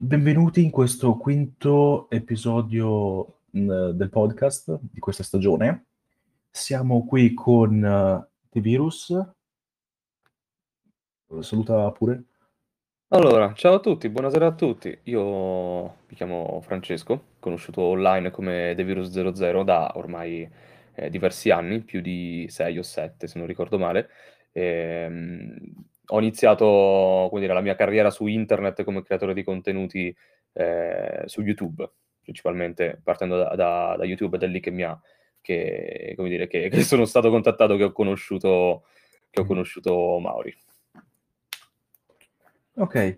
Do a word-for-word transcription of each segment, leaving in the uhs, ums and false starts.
Benvenuti in questo quinto episodio mh, del podcast di questa stagione. Siamo qui con uh, T-Virus. Saluta pure. Allora, ciao a tutti, buonasera a tutti. Io mi chiamo Francesco, conosciuto online come TheVirus zero zero da ormai eh, diversi anni, più di sei o sette se non ricordo male. Ehm, ho iniziato, come dire, la mia carriera su internet come creatore di contenuti eh, su YouTube, principalmente partendo da, da- da YouTube, ed è lì che mi ha, che, come dire, che, che sono stato contattato, che ho conosciuto, che ho Mm. conosciuto Mauri. Ok.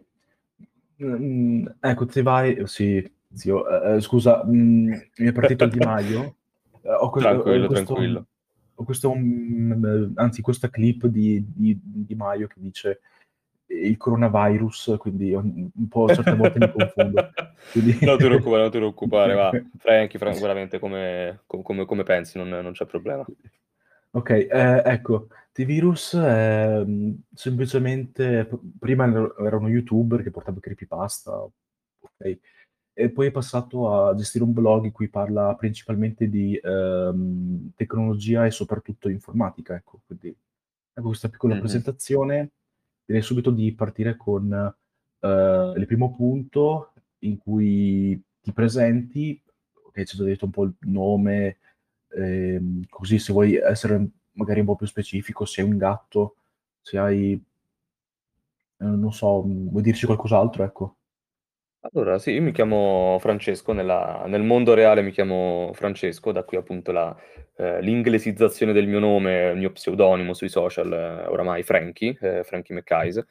Mm, ecco, ti vai. Sì, zio. Eh, eh, scusa, mm, mi è partito Di Maio. Eh, ho, que- ho Tranquillo, questo, tranquillo. ho questo, mm, anzi, questa clip di, di, Di Maio che dice il coronavirus, quindi un un po' certe volte mi confondo. Quindi... Non ti preoccupare, non ti preoccupare, va. Franky, Frank, veramente come, com- come- come pensi, non, non c'è problema. Ok, eh, ecco, T-Virus è mh, semplicemente, p- prima ero era uno YouTuber che portava creepypasta, ok, e poi è passato a gestire un blog in cui parla principalmente di ehm, tecnologia e soprattutto informatica, ecco, quindi ecco questa piccola Mhm. presentazione, direi subito di partire con eh, il primo punto in cui ti presenti, ok, ci hai già detto un po' il nome, ehm, così se vuoi essere magari un po' più specifico, se hai un gatto, se hai, eh, non so, vuoi dirci qualcos'altro, ecco. Allora, sì, io mi chiamo Francesco, nella- nel mondo reale mi chiamo Francesco, da qui appunto la, eh, l'inglesizzazione del mio nome, il mio pseudonimo sui social, eh, oramai Frankie, eh, Frankie McKays.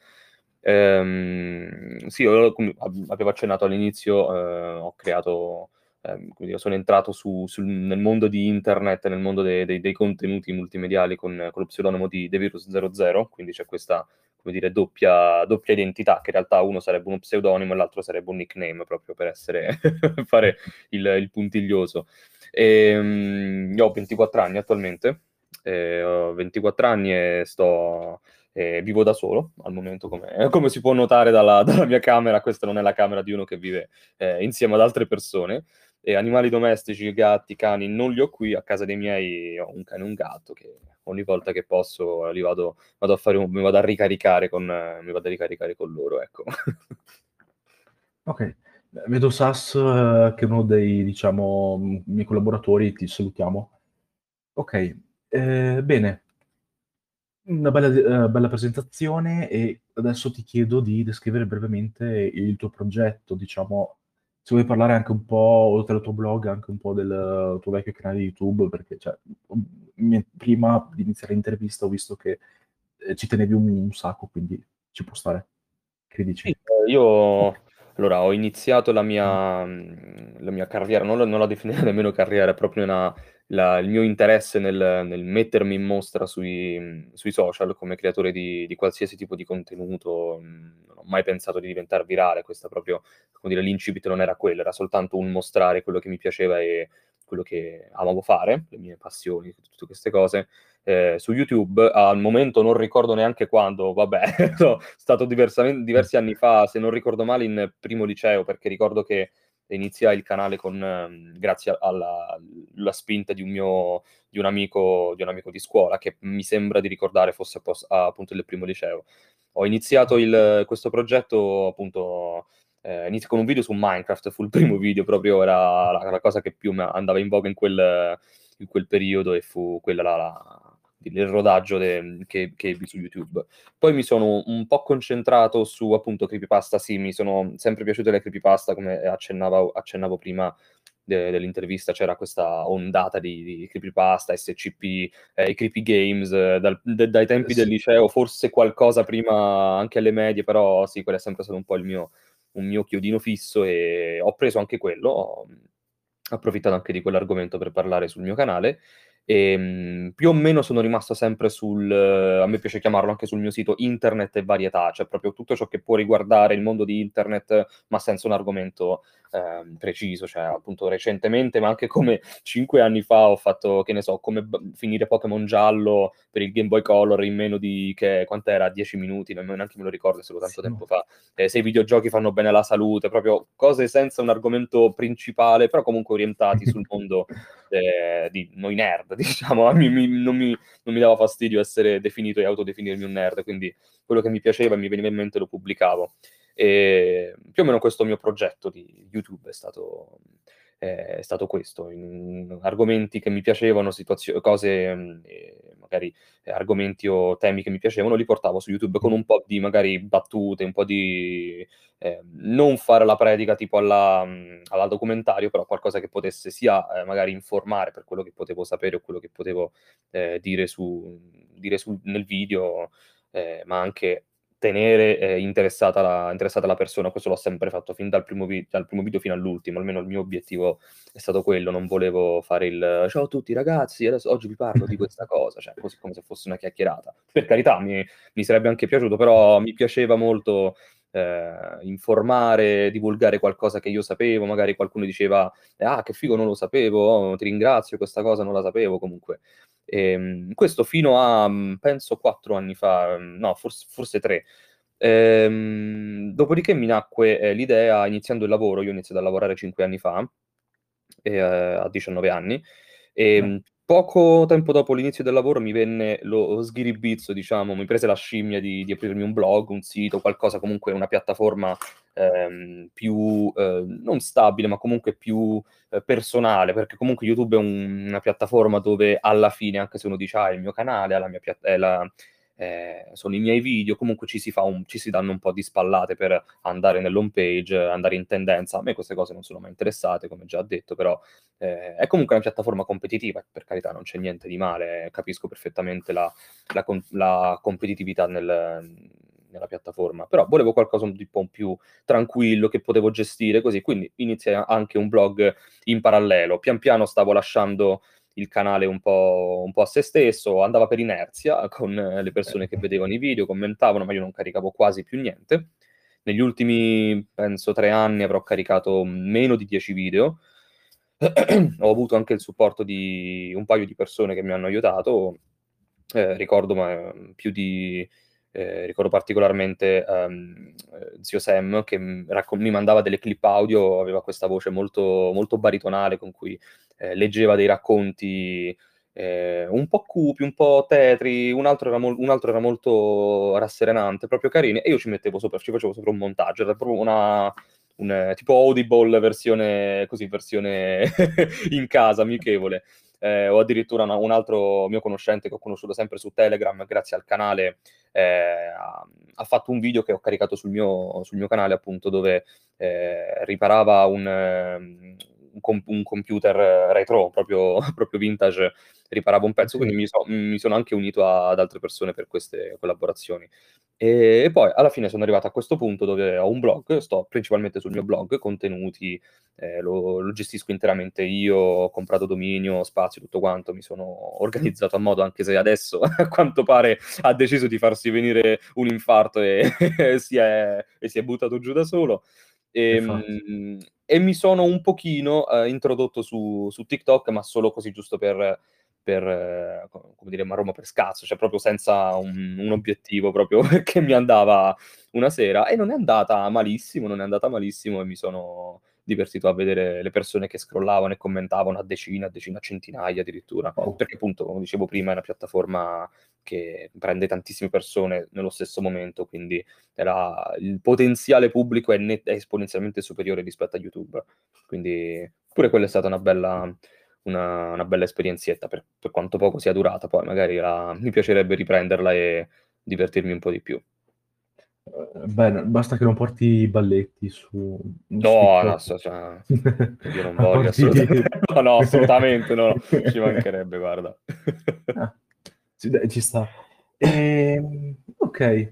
Ehm, sì, io, come ab- avevo accennato all'inizio, eh, ho creato, ehm, come dire, sono entrato su- sul- nel mondo di internet, nel mondo dei, dei- dei contenuti multimediali con, con lo pseudonimo di TheVirus zero zero, quindi c'è questa, come dire, doppia, doppia identità, che in realtà uno sarebbe uno pseudonimo e l'altro sarebbe un nickname, proprio per essere, fare il, il puntiglioso. E, mm, io ho ventiquattro anni attualmente, eh, ho ventiquattro anni e sto, eh, vivo da solo al momento, come, come si può notare dalla, dalla mia camera. Questa non è la camera di uno che vive eh, insieme ad altre persone. E animali domestici, gatti, cani, non li ho qui. A casa dei miei ho un cane e un gatto che ogni volta che posso li vado, vado a fare un, mi vado a ricaricare con, eh, mi vado a ricaricare con loro, ecco. Ok, vedo Sas, eh, che è uno dei, diciamo, m- miei collaboratori, ti salutiamo. Ok, eh, bene, una bella, eh, bella presentazione e adesso ti chiedo di descrivere brevemente il tuo progetto, diciamo, se vuoi parlare anche un po', oltre al tuo blog, anche un po' del tuo vecchio canale di YouTube, perché cioè, mi- prima di iniziare l'intervista ho visto che eh, ci tenevi un, un sacco, quindi ci può stare. Che Sì, dici? eh, io allora ho iniziato la mia, mh, la mia carriera, non la, non la definirei nemmeno carriera, è proprio una- la- il mio interesse nel, nel mettermi in mostra sui, mh, sui social come creatore di, di qualsiasi tipo di contenuto. Mh, Non ho mai pensato di diventare virale, questa proprio, come dire, l'incipit non era quello, era soltanto un mostrare quello che mi piaceva e quello che amavo fare, le mie passioni, tutte queste cose eh, su YouTube. Al momento non ricordo neanche quando, vabbè, sono stato diversamente- diversi anni fa, se non ricordo male, in primo liceo, perché ricordo che iniziai il canale con, ehm, grazie alla, alla spinta di un mio, di un amico, di un amico di scuola, che mi sembra di ricordare fosse appos- a- appunto il primo liceo. Ho iniziato il- questo progetto appunto eh, inizio con un video su Minecraft, fu il primo video, proprio era la, la cosa che più mi andava in voga in quel, in quel periodo, e fu quella la, la- il rodaggio de- che, che ebbi su YouTube. Poi mi sono un po' concentrato su appunto creepypasta. Sì, mi sono sempre piaciute le creepypasta, come accennavo, accennavo prima de- dell'intervista. C'era questa ondata di, di creepypasta, S C P, eh, i creepy games, eh, dal- de- dai Eh, tempi del sì. liceo, forse qualcosa prima anche alle medie, però sì, quello è sempre stato un po' il mio, un mio chiodino fisso, e ho preso anche quello, ho approfittato anche di quell'argomento per parlare sul mio canale. E, mh, più o meno sono rimasto sempre sul, eh, a me piace chiamarlo anche sul mio sito, internet e varietà, cioè proprio tutto ciò che può riguardare il mondo di internet, ma senza un argomento ehm, preciso, cioè appunto recentemente, ma anche come cinque anni fa ho fatto, che ne so, come b finire Pokémon giallo per il Game Boy Color in meno di che quant'era? dieci minuti, nemmeno neanche me lo ricordo, è stato tanto Sì. tempo fa. Ehm, se i videogiochi fanno bene alla salute, proprio cose senza un argomento principale, però comunque orientati sul mondo, ehm, di noi nerd, diciamo. Mi mi non mi non mi dava fastidio essere definito e autodefinirmi un nerd, quindi quello che mi piaceva e mi veniva in mente lo pubblicavo. Ehm, più o meno questo mio progetto di YouTube è stato è stato questo, in argomenti che mi piacevano, situazio cose, mhmm, ehm, magari argomenti o temi che mi piacevano, li portavo su YouTube con un po' di magari battute, un po' di ehm, non fare la predica tipo alla mhmm, alla documentario, però qualcosa che potesse sia, ehm, magari informare per quello che potevo sapere o quello che potevo, ehm, dire su dire sul nel video, ehm, ma anche tenere, ehm, interessata la interessata la persona. Questo l'ho sempre fatto fin dal primo vi dal primo video fino all'ultimo, almeno il mio obiettivo è stato quello, non volevo fare il: "Ciao a tutti ragazzi, adesso oggi vi parlo di questa cosa", cioè così come se fosse una chiacchierata. Per carità, mi mi sarebbe anche piaciuto, però mi piaceva molto, ehm, informare, divulgare qualcosa che io sapevo, magari qualcuno diceva: "Ah, che figo, non lo sapevo, oh, ti ringrazio, questa cosa non la sapevo", comunque. Ehm, questo fino a, mhmm, penso quattro anni fa, mhmm, no, fors forse tre. Ehm, dopodiché mi nacque, ehm, l'idea iniziando il lavoro, io ho iniziato a lavorare cinque anni fa, ehm, a diciannove anni, Eh, ehm, poco tempo dopo l'inizio del lavoro mi venne lo sghiribizzo, diciamo, mi prese la scimmia di di aprirmi un blog, un sito, qualcosa comunque una piattaforma, ehm, più, ehm, non stabile, ma comunque più, ehm, personale, perché comunque YouTube è un una piattaforma dove alla fine, anche se uno dice: "Ah, è il mio canale, ha la mia piat è la ehm, sono i miei video", comunque ci si fa un ci si danno un po' di spallate per andare nell'home page, andare in tendenza. A me queste cose non sono mai interessate, come già detto, però, ehm, è comunque una piattaforma competitiva, per carità, non c'è niente di male, capisco perfettamente la la con la competitività nel mhmm, nella piattaforma, però volevo qualcosa di un po' più tranquillo, che potevo gestire così, quindi iniziai a anche un blog in parallelo. Pian piano stavo lasciando il canale un po' un po' a sé stesso, andava per inerzia con le persone che eh, vedevano i video, commentavano, ma io non caricavo quasi più niente. Negli ultimi, penso tre anni avrò caricato meno di dieci video. Ho avuto anche il supporto di un paio di persone che mi hanno aiutato. Ehm, ricordo ma più di ehm, ricordo particolarmente, ehm, ehm, zio Sam che, mhmm, racco mi mandava delle clip audio, aveva questa voce molto molto baritonale con cui, ehm, leggeva dei racconti, ehm, un po' cupi, un po' tetri, un altro era mol un altro era molto rasserenante, proprio carini, e io ci mettevo sopra ci facevo sopra un montaggio, era proprio una un tipo Audible versione così, versione in casa, amichevole. Ehm, o addirittura una un altro mio conoscente che ho conosciuto sempre su Telegram, grazie al canale, ehm, ha ha fatto un video che ho caricato sul mio sul mio canale appunto, dove, ehm, riparava un mhmm, un com un computer retro, proprio proprio vintage, riparava un pezzo, sì. quindi mi so mi sono anche unito a ad altre persone per queste collaborazioni. Ehm, e poi alla fine sono arrivato a questo punto dove ho un blog, sto principalmente sul mio blog, contenuti, ehm, lo lo gestisco interamente io, ho comprato dominio, spazio, tutto quanto, mi sono organizzato a modo, anche se adesso a quanto pare ha deciso di farsi venire un infarto e si è e si è buttato giù da solo. Infatti. Ehm, e mi sono un pochino, ehm, introdotto su su TikTok, ma solo così giusto per per co come dire, marrommo per scazzo, cioè proprio senza un un obiettivo, proprio perché mi andava una sera, e non è andata malissimo, non è andata malissimo, e mi sono divertito a vedere le persone che scrollavano e commentavano a decine, a decine, a centinaia addirittura, Wow. perché appunto, come dicevo prima, è una piattaforma che prende tantissime persone nello stesso momento, quindi era il potenziale pubblico è net è esponenzialmente superiore rispetto a YouTube. Quindi pure quella è stata una bella una una bella esperienzietta, per per quanto poco sia durata, poi magari la mi piacerebbe riprenderla e divertirmi un po' di più. Uhm, beh, n basta che non porti i balletti su su No, no, TikTok. sto cioè Dio non A voglia, porti assolutame no, no, assolutamente no, ci mancherebbe, guarda. Ah, sì dai, ci sta. Ehm, okay.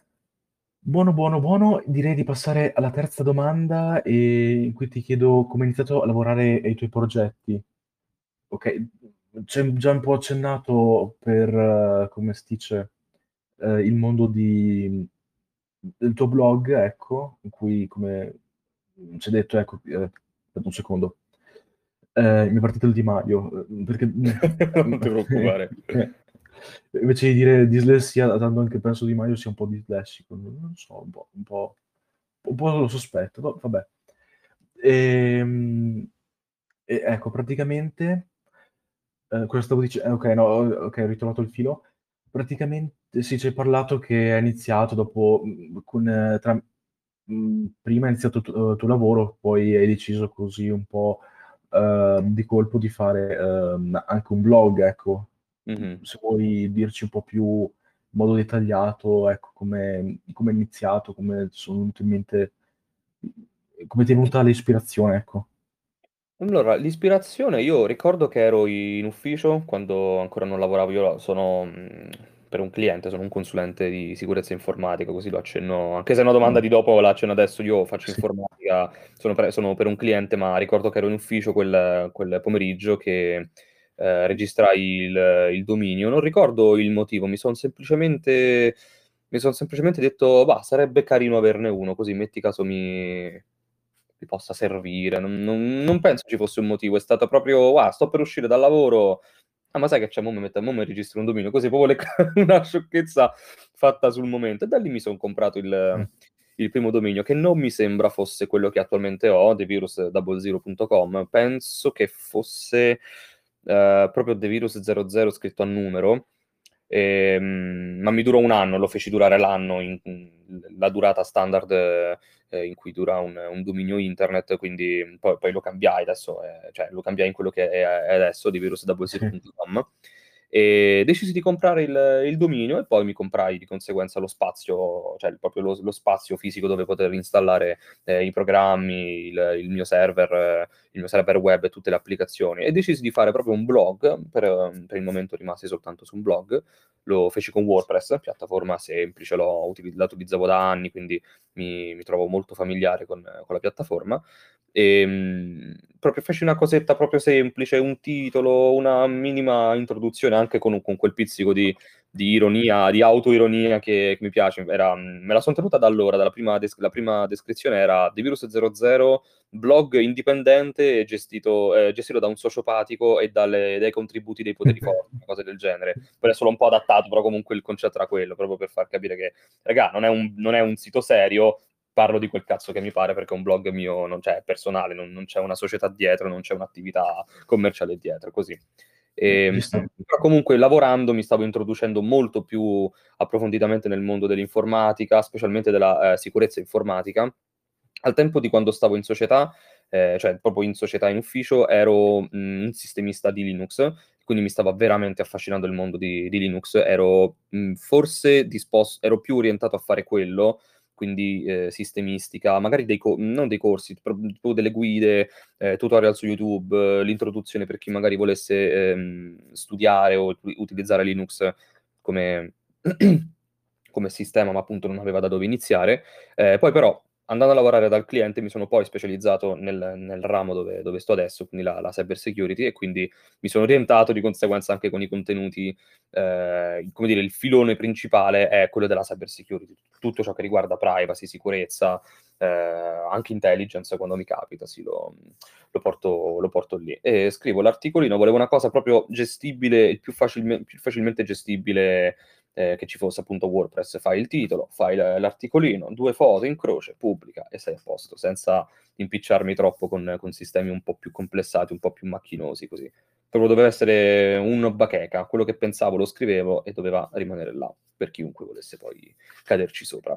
Buono, buono, buono. Direi di passare alla terza domanda, ehm, in cui ti chiedo come hai iniziato a lavorare ai tuoi progetti. Okay, mhmm, c'hai già un po' accennato per, come si dice, ehm, il mondo di del tuo blog, ecco, in cui come mhmm, c'è detto ecco, ehm, aspetta un secondo. Ehm, mi è partito il di Maio, uhm, perché, mhmm, Non ti preoccupare. invece di dire dislessia, tanto anche penso Di Maio sia un po' dislessico, non non so, un po' un po' un po' lo sospetto, va vabbè. Ehm, e ecco praticamente ehm, cosa stavo dice eh, okay, no, o okay, ho ritrovato il filo. Praticamente sì, ci hai parlato che hai iniziato dopo, mhmm, con tra mhmm, prima hai iniziato tu uhm, tuo lavoro, poi hai deciso così un po', uhm, di colpo di fare, uhm, anche un blog, ecco. Mh-mh. Se vuoi dirci un po' più in modo dettagliato, ecco, come come hai iniziato, come ti sono venute in mente mhmm, come ti è venuta l'ispirazione, ecco. Allora, l'ispirazione io ricordo che ero in ufficio quando ancora non lavoravo, io sono, mhmm, per un cliente, sono un consulente di sicurezza informatica, così lo accenno anche se è una domanda Mh. di dopo la accenno adesso, io faccio Sì. informatica, sono pre sono per un cliente, ma ricordo che ero in ufficio quel quel pomeriggio che, ehm, registrai il il dominio. Non ricordo il motivo, mi son semplicemente mi son semplicemente detto: "Bah, sarebbe carino averne uno, così metti caso mi mi possa servire." Non non non penso ci fosse un motivo, è stata proprio: "Ah, sto per uscire dal lavoro, ah, ma sai che c'è, mo mi metto mo mi registro un dominio." Così proprio le ca una sciocchezza fatta sul momento. E da lì mi son comprato Mh. il il primo dominio, che non mi sembra fosse quello che attualmente ho, the virus double zero punto com. Penso che fosse, ehm, proprio the virus zero zero scritto a numero, ehm, ma mi durò un anno, lo feci durare l'anno in mhmm, la durata standard, ehm, in cui dura un un dominio internet, quindi poi poi lo cambiai, adesso è cioè lo cambiai in quello che è è adesso, the virus double zero Sì. punto com. E decisi di comprare il il dominio e poi mi comprai di conseguenza lo spazio, cioè il proprio lo lo spazio fisico dove poter installare, ehm, i programmi, il il mio server il mio server web e tutte le applicazioni. E decisi di fare proprio un blog, per per il momento rimasi soltanto su un blog. Lo feci con WordPress, piattaforma semplice, l'ho utili la utilizzavo da anni, quindi mi mi trovo molto familiare con con la piattaforma. Ehm, proprio feci una cosetta proprio semplice, un titolo, una minima introduzione, anche con un con quel pizzico di di ironia, di autoironia che che mi piace. Era mhmm, me la son tenuta da allora, dalla prima des la prima descrizione era The Virus zero zero, blog indipendente e gestito ehm, gestito da un sociopatico e dalle dai contributi dei poteri forti, una cosa del genere. Poi adesso l'ho un po' adattato, però comunque il concetto era quello, proprio per far capire che: "Regà, non è un non è un sito serio, parlo di quel cazzo che mi pare perché è un blog mio, non cioè è personale, non non c'è una società dietro, non c'è un'attività commerciale dietro", così. Eh, Ehm, ci sta. però comunque lavorando mi stavo introducendo molto più approfonditamente nel mondo dell'informatica, specialmente della, ehm, sicurezza informatica. Al tempo di quando stavo in società, ehm, cioè proprio in società, in ufficio, ero, mhmm, un sistemista di Linux, quindi mi stava veramente affascinando il mondo di di Linux. Ero, mhmm, forse dispos ero più orientato a fare quello, quindi, ehm, sistemistica, magari dei co non dei corsi, pro tipo delle guide, ehm, tutorial su YouTube, l'introduzione per chi magari volesse, ehm, studiare o u utilizzare Linux come come sistema, ma appunto non aveva da dove iniziare. Ehm, poi però, andando a lavorare dal cliente, mi sono poi specializzato nel nel ramo dove dove sto adesso, quindi la la cyber security, e quindi mi sono orientato di conseguenza anche con i contenuti, ehm, come dire, il filone principale è quello della cyber security. Tutto ciò che riguarda privacy, sicurezza, ehm, anche intelligence quando mi capita, sì, lo lo porto lo porto lì. E scrivo l'articolino, volevo una cosa proprio gestibile, il più facilme più facilmente gestibile, ehm, che ci fosse, appunto WordPress. Fai il titolo, fai l l'articolino, due foto in croce, pubblica e sei a posto, senza impicciarmi troppo con con sistemi un po' più complessati, un po' più macchinosi, così. Proprio doveva essere un bacheca, quello che pensavo lo scrivevo e doveva rimanere là, per chiunque volesse poi caderci sopra.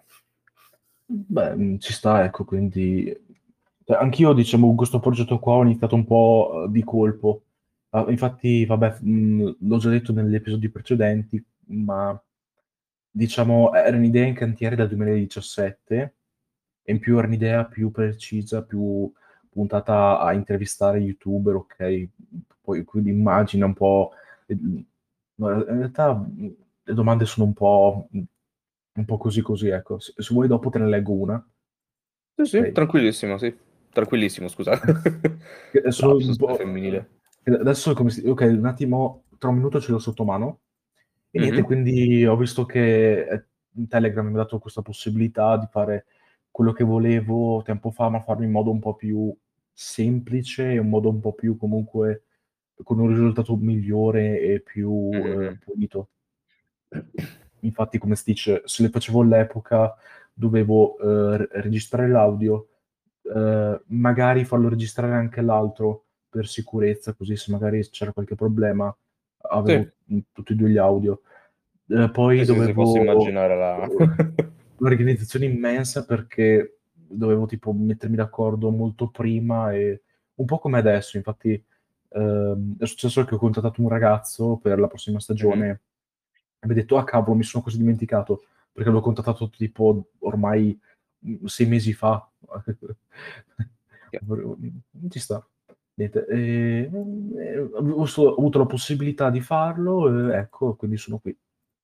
Beh, mhmm, ci sta, ecco, quindi cioè anch'io diciamo con questo progetto qua ho iniziato un po', uhm, di colpo. Ah, infatti vabbè, mhmm, l'ho già detto negli episodi precedenti, ma diciamo e era un'idea in cantiere dal duemiladiciassette e in più era un'idea più precisa, più puntata a intervistare youtuber, okay, poi quindi immagina un po', ehm, no, in realtà, mhmm, le domande sono un po', mhmm, un po' così, così, ecco. Se se vuoi dopo te ne leggo una. Sì, sì, Okay. tranquillissimo, sì. Tranquillissimo, scusa. Che sono un Lapsus po' femminile. ehm, adesso come si okay, un attimo, tra un minuto ce l'ho sotto mano e niente, Mh-mh. quindi ho visto che, ehm, Telegram mi ha dato questa possibilità di fare quello che volevo tempo fa, ma farlo in modo un po' più semplice e un modo un po' più comunque con un risultato migliore e più, uhm, Mh-mh. pulito. Infatti come Stitch, se le facevo all'epoca dovevo, uhm, r registrare l'audio, uhm, magari farlo registrare anche l'altro per sicurezza, così se magari s c'era qualche problema Sì. avevo, mhmm, tutti e due gli audio. Uhm, poi Sì, sì, sì, posso dovevo immaginare la u un'organizzazione immensa perché dovevo tipo mettermi d'accordo molto prima e un po' come adesso, infatti, uhm, è successo che ho contattato un ragazzo per la prossima Mh-mh. stagione e mi ha detto: "Ah cavolo, mi sono quasi dimenticato", perché l'avevo contattato tipo ormai, mhmm, sei mesi fa. Chia Mhmm, ci sta. Niente, ehm, ehm, avevo so ho avuto la possibilità di farlo e ecco, quindi sono qui.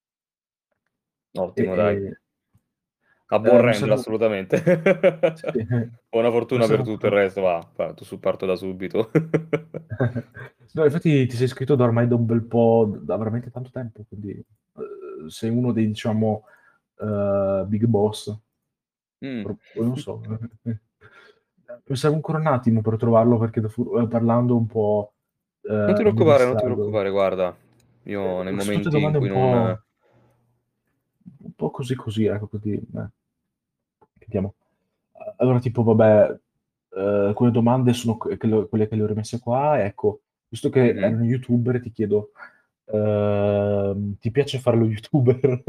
E Ottimo dai. e A buon Ehm, mi rendere servo assolutamente. Sì, eh. Buona Mi fortuna per serve tutto il ancora resto, va, va, tu su parto da subito. No, infatti ti sei iscritto da ormai da un bel po', d da veramente tanto tempo, quindi, uhm, sei uno dei diciamo, uhm, big boss. Mh. Pro poi non so. Mi serve ancora un attimo per trovarlo perché da fu uhm, parlando un po', Non ti uhm, mi preoccupare, non ti distraggo. preoccupare, guarda, io nei Ehm, son tutte momenti in domande un cui non po' un po' così, così, ecco, così, eh. Vediamo. A allora tipo vabbè, uhm, alcune domande sono que che le quelle che le ho rimesse qua, ecco, visto che Mh-mh. erano youtuber ti chiedo, uhm, ti piace fare lo youtuber?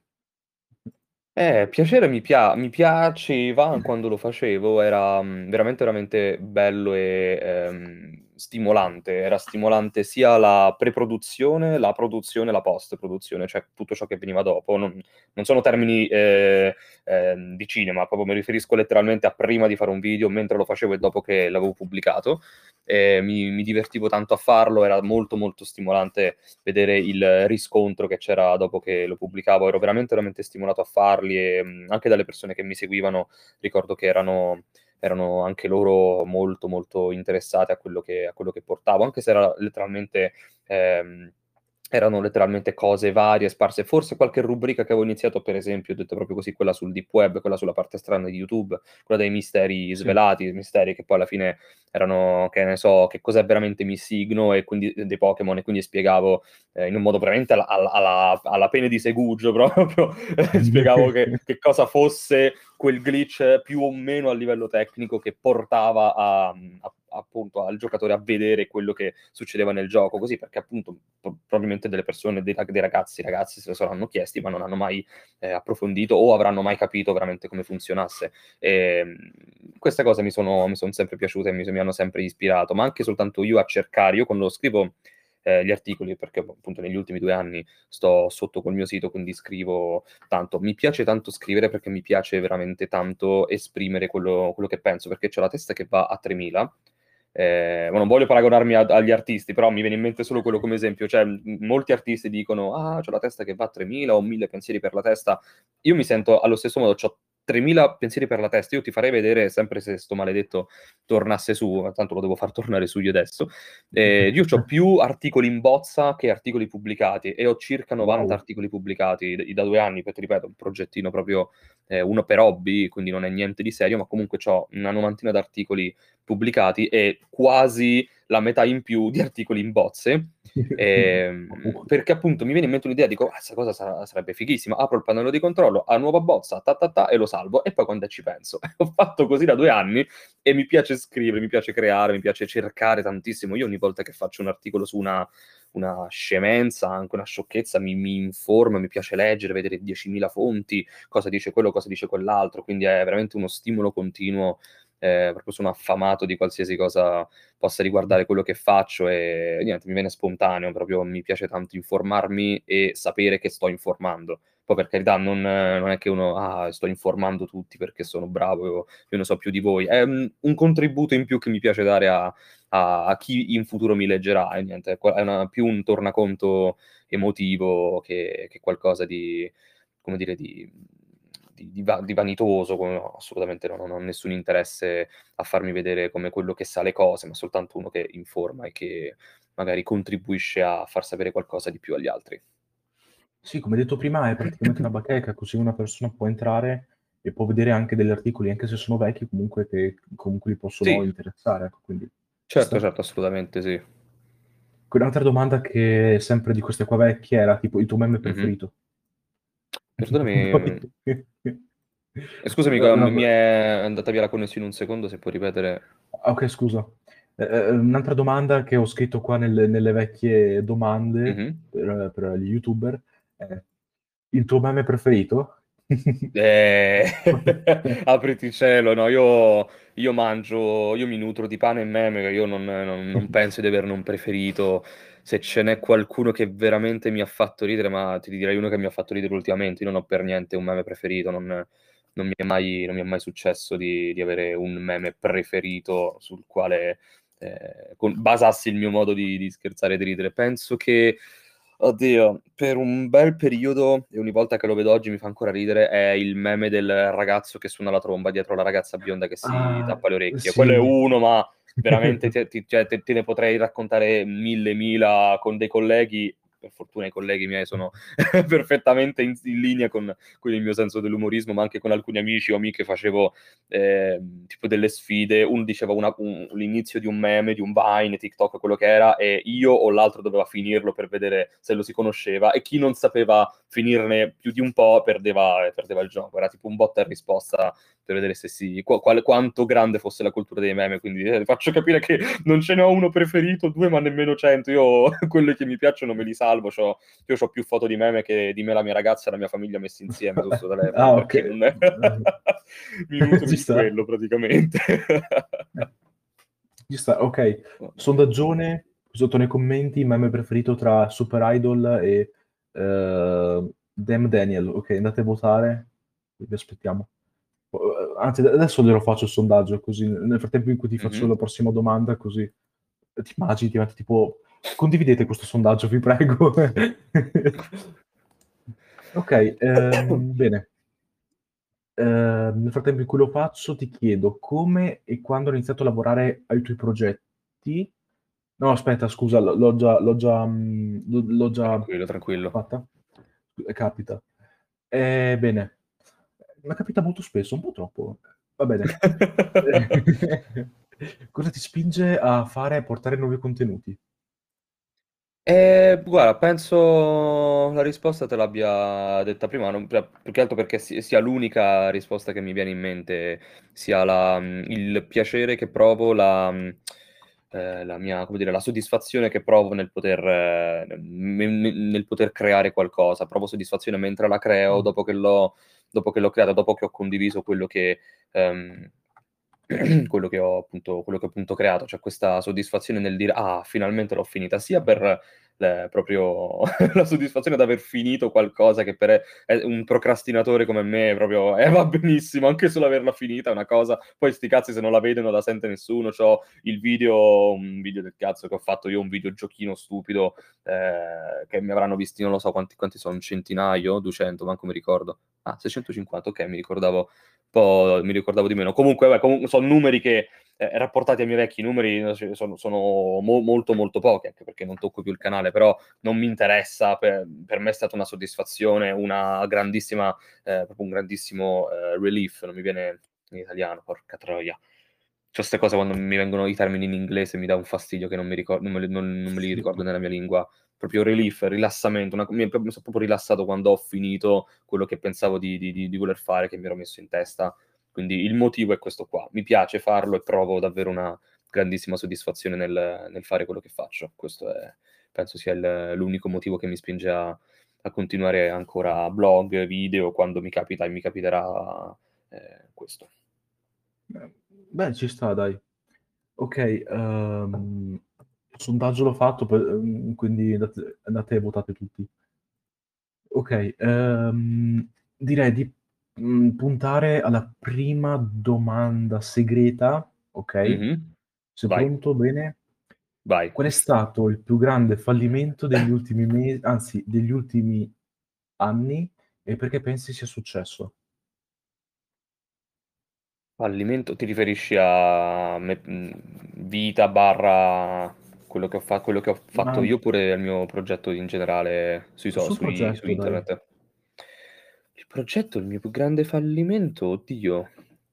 Eh, piacere mi pia mi piaceva quando lo facevo, era, mhmm, veramente, veramente bello e, ehm, stimolante. Era stimolante sia la pre-produzione, la produzione, la post-produzione, cioè tutto ciò che veniva dopo. Non non sono termini, ehm, ehm, di cinema, proprio mi riferisco letteralmente a prima di fare un video, mentre lo facevo e dopo che l'avevo pubblicato. Ehm, mi mi divertivo tanto a farlo, era molto, molto stimolante vedere il riscontro che c'era dopo che lo pubblicavo. Ero veramente, veramente stimolato a farli e, mhmm, anche dalle persone che mi seguivano ricordo che erano erano anche loro molto, molto interessate a quello che a quello che portavo, anche se era letteralmente ehm, erano letteralmente cose varie, sparse. Forse qualche rubrica che avevo iniziato, per esempio, detto proprio così, quella sul deep web, quella sulla parte strana di YouTube, quella dei misteri Sì. svelati, misteri che poi alla fine erano, che ne so, che cos'è veramente Missigno e quindi dei Pokémon e quindi spiegavo, ehm, in un modo veramente alla alla alla alla pene di Segugio proprio, spiegavo che che cosa fosse quel glitch più o meno a livello tecnico che portava a mhmm, a appunto al giocatore a vedere quello che succedeva nel gioco, così perché appunto pro probabilmente delle persone, dei rag dei ragazzi ragazzi se lo saranno chiesti, ma non hanno mai, ehm, approfondito o avranno mai capito veramente come funzionasse. Ehm, queste cose mi sono mi son sempre piaciute e mi s mi hanno sempre ispirato, ma anche soltanto io a cercare io quando scrivo, ehm, gli articoli, perché ap appunto negli ultimi due anni sto sotto col mio sito, quindi scrivo tanto. Mi piace tanto scrivere perché mi piace veramente tanto esprimere quello quello che penso, perché c'ho la testa che va a tremila. Ehm, ma non voglio paragonarmi ad agli artisti, però mi viene in mente solo quello come esempio, cioè, m molti artisti dicono: "Ah, c'ho la testa che va a tremila, ho mille pensieri per la testa." Io mi sento allo stesso modo, c'ho tremila pensieri per la testa. Io ti farei vedere, sempre se 'sto maledetto tornasse su, tanto lo devo far tornare su io adesso, ehm, io c'ho più articoli in bozza che articoli pubblicati e ho circa novanta Wow. articoli pubblicati d da due anni, perché ripeto, è un progettino proprio ehm, uno per hobby, quindi non è niente di serio, ma comunque c'ho una novantina d'articoli pubblicati e quasi la metà in più di articoli in bozze, ehm, perché appunto mi viene in mente un'idea, dico: "Ah, 'sta cosa sa sarebbe fighissima." Apro il pannello di controllo, a nuova bozza, ta ta ta, e lo salvo e poi quando è ci penso. Ho fatto così da due anni e mi piace scrivere, mi piace creare, mi piace cercare tantissimo. Io ogni volta che faccio un articolo su una una scemenza, anche una sciocchezza, mi mi informo, mi piace leggere, vedere diecimila fonti, cosa dice quello, cosa dice quell'altro, quindi è veramente uno stimolo continuo, ehm, proprio sono affamato di qualsiasi cosa possa riguardare quello che faccio e niente, mi viene spontaneo, proprio mi piace tanto informarmi e sapere che sto informando. Poi per carità non non è che uno: "Ah, sto informando tutti perché sono bravo, io io ne so più di voi." È un un contributo in più che mi piace dare a a a chi in futuro mi leggerà e niente, è qua è una più un tornaconto emotivo che che qualcosa di come dire, di di di va di vanitoso, come no, assolutamente no, non ho nessun interesse a farmi vedere come quello che sa le cose, ma soltanto uno che informa e che magari contribuisce a far sapere qualcosa di più agli altri. Sì, come detto prima è praticamente una bacheca, così una persona può entrare e può vedere anche degli articoli, anche se sono vecchi, comunque che comunque li possono Sì. interessare, ecco, quindi ci Certo, sta. certo, assolutamente sì. Quell'altra domanda che sempre di queste qua vecchie era tipo il tuo meme Mh-mh. preferito. Perdonami, Poi mhmm E scusami, una co una m mi vo è andata via la connessione un secondo, se puoi ripetere. Ah, okay, scusa. E ehm, un'altra domanda che ho scritto qua nelle nelle vecchie domande Mh-mh. per per gli youtuber è: il tuo meme preferito? Ehm, apriti cielo, no, io io mangio io mi nutro di pane e meme, io non non non penso di averne un preferito. Se ce n'è qualcuno che veramente mi ha fatto ridere, ma ti direi uno che mi ha fatto ridere ultimamente, io non ho per niente un meme preferito, non non mi è mai non mi è mai successo di di avere un meme preferito sul quale, ehm, con basassi il mio modo di di scherzare e di ridere. Penso che oddio, per un bel periodo, e ogni volta che lo vedo oggi mi fa ancora ridere, è il meme del ragazzo che suona la tromba dietro la ragazza bionda che si Ah, tappa le orecchie. Quello è sì. uno, ma veramente te ti cioè te te ne potrei raccontare mille, mila con dei colleghi. Per fortuna i colleghi miei sono perfettamente in s in linea con con il mio senso dell'umorismo, ma anche con alcuni amici o amiche facevo, ehm, tipo delle sfide, uno diceva una un l'inizio di un meme, di un Vine, TikTok, quello che era, e io o l'altro doveva finirlo per vedere se lo si conosceva, e chi non sapeva finirne più di un po' perdeva perdeva il gioco. Era tipo un botta e risposta per vedere se si qua quale quanto grande fosse la cultura dei meme, quindi, eh, faccio capire che non ce ne ho uno preferito, due, ma nemmeno cento. Io quelli che mi piacciono me li salvo, c'ho io c'ho più foto di meme che di me, la mia ragazza e la mia famiglia messi insieme su 'sto telefono, Ah, perché okay. non mi nutro Ci di sta. quello praticamente. Eh. Ci sta, okay. Sondaggione sotto nei commenti, meme preferito tra Super Idol e, ehm, Dam Daniel. Okay, andate a votare, e vi aspettiamo. O uhm, anzi adesso glielo faccio il sondaggio, così nel frattempo in cui ti faccio Mh-mh. la prossima domanda, così ti immagini, ti metti tipo: "Condividete questo sondaggio, vi prego." Okay, ehm, bene. Ehm, nel frattempo in cui lo faccio ti chiedo: come e quando hai iniziato a lavorare ai tuoi progetti? No, aspetta, scusa, l'ho l'ho già l'ho già mhmm, l'ho l'ho già Tranquillo, tranquillo. fatta? Ehm, capita. Ehm, bene. Ma capita molto spesso, un po' troppo. Va bene. Cosa ti spinge a fare e portare nuovi contenuti? Ehm, guarda, penso la risposta te l'abbia detta prima, non cioè, più che altro perché si sia l'unica risposta che mi viene in mente, sia la mhmm, il piacere che provo, la mhmm, ehm, la mia come dire, la soddisfazione che provo nel poter ne ne nel poter creare qualcosa. Provo soddisfazione mentre la creo, Mh. dopo che l'ho dopo che l'ho creata, dopo che ho condiviso quello che ehm, quello che ho appunto quello che ho appunto creato. C'è questa soddisfazione nel dire: "Ah, finalmente l'ho finita", sia per le proprio la soddisfazione d'aver finito qualcosa che per e un procrastinatore come me proprio eh, va benissimo, anche solo averla finita è una cosa, poi sti cazzi se non la vede, non la sente nessuno. C'ho il video un video del cazzo che ho fatto io, un videogiochino stupido, ehm, che mi avranno visti non lo so quanti quanti son, un centinaio, duecento, manco mi ricordo. Ah, seicentocinquanta, okay, mi ricordavo po' mi ricordavo di meno. Comunque vabbè, comu son numeri che, ehm, rapportati ai miei vecchi numeri, no, ce sono sono mo molto, molto pochi, anche perché non tocco più il canale, però non mi interessa, pe per me è stata una soddisfazione, una grandissima ehm, proprio un grandissimo, ehm, relief, non mi viene in italiano, porca troia. C'ho 'ste cose quando mi vengono i termini in inglese, mi dà un fastidio che non mi ricor non me li non non me li Sì. ricordo nella mia lingua. Proprio relief, rilassamento, una mi è pro mi son proprio rilassato quando ho finito quello che pensavo di di di di voler fare, che mi ero messo in testa. Quindi il motivo è questo qua. Mi piace farlo e provo davvero una grandissima soddisfazione nel nel fare quello che faccio. Questo è penso sia il l'unico motivo che mi spinge a a continuare ancora blog, video, quando mi capita e mi capiterà, ehm, questo. Ehm, beh, ci sta dai. Okay, uhm, il sondaggio l'ho fatto pe uhm, quindi andate andate e votate tutti. Okay, ehm, direi di, mhmm, puntare alla prima domanda segreta, okay? Mh-mh. Sei Vai, pronto? Bene. vai. Qual è stato il più grande fallimento degli ultimi me anzi, degli ultimi anni e perché pensi sia successo? Fallimento ti riferisci a me mhmm, vita barra quello che ho fa quello che ho fatto Ma io, oppure al mio progetto in generale sui so sul sui su progetto dai. internet? Il progetto, il mio più grande fallimento? Oddio.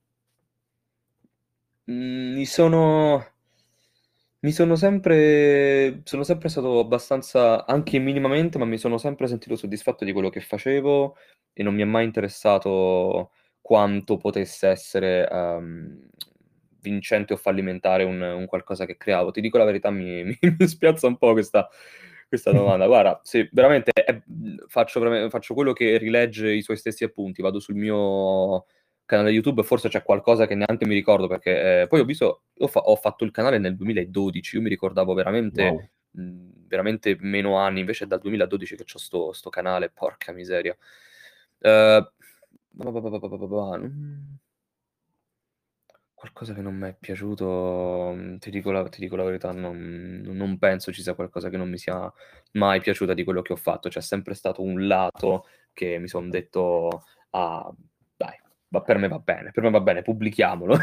Mhmm, mi sono mi sono sempre sono sempre stato abbastanza anche minimamente, ma mi sono sempre sentito soddisfatto di quello che facevo e non mi è mai interessato quanto potesse essere, uhm, vincente o fallimentare un un qualcosa che creavo. Ti dico la verità, mi mi mi spiazza un po' questa questa domanda. Guarda, sì, veramente è mhmm, faccio verame faccio quello che rilegge i suoi stessi appunti. Vado sul mio canale YouTube, forse c'è qualcosa che neanche mi ricordo perché, ehm, poi ho visto ho fa ho fatto il canale nel duemiladodici, io mi ricordavo veramente Wow. mhmm, veramente meno anni, invece è dal duemiladodici che c'ho sto sto canale, porca miseria. Uhm, ba ba ba ba ba ba ba ba mhmm qualcosa che non m'è piaciuto, mhmm, ti dico la ti dico la verità, non non penso ci sia qualcosa che non mi sia mai piaciuta di quello che ho fatto. C'è sempre stato un lato che mi son detto: "Ah, dai, ma per me va bene, per me va bene, pubblichiamolo."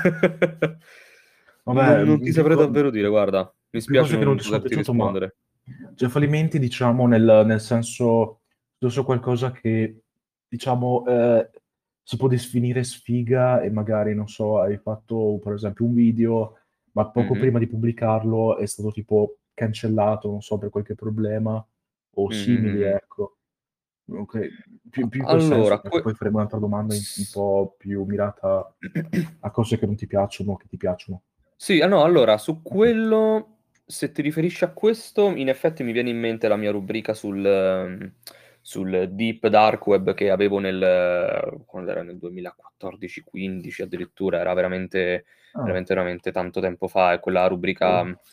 Non Vabbè, non ti mhmm, più saprei co davvero dire, guarda. Mi più spiace cose che non non ti sono poterti piaciuto, ma rispondere. cioè fallimenti diciamo nel nel senso giusto qualcosa che diciamo, ehm, si può definire sfiga e magari, non so, hai fatto per esempio un video, ma poco Mh-mh. prima di pubblicarlo è stato tipo cancellato, non so, per qualche problema o Mh, mh, mh, simili, mh. ecco. Okay, più più in quel senso, Allora, perché que poi faremo un'altra domanda in un s po' più mirata a cose che non ti piacciono o che ti piacciono. Sì, ah no, allora su quello, se ti riferisci a questo, in effetti mi viene in mente la mia rubrica sul mhmm, sul deep dark web che avevo nel quando era nel duemilaquattordici, quindici addirittura, era veramente Ah, veramente, veramente tanto tempo fa, è quella rubrica wow.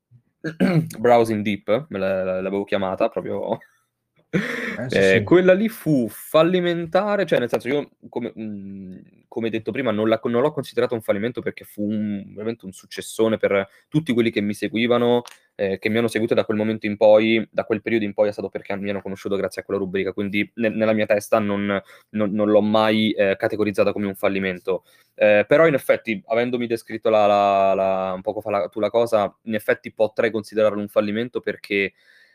Browsing Deep, me la l'avevo chiamata proprio Eh sì, ehm, sì. quella lì fu fallimentare, cioè nel senso io come mhmm, come detto prima non la non l'ho considerato un fallimento perché fu un veramente un successone per tutti quelli che mi seguivano, ehm, che mi hanno seguito da quel momento in poi, da quel periodo in poi è stato perché mi hanno conosciuto grazie a quella rubrica, quindi ne nella mia testa non non non l'ho mai, ehm, categorizzata come un fallimento. Ehm, però in effetti, avendomi descritto la la la un poco fa la tu la cosa, in effetti potrei considerarlo un fallimento perché,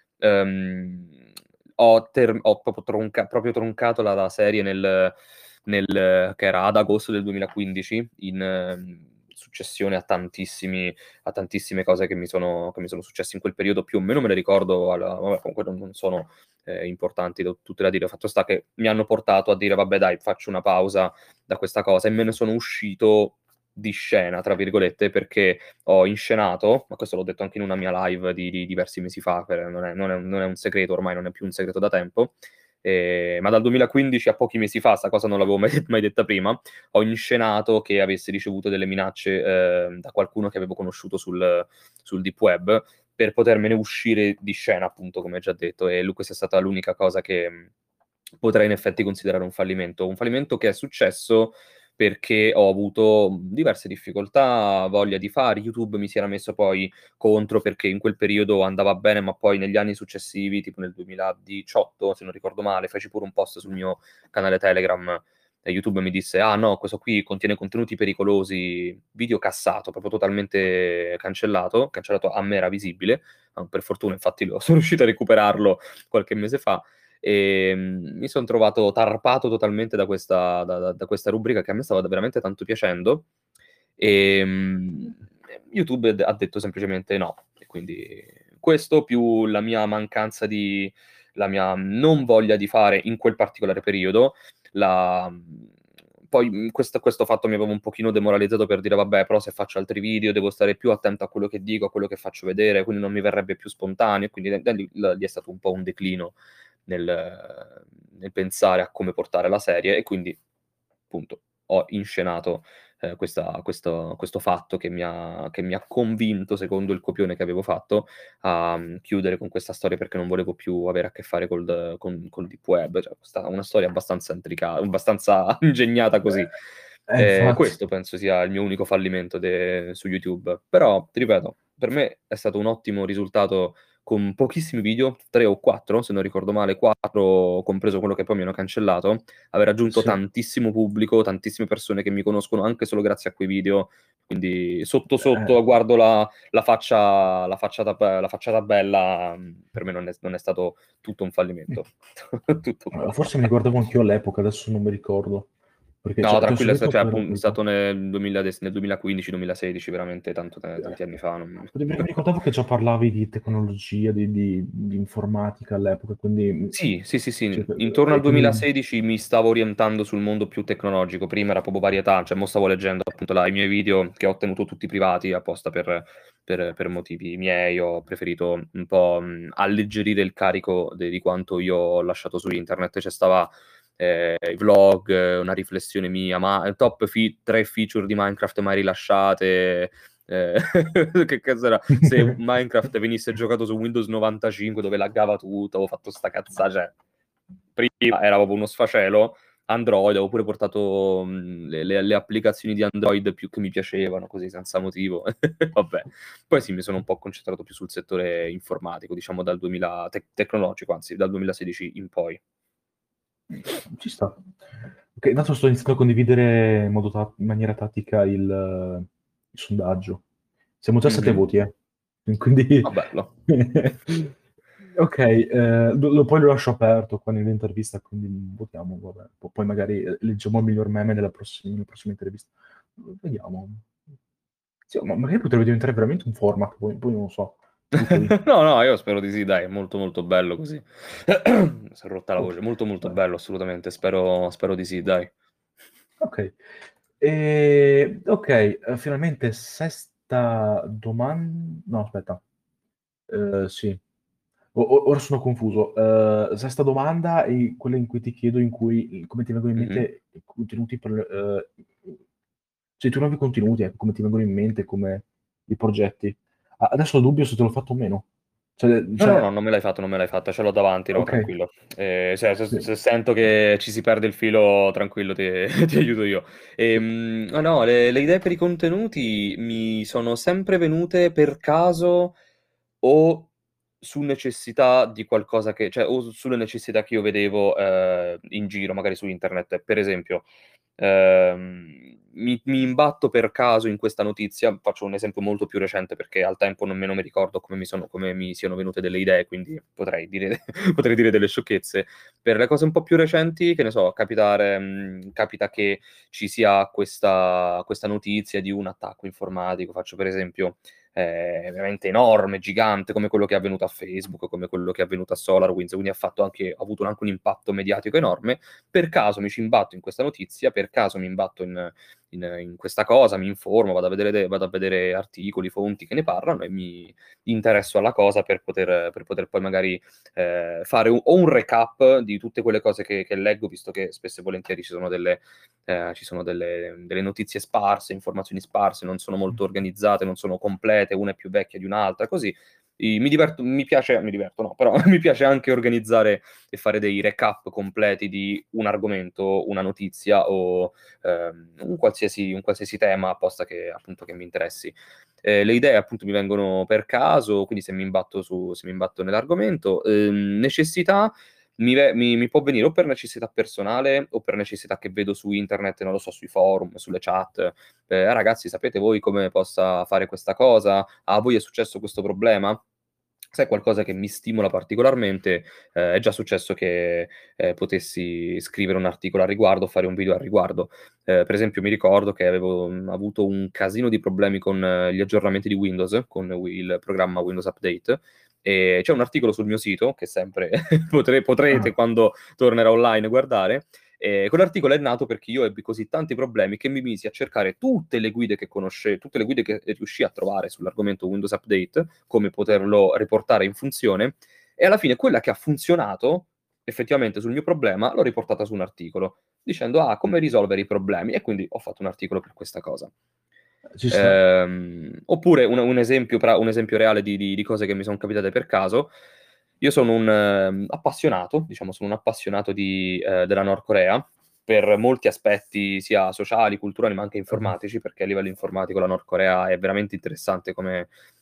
ehm, ho ter ho proprio tronca proprio troncato la la serie nel nel che era ad agosto del duemilaquindici, in mhmm, successione a tantissimi a tantissime cose che mi sono che mi sono successe in quel periodo, più o meno me le ricordo, alla vabbè comunque non non sono, ehm, importanti do tutte da dire. Fatto sta che mi hanno portato a dire: "Vabbè dai, faccio una pausa da questa cosa", e me ne sono uscito "di scena", tra virgolette, perché ho inscenato, ma questo l'ho detto anche in una mia live di di diversi mesi fa, per non è non è un non è un segreto ormai, non è più un segreto da tempo, ehm, ma dal duemilaquindici a pochi mesi fa, 'sta cosa non l'avevo mai mai detta prima, ho inscenato che avessi ricevuto delle minacce, ehm, da qualcuno che avevo conosciuto sul sul deep web, per potermene uscire di scena, appunto, come già detto, e lu questa è stata l'unica cosa che, mhmm, potrei in effetti considerare un fallimento. Un fallimento che è successo perché ho avuto, mhmm, diverse difficoltà, voglia di fare, YouTube mi si era messo poi contro perché in quel periodo andava bene, ma poi negli anni successivi, tipo nel duemiladiciotto, se non ricordo male, feci pure un post sul mio canale Telegram e YouTube mi disse: "Ah no, questo qui contiene contenuti pericolosi", video cassato, proprio totalmente cancellato, cancellato a me era visibile, ma per fortuna infatti lo sono riuscito a recuperarlo qualche mese fa. Ehm, mi son trovato tarpato totalmente da questa da da da questa rubrica che a me stava da veramente tanto piacendo, ehm, YouTube d ha detto semplicemente no. E quindi questo più la mia mancanza di la mia non voglia di fare in quel particolare periodo, la mhmm, poi, mhmm, questo questo fatto mi aveva un pochino demoralizzato per dire: "Vabbè, però se faccio altri video devo stare più attento a quello che dico, a quello che faccio vedere, quindi non mi verrebbe più spontaneo", e quindi da da lì l lì è stato un po' un declino nel nel pensare a come portare la serie e quindi, punto, ho inscenato, ehm, questa questo questo fatto che mi ha che mi ha convinto, secondo il copione che avevo fatto, a, mhmm, chiudere con questa storia perché non volevo più avere a che fare col d con col deep web, cioè questa una storia abbastanza intrica abbastanza ingegnata così. Eh, eh Ehm, infatti. questo penso sia il mio unico fallimento de su YouTube. Però, ti ripeto, per me è stato un ottimo risultato con pochissimi video, tre o quattro se non ricordo male, quattro compreso quello che poi mi hanno cancellato, aver raggiunto Sì. tantissimo pubblico, tantissime persone che mi conoscono anche solo grazie a quei video, quindi sotto Eh. sotto guardo la la faccia la facciata be la facciata bella, mhmm, per me non è s non è stato tutto un fallimento. Tutto Uhm, qua. forse mi riguardavo anch'io all'epoca, adesso non mi ricordo, perché No, cioè ti ho tranquillo, è sta seguito cioè per appun è appunto stato nel duemila des nel duemilaquindici, duemilasedici, veramente tanto te tanti anni fa, non Perché mi ricordavo che già parlavi di tecnologia, di di di informatica all'epoca, quindi, mhmm, Sì, sì, sì, sì. cioè que Intorno al e quindi duemilasedici mi stavo orientando sul mondo più tecnologico. Prima era proprio varietà, cioè mo stavo leggendo appunto là i miei video che ho tenuto tutti privati apposta per per per motivi miei. Ho preferito un po', mhmm, alleggerire il carico de di quanto io ho lasciato su internet. C'è stava, ehm, i vlog, una riflessione mia, ma top fi tre feature di Minecraft mai rilasciate, ehm, che cazzo era? Se Minecraft venisse giocato su Windows novantacinque dove laggava tutto, avevo fatto 'sta cazza cioè prima era proprio uno sfacelo. Android, avevo pure portato, mhmm, le le le applicazioni di Android più che mi piacevano, così senza motivo. Vabbè. Poi sì, mi sono un po' concentrato più sul settore informatico, diciamo dal duemila tec tecnologico anzi, dal duemilasedici in poi. Mh, ci sta. Okay, intanto sto iniziando a condividere in modo ta in maniera tattica il il sondaggio. Siamo già a sette Mh-mh. voti, eh. Mh, quindi Ah, bello. okay, ehm, lo lo poi lo lascio aperto qua nell'intervista, quindi, mhmm, votiamo, vabbè. Po poi magari, ehm, leggiamo il miglior meme nella prossi nella prossima intervista. Mhmm, vediamo. Sì, ma magari potrebbe diventare veramente un format, poi poi non lo so. Butto lì. No, no, io spero di sì dai, è molto, molto bello così. S'è rotta la Okay, voce. Molto, molto vai. bello assolutamente. Spero spero di sì, dai. Okay. Ehm, okay, uhm, finalmente sesta doman no aspetta. Uhm, sì. O o ora sono confuso. Uhm, sesta domanda e quella in cui ti chiedo in cui i come ti vengono in Mh-mh. mente i contenuti per uhm, cioè i tuoi nuovi contenuti, ecco, come ti vengono in mente, come i progetti. A adesso ho dubbio se te l'ho fatto o meno. Cioè No, no, no, cioè non me l'hai fatto, non me l'hai fatta, ce l'ho davanti, no, Okay. tranquillo. Ehm, cioè se s Sì. se sento che ci si perde il filo, tranquillo, ti ti aiuto io. Ehm, ah no, le le idee per i contenuti mi sono sempre venute per caso o su necessità di qualcosa che cioè o s sulle necessità che io vedevo, ehm, in giro, magari su internet. Per esempio, ehm, mi mi imbatto per caso in questa notizia, faccio un esempio molto più recente perché al tempo nemmeno mi ricordo come mi sono come mi siano venute delle idee, quindi potrei dire potrei dire delle sciocchezze. Per le cose un po' più recenti, che ne so, capitare mhmm, capita che ci sia questa questa notizia di un attacco informatico, faccio per esempio, ehm, veramente enorme, gigante, come quello che è avvenuto a Facebook, come quello che è avvenuto a SolarWinds, quindi ha fatto anche ha avuto anche un impatto mediatico enorme. Per caso mi ci imbatto in questa notizia, per caso mi imbatto in in in questa cosa, mi informo, vado a vedere de vado a vedere articoli, fonti che ne parlano e mi interesso alla cosa per poter per poter poi magari, ehm, fare u o un recap di tutte quelle cose che che leggo, visto che spesso e volentieri ci sono delle ehm, ci sono delle delle notizie sparse, informazioni sparse, non sono molto organizzate, non sono complete, una è più vecchia di un'altra, così. I mi diverto mi piace mi diverto no, però mi piace anche organizzare e fare dei recap completi di un argomento, una notizia o, ehm, un qualsiasi un qualsiasi tema apposta che appunto che mi interessi. Ehm, le idee appunto mi vengono per caso, quindi se mi imbatto su se mi imbatto nell'argomento. Ehm, necessità mi ve mi mi può venire o per necessità personale o per necessità che vedo su internet, non lo so, sui forum, sulle chat. Ehm: "Ah ragazzi, sapete voi come possa fare questa cosa? A voi è successo questo problema?" Se è qualcosa che mi stimola particolarmente, ehm, è già successo che, ehm, potessi scrivere un articolo a riguardo, fare un video a riguardo. Ehm, per esempio mi ricordo che avevo, mhmm, avuto un casino di problemi con gli aggiornamenti di Windows, con wi il programma Windows Update, e c'è un articolo sul mio sito, che sempre potre potrete Ah. quando tornerà online guardare, e quell'articolo è nato perché io ebbi così tanti problemi che mi misi a cercare tutte le guide che conosce tutte le guide che riuscii a trovare sull'argomento Windows Update, come poterlo riportare in funzione, e alla fine quella che ha funzionato effettivamente sul mio problema l'ho riportata su un articolo, dicendo: "Ah, come risolvere i problemi", e quindi ho fatto un articolo per questa cosa. Ci sta. Ehm, oppure un un esempio pra un esempio reale di di di cose che mi son capitate per caso: io sono un appassionato, diciamo sono un appassionato di ehm, della Nord Corea, per molti aspetti sia sociali, culturali, ma anche Ah-ah. informatici, perché a livello informatico la Nord Corea è veramente interessante come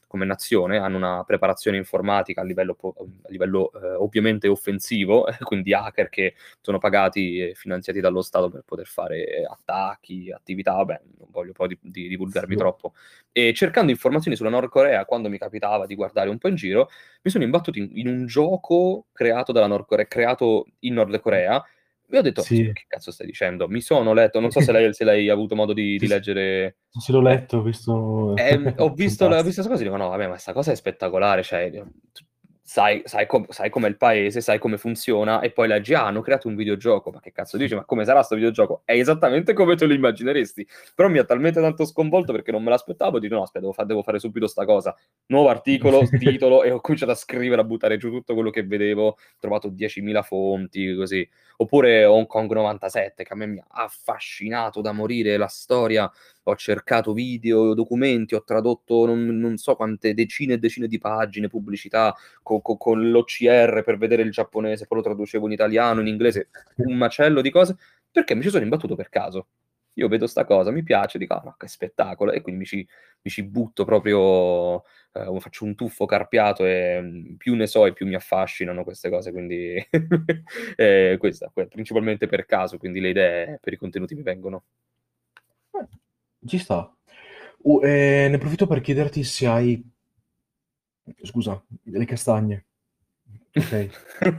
come nazione, hanno una preparazione informatica a livello po a livello, ehm, ovviamente offensivo, quindi hacker che sono pagati e finanziati dallo Stato per poter fare attacchi, attività, vabbè, non voglio poi di di divulgarmi Figo. troppo. E cercando informazioni sulla Nord Corea, quando mi capitava di guardare un po' in giro, mi sono imbattuto in in un gioco creato dalla Nord Core creato in Nord Corea, e ho detto: "S Sì. che cazzo stai dicendo?" Mi sono letto, non so se l'hai se l'hai avuto modo di Sì, di sì. leggere Sì, sì, l'ho eh. letto, ho visto Ehm, ho visto la ho fantastico. visto 'sta cosa e dico: "No vabbè, ma 'sta cosa è spettacolare, cioè, t sai sai com sai com'è il paese, sai come funziona e poi leggi: "Ah, hanno creato un videogioco." Ma che cazzo dici? Ma come sarà 'sto videogioco? È esattamente come te lo immagineresti. Però mi ha talmente tanto sconvolto perché non me l'aspettavo, dico: "No aspetta, devo fa devo fare subito 'sta cosa." Nuovo articolo, s titolo e ho cominciato a scrivere, a buttare giù tutto quello che vedevo, ho trovato diecimila fonti, così. Oppure Hong Kong novantasette, che a me mi ha affascinato da morire la storia. Ho cercato video, documenti, ho tradotto non non so quante decine e decine di pagine, pubblicità, co co con l'O C R per vedere il giapponese, poi lo traducevo in italiano, in inglese, un macello di cose, perché mi ci sono imbattuto per caso. Io vedo 'sta cosa, mi piace, dico: "Ah, ma che spettacolo!" E quindi mi ci mi ci butto proprio, ehm, faccio un tuffo carpiato e, mhmm, più ne so e più mi affascinano queste cose, quindi ehm, questa, que principalmente per caso, quindi le idee per i contenuti mi vengono. Eh, ci sta. Uh, ehm, ne approfitto per chiederti se hai scusa, le castagne. Okay.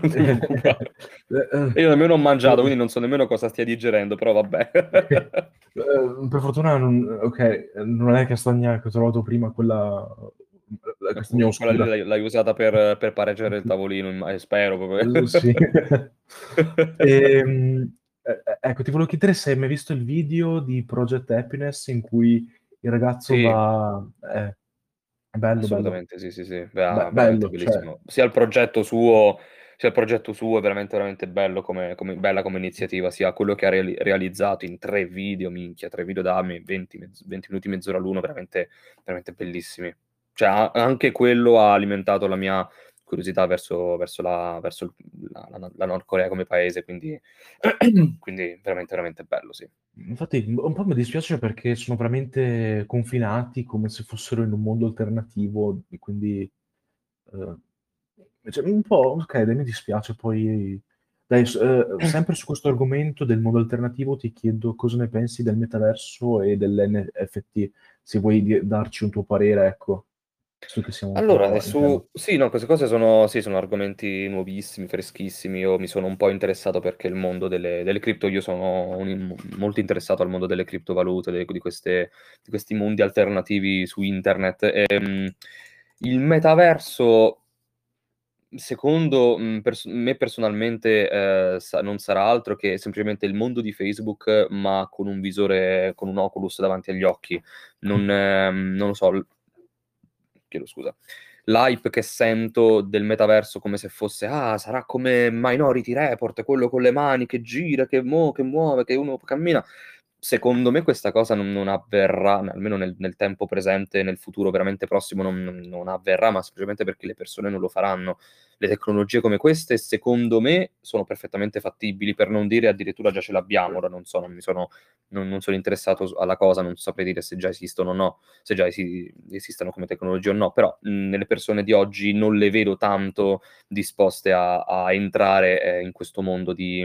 Io nemmeno ho mangiato, quindi non so nemmeno cosa stia digerendo, però vabbè. Uhm, per fortuna non okay, non è castagna che ho trovato prima, quella la castagna Quella lì oscura. l'hai l'hai usata per per pareggiare il tavolino, imma spero Uhm, proprio. sì. Ehm, e e ecco, ti volevo chiedere se hai mai visto il video di Project Happiness in cui il ragazzo Sì. va eh, bello, bello. Assolutamente sì, sì, sì, Be vera veramente bello, cioè bellissimo. Sia il progetto suo sia il progetto suo è veramente, veramente bello come come bella come iniziativa, sia quello che ha reali realizzato in tre video, minchia, tre video da me venti, mezz venti minuti, mezz'ora l'uno, veramente veramente bellissimi. Cioè a anche quello ha alimentato la mia curiosità verso verso la verso il la la Nord la Nord Corea come paese, quindi quindi veramente, veramente bello, sì. Infatti un un po' mi dispiace perché sono veramente confinati, come se fossero in un mondo alternativo e quindi, uhm, cioè un po' okay, dai mi dispiace, poi dai s uhm, sempre su questo argomento del mondo alternativo ti chiedo cosa ne pensi del metaverso e dell'N F T, se vuoi di darci un tuo parere, ecco, visto che siamo un Allora, po' e in tema. su sì, no, queste cose sono sì, sono argomenti nuovissimi, freschissimi. Io mi sono un po' interessato perché il mondo delle delle cripto io sono un im molto interessato al mondo delle criptovalute, de di queste di questi mondi alternativi su internet. Ehm, il metaverso secondo, mhmm, pers me personalmente, ehm, sa non sarà altro che semplicemente il mondo di Facebook, ma con un visore con un Oculus davanti agli occhi. Non non lo so, l chiedo scusa. L'hype che sento del metaverso come se fosse: "Ah, sarà come Minority Report, quello con le mani che gira, che mo che muove, che uno cammina." Secondo me questa cosa non non avverrà, n almeno nel nel tempo presente, nel futuro veramente prossimo non non non avverrà, ma semplicemente perché le persone non lo faranno. Le tecnologie come queste, secondo me, sono perfettamente fattibili, per non dire addirittura già ce l'abbiamo. Ora non so, non mi sono non non sono interessato s alla cosa, non saprei dire se già esistono o no, se già esi esistano come tecnologie o no, però, mhmm, nelle persone di oggi non le vedo tanto disposte a a entrare, ehm, in questo mondo di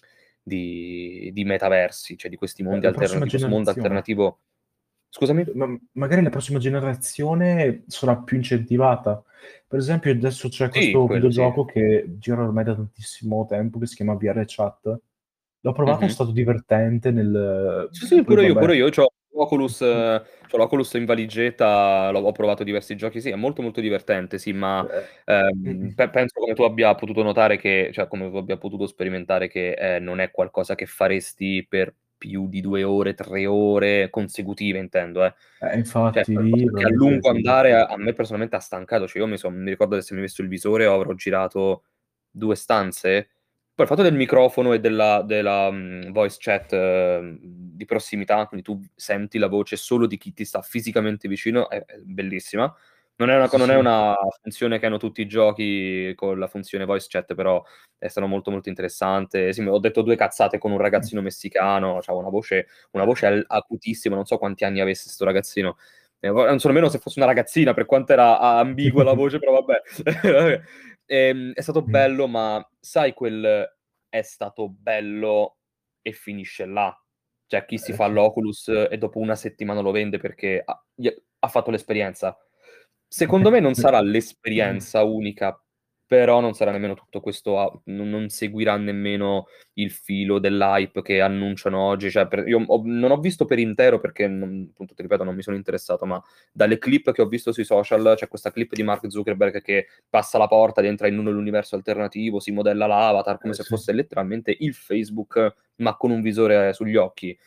di di metaversi, cioè di questi La mondi la alterna prossima di questo mondo generazione. alternativo scusami? Ma magari la prossima generazione sarà più incentivata. Per esempio adesso c'è Sì, questo quello sì. videogioco che gira ormai da tantissimo tempo, che si chiama V R Chat. L'ho provato, è Mh-mh. stato divertente nel Sì, sì, poi pure io, vabbè pure io. C'ho l'Oculus c'ho l'Oculus in valigetta, l'ho ho provato diversi giochi, sì, è molto, molto divertente, sì, ma, Eh, ehm, mh-mh. pe penso come tu abbia potuto notare che cioè come tu abbia potuto sperimentare che, ehm, non è qualcosa che faresti per più di due ore, tre ore consecutive intendo, eh. Eh, Cioè è infatti lì qualcosa che a veramente lungo ti andare a a me personalmente ha stancato, cioè io mi son mi ricordo di essermi messo il visore, avrò girato due stanze. Poi il fatto del microfono e della della, mhmm, voice chat, mhmm, di prossimità, quindi tu senti la voce solo di chi ti sta fisicamente vicino, è è bellissima. Non è una co sì, non è sì. una funzione che hanno tutti i giochi con la funzione voice chat, però è stato molto, molto interessante. Sì, m ho detto due cazzate con un ragazzino messicano, c'aveva una voce una voce al acutissima, non so quanti anni avesse 'sto ragazzino. E vo non so nemmeno se fosse una ragazzina, per quanto era a ambigua la voce, però vabbè. Ehm, è stato Mh. bello, ma sai quel è stato bello e finisce là. Cioè chi si Eh fa sì. l'Oculus e dopo una settimana lo vende perché ha gli ha fatto l'esperienza. Secondo me non sarà l'esperienza unica, però non sarà nemmeno tutto questo a non non seguirà nemmeno il filo dell'hype che annunciano oggi, cioè per io ho non ho visto per intero perché non appunto ti ripeto, non mi sono interessato, ma dalle clip che ho visto sui social, c'è questa clip di Mark Zuckerberg che passa la porta ed entra in un universo alternativo, si modella l'avatar come Eh se sì. fosse letteralmente il Facebook, ma con un visore sugli occhi.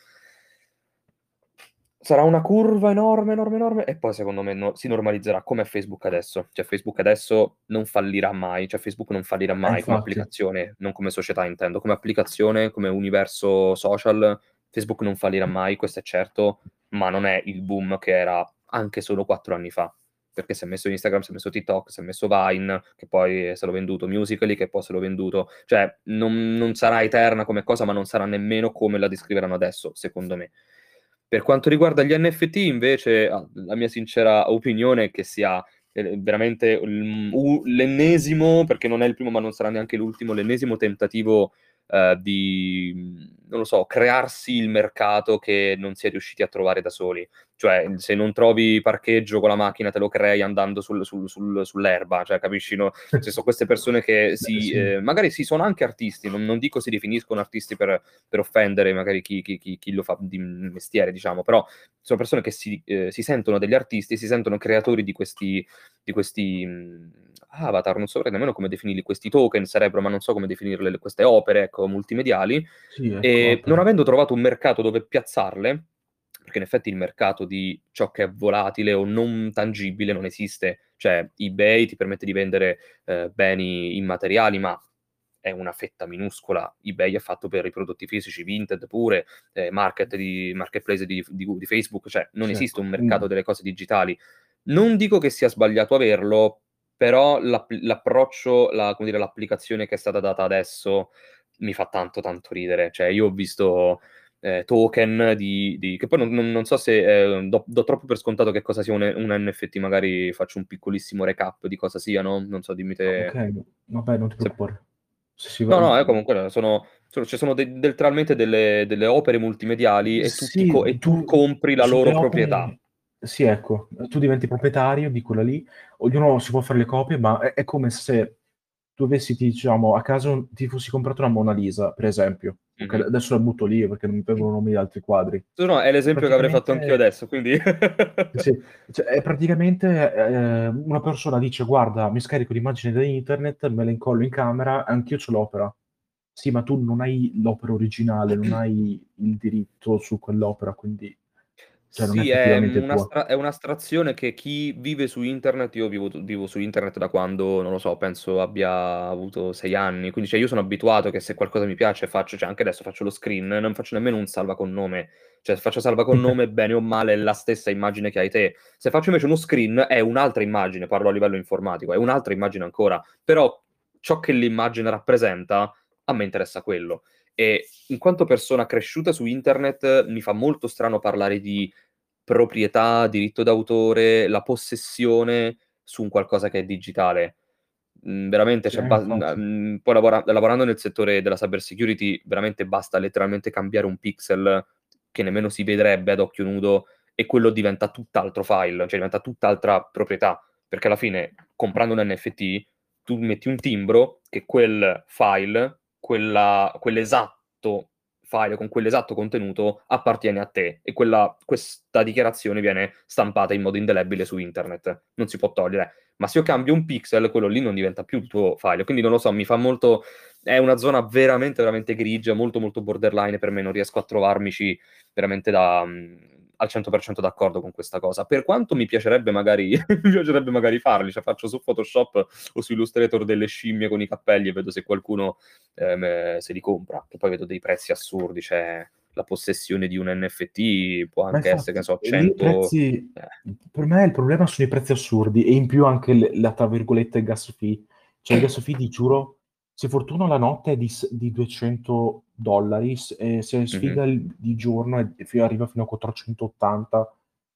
Sarà una curva enorme, enorme, enorme e poi secondo me no si normalizzerà come è Facebook adesso. Cioè Facebook adesso non fallirà mai, cioè Facebook non fallirà Eh mai come infatti. applicazione, non come società intendo. Come applicazione, come universo social, Facebook non fallirà mai, questo è certo, ma non è il boom che era anche solo quattro anni fa. Perché si è messo Instagram, si è messo TikTok, si è messo Vine, che poi se l'ho venduto, Musical.ly, che poi se l'ho venduto. Cioè non non sarà eterna come cosa, ma non sarà nemmeno come la descriveranno adesso, secondo me. Per quanto riguarda gli N F T invece, a la mia sincera opinione è che sia, ehm, veramente il u l'ennesimo, perché non è il primo, ma non sarà neanche l'ultimo, l'ennesimo tentativo, ehm, di, mhmm, non lo so, crearsi il mercato che non si è riusciti a trovare da soli. Cioè, se non trovi parcheggio con la macchina te lo crei andando sul sul sul sull'erba, cioè capisci, no, ci so queste persone che Beh si sì. ehm, magari sì, sono anche artisti, non non dico si definiscono artisti per per offendere magari chi chi chi chi lo fa di mestiere, diciamo, però sono persone che si ehm, si sentono degli artisti, si sentono creatori di questi di questi, mhmm, avatar, non saprei nemmeno come definirli, questi token sarebbero, ma non so come definirle, le queste opere, ecco, multimediali, Sì, ecco, e non opere. avendo trovato un mercato dove piazzarle, perché in effetti il mercato di ciò che è volatile o non tangibile non esiste. Cioè eBay ti permette di vendere, ehm, beni immateriali, ma è una fetta minuscola. eBay è fatto per i prodotti fisici, Vinted pure, ehm, market di marketplace di f di Gu di Facebook, cioè non Sì, esiste ecco. un mercato Mh. delle cose digitali. Non dico che sia sbagliato averlo, però l'app l'approccio, la come dire, l'applicazione che è stata data adesso mi fa tanto, tanto ridere. Cioè io ho visto, ehm, token di di che poi non non non so se, ehm, do do troppo per scontato che cosa sia un un N F T, magari faccio un piccolissimo recap di cosa siano, non so, dimmi te Okay, vabbè non ti se preoccupare. Sì, sì, va no, no, eh, mhmm, comunque sono sono ci sono de letteralmente delle delle opere multimediali e tutti co sì, e tu tu compri la sulle loro proprietà. opere sì, ecco, tu diventi proprietario di quella lì, ognuno si può fare le copie, ma è è come se tu avessi diciamo a caso ti fossi comprato una Mona Lisa, per esempio, okay, Mh-mh. adesso la butto lì perché non mi vengono nomi di altri quadri. No, no, è E l'esempio che avrei fatto anch'io praticamente adesso, quindi sì, cioè è praticamente, ehm, una persona dice: "Guarda, mi scarico l'immagine da internet, me la incollo in camera, anch'io c'ho l'opera". Sì, ma tu non hai l'opera originale, non hai il diritto su quell'opera, quindi cioè non è Sì, è, effettivamente mhmm, tua. un'astra è un'astrazione che chi vive su internet, io vivo t vivo su internet da quando, non lo so, penso abbia avuto sei anni, quindi cioè io sono abituato che se qualcosa mi piace faccio, cioè anche adesso faccio lo screen, non faccio nemmeno un salva con nome. Cioè se faccio salva con nome, bene o male è la stessa immagine che hai te. Se faccio invece uno screen è un'altra immagine, parlo a livello informatico, è un'altra immagine ancora, però ciò che l'immagine rappresenta, a me interessa quello. E in quanto persona cresciuta su internet, mi fa molto strano parlare di proprietà, diritto d'autore, la possessione su un qualcosa che è digitale. Mhmm, veramente cioè Eh, ba mhmm, infatti. mhmm, poi lavora lavorando nel settore della cyber security, veramente basta letteralmente cambiare un pixel che nemmeno si vedrebbe ad occhio nudo e quello diventa tutt'altro file, cioè diventa tutt'altra proprietà, perché alla fine comprando un N F T tu metti un timbro che quel file, quella quell'esatto file con quell'esatto contenuto appartiene a te e quella questa dichiarazione viene stampata in modo indelebile su internet, non si può togliere. Ma se io cambio un pixel, quello lì non diventa più il tuo file. Quindi non lo so, mi fa molto è una zona veramente, veramente grigia, molto, molto borderline per me, non riesco a trovarmici veramente da mhmm, al cento per cento d'accordo con questa cosa. Per quanto mi piacerebbe magari mi piacerebbe magari farli, cioè faccio su Photoshop o su Illustrator delle scimmie con i cappelli e vedo se qualcuno, ehm, se li compra, che poi vedo dei prezzi assurdi, cioè la possessione di un N F T può Ma anche essere, che ne infatti, so, lì i cento prezzi eh. per me il problema sono i prezzi assurdi e in più anche l la tra virgolette "gas fee". Cioè il gas fee ti giuro, se fortuna la notte è di s di duecento dollari s e se Mh-mh. sfiga il di giorno è fi arriva fino a quattrocentottanta.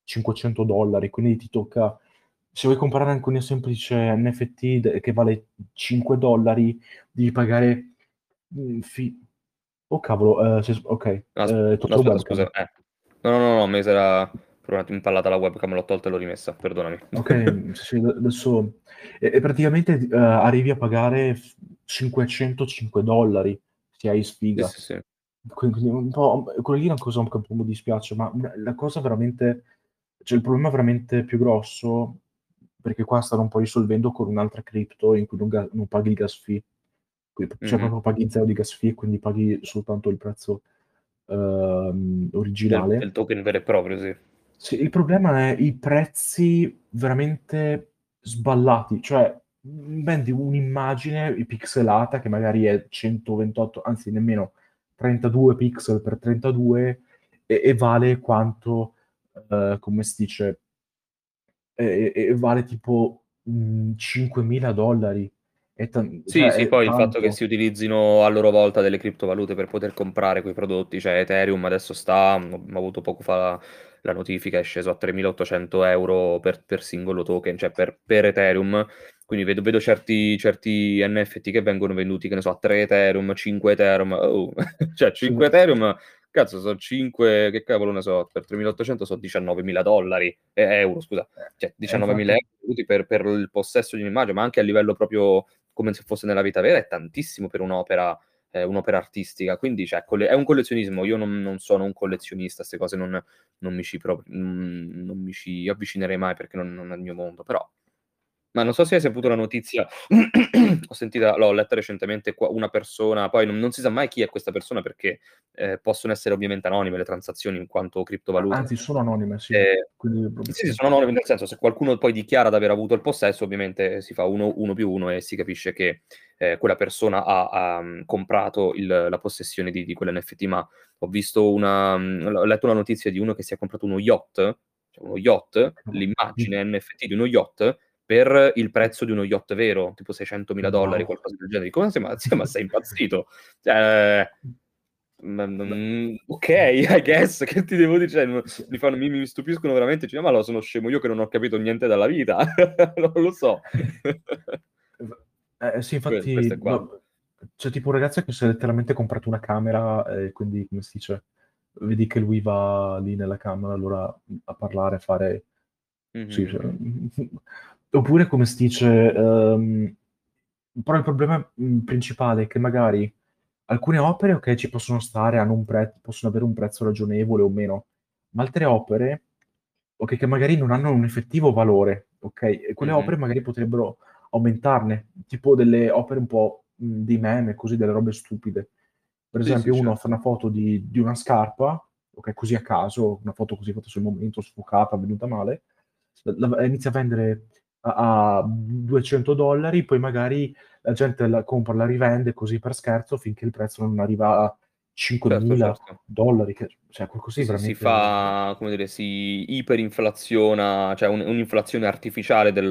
cinquecento dollari, quindi ti tocca se vuoi comprare anche una semplice N F T d che vale cinque dollari, devi pagare, mhmm, fi oh cavolo, ehm, si è s okay, Asp ehm, è no tolto il aspetta scusa, webcam. eh. No, no, no, no, mi s'era per un attimo impallata la webcam, l'ho tolta e l'ho rimessa, perdonami. Okay, mhmm, sì, sì, ad adesso e e praticamente d uhm, arrivi a pagare f cinquecentocinque dollari se hai Sì, sfiga. sì, sì. Quindi un po' quello lì è una cosa che un po' mi dispiace, ma una la cosa veramente cioè il problema veramente più grosso, perché qua stanno un po' risolvendo con un'altra cripto in cui non ga non paghi il gas fee. Qui p cioè Mh-mh. proprio paghi zero di gas fee, quindi paghi soltanto il prezzo, uhm, Del originale. del token vero e proprio, sì. Sì, il problema è i prezzi veramente sballati, cioè, mhmm, vendi un'immagine i pixelata che magari è centoventotto, anzi nemmeno, trentadue pixel per trentadue e e vale quanto, uhm, come si dice e e e vale tipo, mhmm, cinquemila dollari. È tan Sì, cioè sì, è poi il fatto che tanto. si utilizzino a loro volta delle criptovalute per poter comprare quei prodotti, cioè Ethereum adesso sta mhmm, ho avuto poco fa la notifica, è sceso a tremilaottocento euro per per singolo token, cioè per per Ethereum. Quindi vedo vedo certi certi N F T che vengono venduti, che ne so, a tre Ethereum, cinque Ethereum. Oh, cioè Sì. cinque Ethereum, cazzo so cinque che cavolo ne so, per tremilaottocento so diciannovemila dollari, e euro scusa, cioè Eh, e diciannovemila infatti euro per per il possesso di un'immagine, ma anche a livello proprio come se fosse nella vita vera, è tantissimo per un'opera ehm, un'opera artistica. Quindi cioè colle è un collezionismo. Io non non sono un collezionista, 'ste cose non non mi ci pro mhmm, non mi ci avvicinerei mai perché non non è il mio mondo, però ma non so se hai saputo la notizia, ho sentita l'ho letta recentemente qua una persona, poi non non si sa mai chi è questa persona perché, ehm, possono essere ovviamente anonime le transazioni in quanto a criptovalute. anzi sono anonime, sì. Ehm Quindi prob sì, sì, mh. sono anonime, nel senso se qualcuno poi dichiara d'aver avuto il possesso ovviamente si fa uno uno più uno e si capisce che, ehm, quella persona ha ha, mhmm, comprato il la possessione di di quell'N F T, ma ho visto una mhmm, ho letto una notizia di uno che si è comprato uno yacht, cioè uno yacht, Mh. l'immagine N F T di uno yacht per il prezzo di uno yacht vero, tipo seicentomila dollari, Wow. qualcosa del genere. Dico: "Ma sei ma sì, ma sei impazzito?" Cioè Mh. ma Beh mhmm, okay, I guess, che ti devo di cioè m Sì. mi fanno mi mi stupiscono veramente, dici: "Ah, ma sono scemo io che non ho capito niente dalla vita?" Non lo so. Esa eh, sì Que infatti, questo è no quanto. c'è tipo un ragazzo che si è letteralmente comprato una camera e quindi, come si dice, vedi che lui va lì nella camera allora, mhmm, a parlare, a fare Mh-mh, sì, cioè mh-mh. oppure come si dice, uhm, però il problema, mhmm, principale è che magari alcune opere, okay, ci possono stare, hanno un pre possono avere un prezzo ragionevole o meno, ma altre opere, okay, che magari non hanno un effettivo valore, okay, e quelle Mh-mh. opere magari potrebbero aumentarne, tipo delle opere un po', mhmm, dei meme, così, delle robe stupide. Per Sì, sì, esempio uno fa certo. una foto di di una scarpa, okay, così a caso, una foto così fatta sul momento, sfocata, venuta male, l la v inizia a vendere a a duecento dollari, poi magari la gente la compra, la rivende così per scherzo finché il prezzo non arriva a Certo, cinquemila certo. dollari, che cioè qualcosa Sì, di sì, si veramente fa come dire, si iperinflaziona, cioè un un'inflazione artificiale del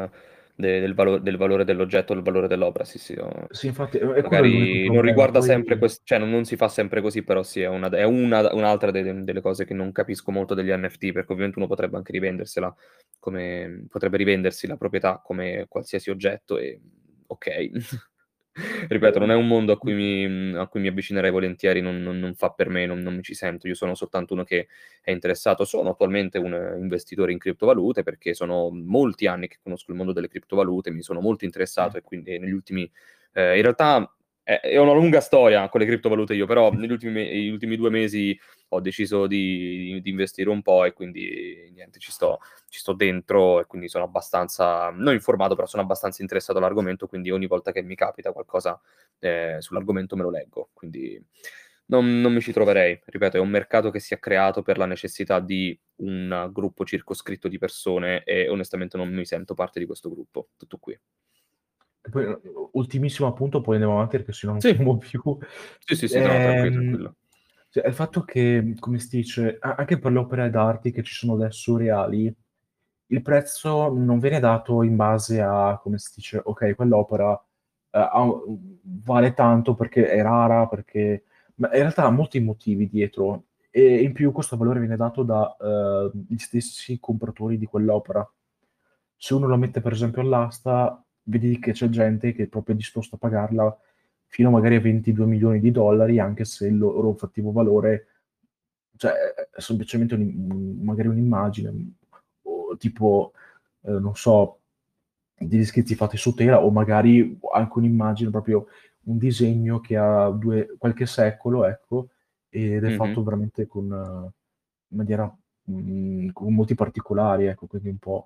de del valo del valore dell'oggetto, del valore dell'opera. Sì, sì, ho Sì, infatti, e e quello è l'unico magari non problema. riguarda sempre Poi ques cioè non non si fa sempre così, però sì, è una d è una un'altra de delle cose che non capisco molto degli N F T, perché ovviamente uno potrebbe anche rivendersela come potrebbe rivendersi la proprietà come qualsiasi oggetto e okay. Ripeto, non è un mondo a cui mi mhmm, a cui mi avvicinerei volentieri, non non non fa per me, non non mi ci sento. Io sono soltanto uno che è interessato. Sono attualmente un investitore in criptovalute, perché sono molti anni che conosco il mondo delle criptovalute, mi sono molto interessato e quindi negli ultimi ehm, in realtà è è una lunga storia con le criptovalute io, però negli ultimi me gli ultimi due mesi ho deciso di di investire un po' e quindi niente, ci sto ci sto dentro e quindi sono abbastanza non informato, però sono abbastanza interessato all'argomento, quindi ogni volta che mi capita qualcosa, ehm, sull'argomento me lo leggo. Quindi non non mi ci troverei. Ripeto, è un mercato che si è creato per la necessità di un gruppo circoscritto di persone e onestamente non mi sento parte di questo gruppo. Tutto qui. E poi, u ultimissimo appunto, poi andiamo avanti perché sennò non Sì. finiamo più. Sì, sì, sì, no, tranquillo, Ehm, tranquillo. cioè il fatto che, come si dice, a anche per le opere d'arte che ci sono adesso reali, il prezzo non viene dato in base a, come si dice: "Okay, quell'opera, ehm, ha u vale tanto perché è rara, perché" ma in realtà ha molti motivi dietro. E in più questo valore viene dato da, uhm, gli stessi compratori di quell'opera. Se uno la mette per esempio all'asta, vedi che c'è gente che è proprio disposta a pagarla fino magari a ventidue milioni di dollari, anche se il loro effettivo valore, cioè è è semplicemente un mhmm, magari un'immagine, mhmm, o tipo, ehm, non so, degli schizzi fatti su tela o magari anche un'immagine, proprio un disegno che ha due qualche secolo, ecco, ed è Mh-mh. fatto veramente con in maniera mhmm, con molti particolari, ecco, quindi un po'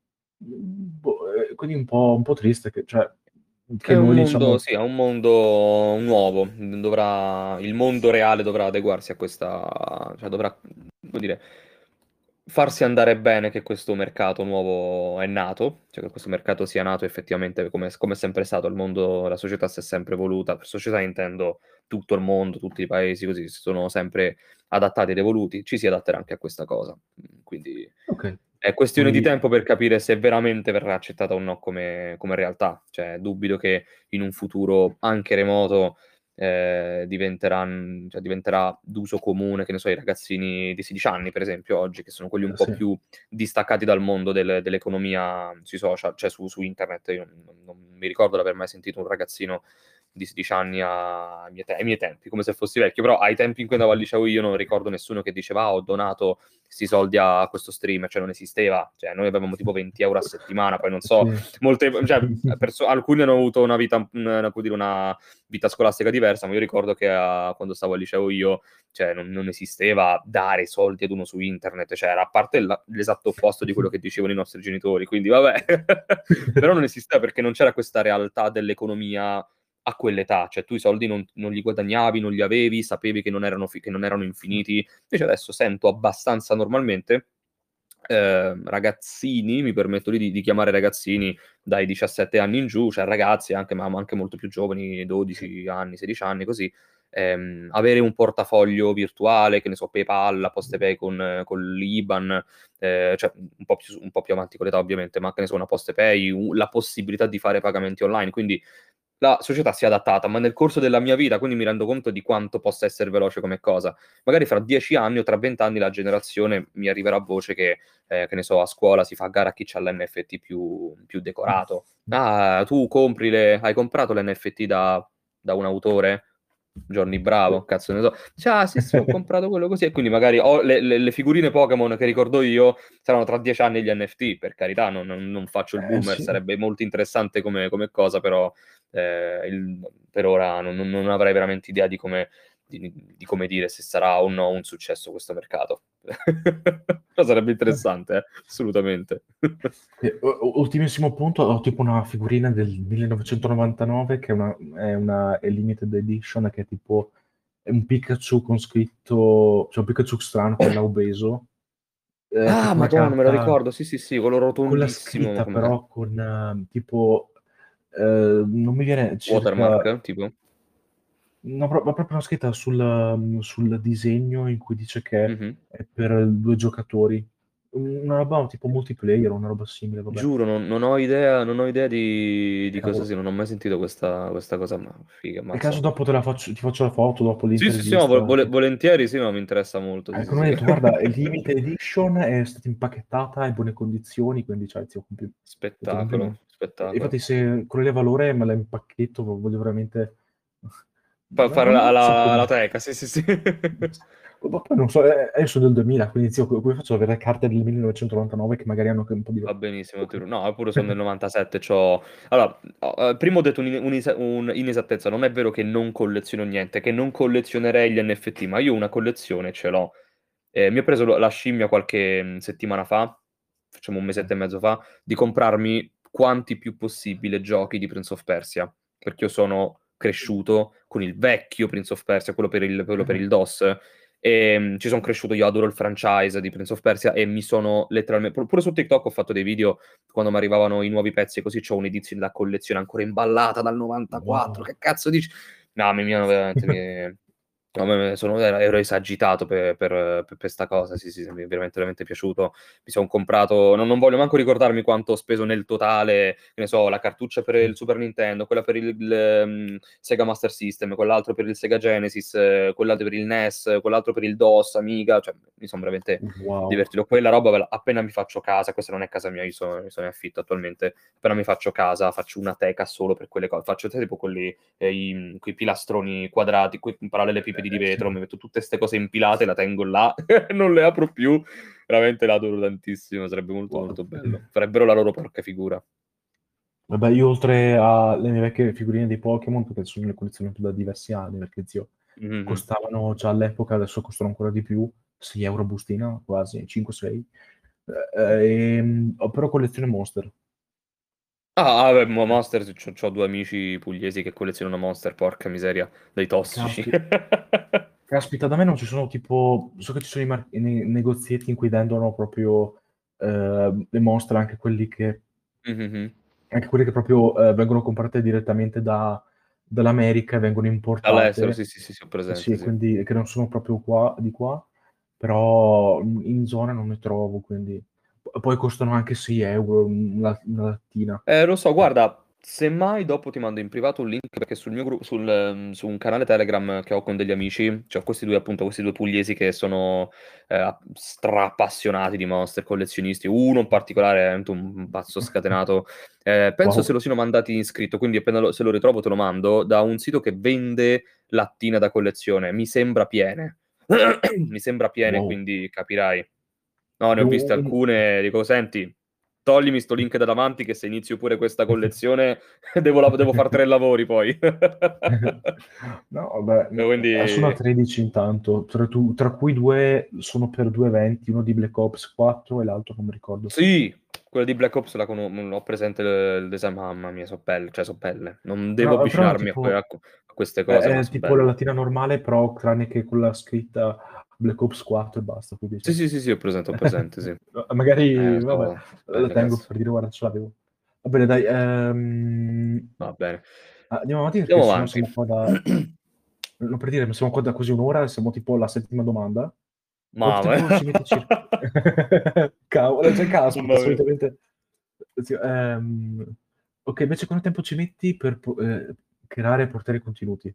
mhmm, boh, ehm, quindi un po' un po' triste che cioè, che È un noi mondo diciamo sì, è un mondo nuovo. Mhmm, dovrà il mondo reale dovrà adeguarsi a questa cioè dovrà, mhmm, come dire, farsi andare bene che questo mercato nuovo è nato, cioè che questo mercato sia nato effettivamente come s come è sempre stato. Il mondo la società si è sempre evoluta. Per società intendo tutto il mondo, tutti i paesi così, si sono sempre adattati ed evoluti. Ci si adatterà anche a questa cosa. Mhmm, quindi okay. è questione di Poi tempo per capire se veramente verrà accettata o no come come realtà. Cioè, dubito che in un futuro anche remoto, ehm, diventeran cioè diventerà d'uso comune, che ne so, i ragazzini di sedici anni, per esempio, oggi, che sono quelli un eh, po' sì. più distaccati dal mondo del dell'economia sui social, cioè su su internet. Io non non non mi ricordo d'aver mai sentito un ragazzino di sedici anni a ai miei te ai miei tempi, come se fossi vecchio, però ai tempi in cui andavo al liceo io non ricordo nessuno che diceva: "Ah, ho donato 'sti soldi a questo streamer", cioè non esisteva. Cioè noi avevamo tipo venti euro € a settimana, poi non so, Sì. molte cioè perso alcuni hanno avuto una vita, mhmm, come dire, una vita scolastica diversa, ma io ricordo che a quando stavo al liceo io, cioè non non esisteva dare soldi ad uno su internet, cioè era a parte la l'esatto opposto di quello che dicevano i nostri genitori, quindi vabbè. Però non esisteva perché non c'era questa realtà dell'economia a quell'età, cioè tu i soldi non non li guadagnavi, non li avevi, sapevi che non erano fi che non erano infiniti. Invece adesso sento abbastanza normalmente, ehm, ragazzini, mi permetto di di chiamare ragazzini dai diciassette anni in giù, cioè ragazzi anche ma ma anche molto più giovani, dodici anni, sedici anni, così, ehm, avere un portafoglio virtuale, che ne so, PayPal, la PostePay con con l'I B A N, ehm, cioè un po' più su un po' più avanti con l'età ovviamente, ma che ne so, una PostePay, u la possibilità di fare pagamenti online. Quindi la società si è adattata, ma nel corso della mia vita, quindi mi rendo conto di quanto possa essere veloce come cosa. Magari fra dieci anni o tra venti anni la generazione mi arriverà a voce che, ehm, che ne so, a scuola si fa a gara a chi c'ha l'N F T più più decorato. "Ah, tu compri le hai comprato l'N F T da da un autore? Johnny Bravo", cazzo ne so. Dice: "Ah, sì, sì, ho comprato quello così", e quindi magari ho le le le figurine Pokémon che ricordo io saranno tra dieci anni gli N F T, per carità, non non non faccio il Eh, boomer, sì. sarebbe molto interessante come come cosa, però, ehm, il per ora non non non avrei veramente idea di come di di come dire se sarà o no un successo questo mercato. Però sarebbe interessante, eh, assolutamente. E u u ultimissimo punto, ho tipo una figurina del millenovecentonovantanove che è una è una è limited edition, che è tipo è un Pikachu con scritto cioè un Pikachu strano che là obeso, ehm, Ah, tipo una madonna, me lo carta ricordo, sì, sì, sì, quello con la rotondissimo scritta come però con tipo, ehm, non mi viene circa watermark, tipo? no, pro ma proprio una scritta sul mhmm, sul disegno in cui dice che Mh-mh. è per due giocatori. Una roba tipo multiplayer, una roba simile, vabbè. Giuro, non non ho idea non ho idea di di cosa Cavolo. sia, non ho mai sentito questa questa cosa, ma figa, Nel caso mazza. dopo te la faccio ti faccio la foto dopo Sì, sì, sì, no, vo l'intervista vole che volentieri sì, no, mi interessa molto, sì, ecco, sì, lui ha sì. detto: "Guarda, è limited edition, è stata impacchettata in buone condizioni, quindi cioè zio compli" ho detto: Spettacolo, "Complimenti". E spettacolo. infatti se quello lì ha valore me la impacchetto, vo voglio veramente Fa ma fare non la non so la la come. teca, sì, sì, sì. Ma poi non so, eh, eh, io sono del duemila, quindi zio co come faccio ad avere carte del millenovecentonovantanove che magari hanno anche un po' di va Va benissimo, ti ru no, io pure son del novantasette, c'ho allora, ho uhm, prima ho detto un'ine un'isa un'inesattezza, non è vero che non colleziono niente, che non collezionerei gli N F T, ma io una collezione ce l'ho. Ehm, mi ho preso lo la scimmia qualche, mhmm, settimana fa, facciamo un Okay. mesetto e mezzo fa, di comprarmi quanti più possibile giochi di Prince of Persia, perché io sono cresciuto con il vecchio Prince of Persia, quello per il quello per Okay. il DOS. Ehm, ci son cresciuto, io adoro il franchise di Prince of Persia e mi sono letteralme pu pure su TikTok ho fatto dei video quando m'arrivavano i nuovi pezzi così, c'ho un'edizione da collezione ancora imballata dal novantaquattro, Wow. che cazzo dici? No, mi mi hanno veramente mi No, me me sono era ero esagitato pe per pe per 'sta cosa, sì, sì, sì, mi è veramente, veramente piaciuto. Mi son comprato no non voglio manco ricordarmi quanto ho speso nel totale, che ne so, la cartuccia per il Super Nintendo, quella per il il, mhmm, Sega Master System, quell'altro per il Sega Genesis, quell'altro per il N E S, quell'altro per il DOS, Amiga, cioè mi son veramente Wow. divertito. Quella roba ve la appena mi faccio casa, questa non è casa mia, io sono io sono in affitto attualmente, appena mi faccio casa, faccio una teca solo per quelle co faccio tipo quelli ehm, i mhmm, quei pilastroni quadrati, quei parallelepipedi di Eh, vetro, sì. mi metto tutte 'ste cose impilate, la tengo là, non le apro più. Veramente la adoro tantissimo, sarebbe molto, Wow. molto bello. Farebbero la loro porca figura. Vabbè, io oltre alle mie vecchie figurine dei Pokémon, perché sono ne colleziono da diversi anni, perché zio Mh-mh-mh. costavano già all'epoca, adesso costano ancora di più, sei euro a bustina, quasi, cinque, sei. E ehm, ho però colleziono Monster. Ah, ah, beh, Mo Monster s c'ho c'ho due amici pugliesi che collezionano Monster, porca miseria, dei tossici. Caspi caspita, da me non ci sono tipo so che ci sono i mar i ne negozietti in cui vendono proprio, ehm, le Monster, anche quelli che Mh-mh-mh. anche quelle che proprio, ehm, vengono comprate direttamente da dall'America e vengono Dall'estero, importate. sì, sì, sì, sì, ho Sì, presente, e sì. quindi che non sono proprio qua di qua, però, mhmm, in zona non ne trovo, quindi p poi costano anche sei euro un la una lattina. Eh, lo so, Eh. guarda, semmai dopo ti mando in privato un link, perché sul mio gru sul mhmm, su un canale Telegram che ho con degli amici, c'ho questi due appunto, questi due pugliesi che sono, ehm, a stra appassionati di Monster, collezionisti. Uno in particolare è veramente un pazzo scatenato. Ehm, penso se Wow. lo siano mandati iscritto, quindi appena lo se lo ritrovo te lo mando, da un sito che vende lattine da collezione. Mi sembra piene. Mi sembra piene, Wow. quindi capirai. No, ne ho Proprio viste u un alcune, dico: "Senti, toglimi 'sto link da davanti che se inizio pure questa collezione devo lav devo far tre lavori poi." No, vabbè, E n eh, sono a quindi tredici intanto, tra tu tra cui due sono per due venti, uno di Black Ops quattro e l'altro non mi ricordo. sì, quella di Black Ops la cono mhmm, ho presente l il design, mamma mia, so belle, cioè so belle. Non devo No, però avvicinarmi a que tipo a q a queste è cose, ma è so tipo la belle. lattina normale, però tranne che quella scritta Black Ops quattro e basta, quindi Sì, sì. sì, sì, sì, ho presente, ho presente, sì. Ma magari Eh, vabbè, so la belle, tengo cazzo. per dire: "Guarda, ce l'avevo." Va bene dai, ehm Va bene. andiamo avanti perché Andiamo se no avanti. siamo qua da no, per dire, siamo qua da quasi un' ora e siamo tipo alla settima domanda. Quanto Ma tempo ci metti cir cavolo, cioè caspita, mamma mia. solitamente zio, ehm, okay, invece quanto tempo ci metti per po ehm, creare e portare contenuti?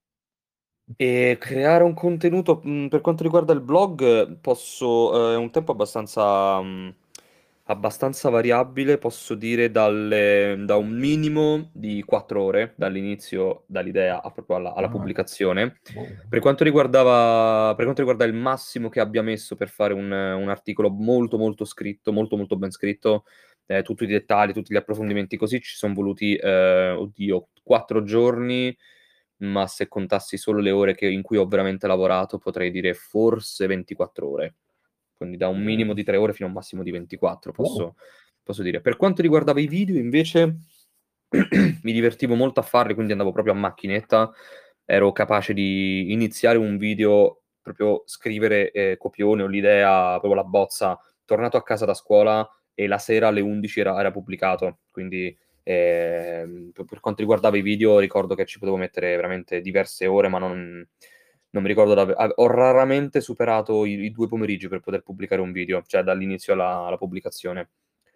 Ehm, creare un contenuto, mhmm, per quanto riguarda il blog posso, ehm, è un tempo abbastanza mhmm, abbastanza variabile, posso dire dalle da un minimo di quattro ore, dall'inizio, dall'idea a proprio alla alla Ah, pubblicazione. boh. Per quanto riguardava per quanto riguarda il massimo che abbia messo per fare un un articolo molto, molto scritto, molto, molto ben scritto, ehm, tutti i dettagli, tutti gli approfondimenti così, ci son voluti, ehm, oddio, quattro giorni, ma se contassi solo le ore che in cui ho veramente lavorato, potrei dire forse ventiquattro ore. Quindi da un minimo Mh. di tre ore fino a un massimo di ventiquattro Wow. posso posso dire. Per quanto riguardava i video invece, mi divertivo molto a farli, quindi andavo proprio a macchinetta, ero capace di iniziare un video, proprio scrivere, ehm, copione o l'idea, proprio la bozza, tornato a casa da scuola e la sera alle undici era era pubblicato. Quindi, ehm, p per quanto riguardava i video ricordo che ci potevo mettere veramente diverse ore, ma non non mi ricordo dave av ho raramente superato i i due pomeriggi per poter pubblicare un video, cioè dall'inizio alla alla pubblicazione.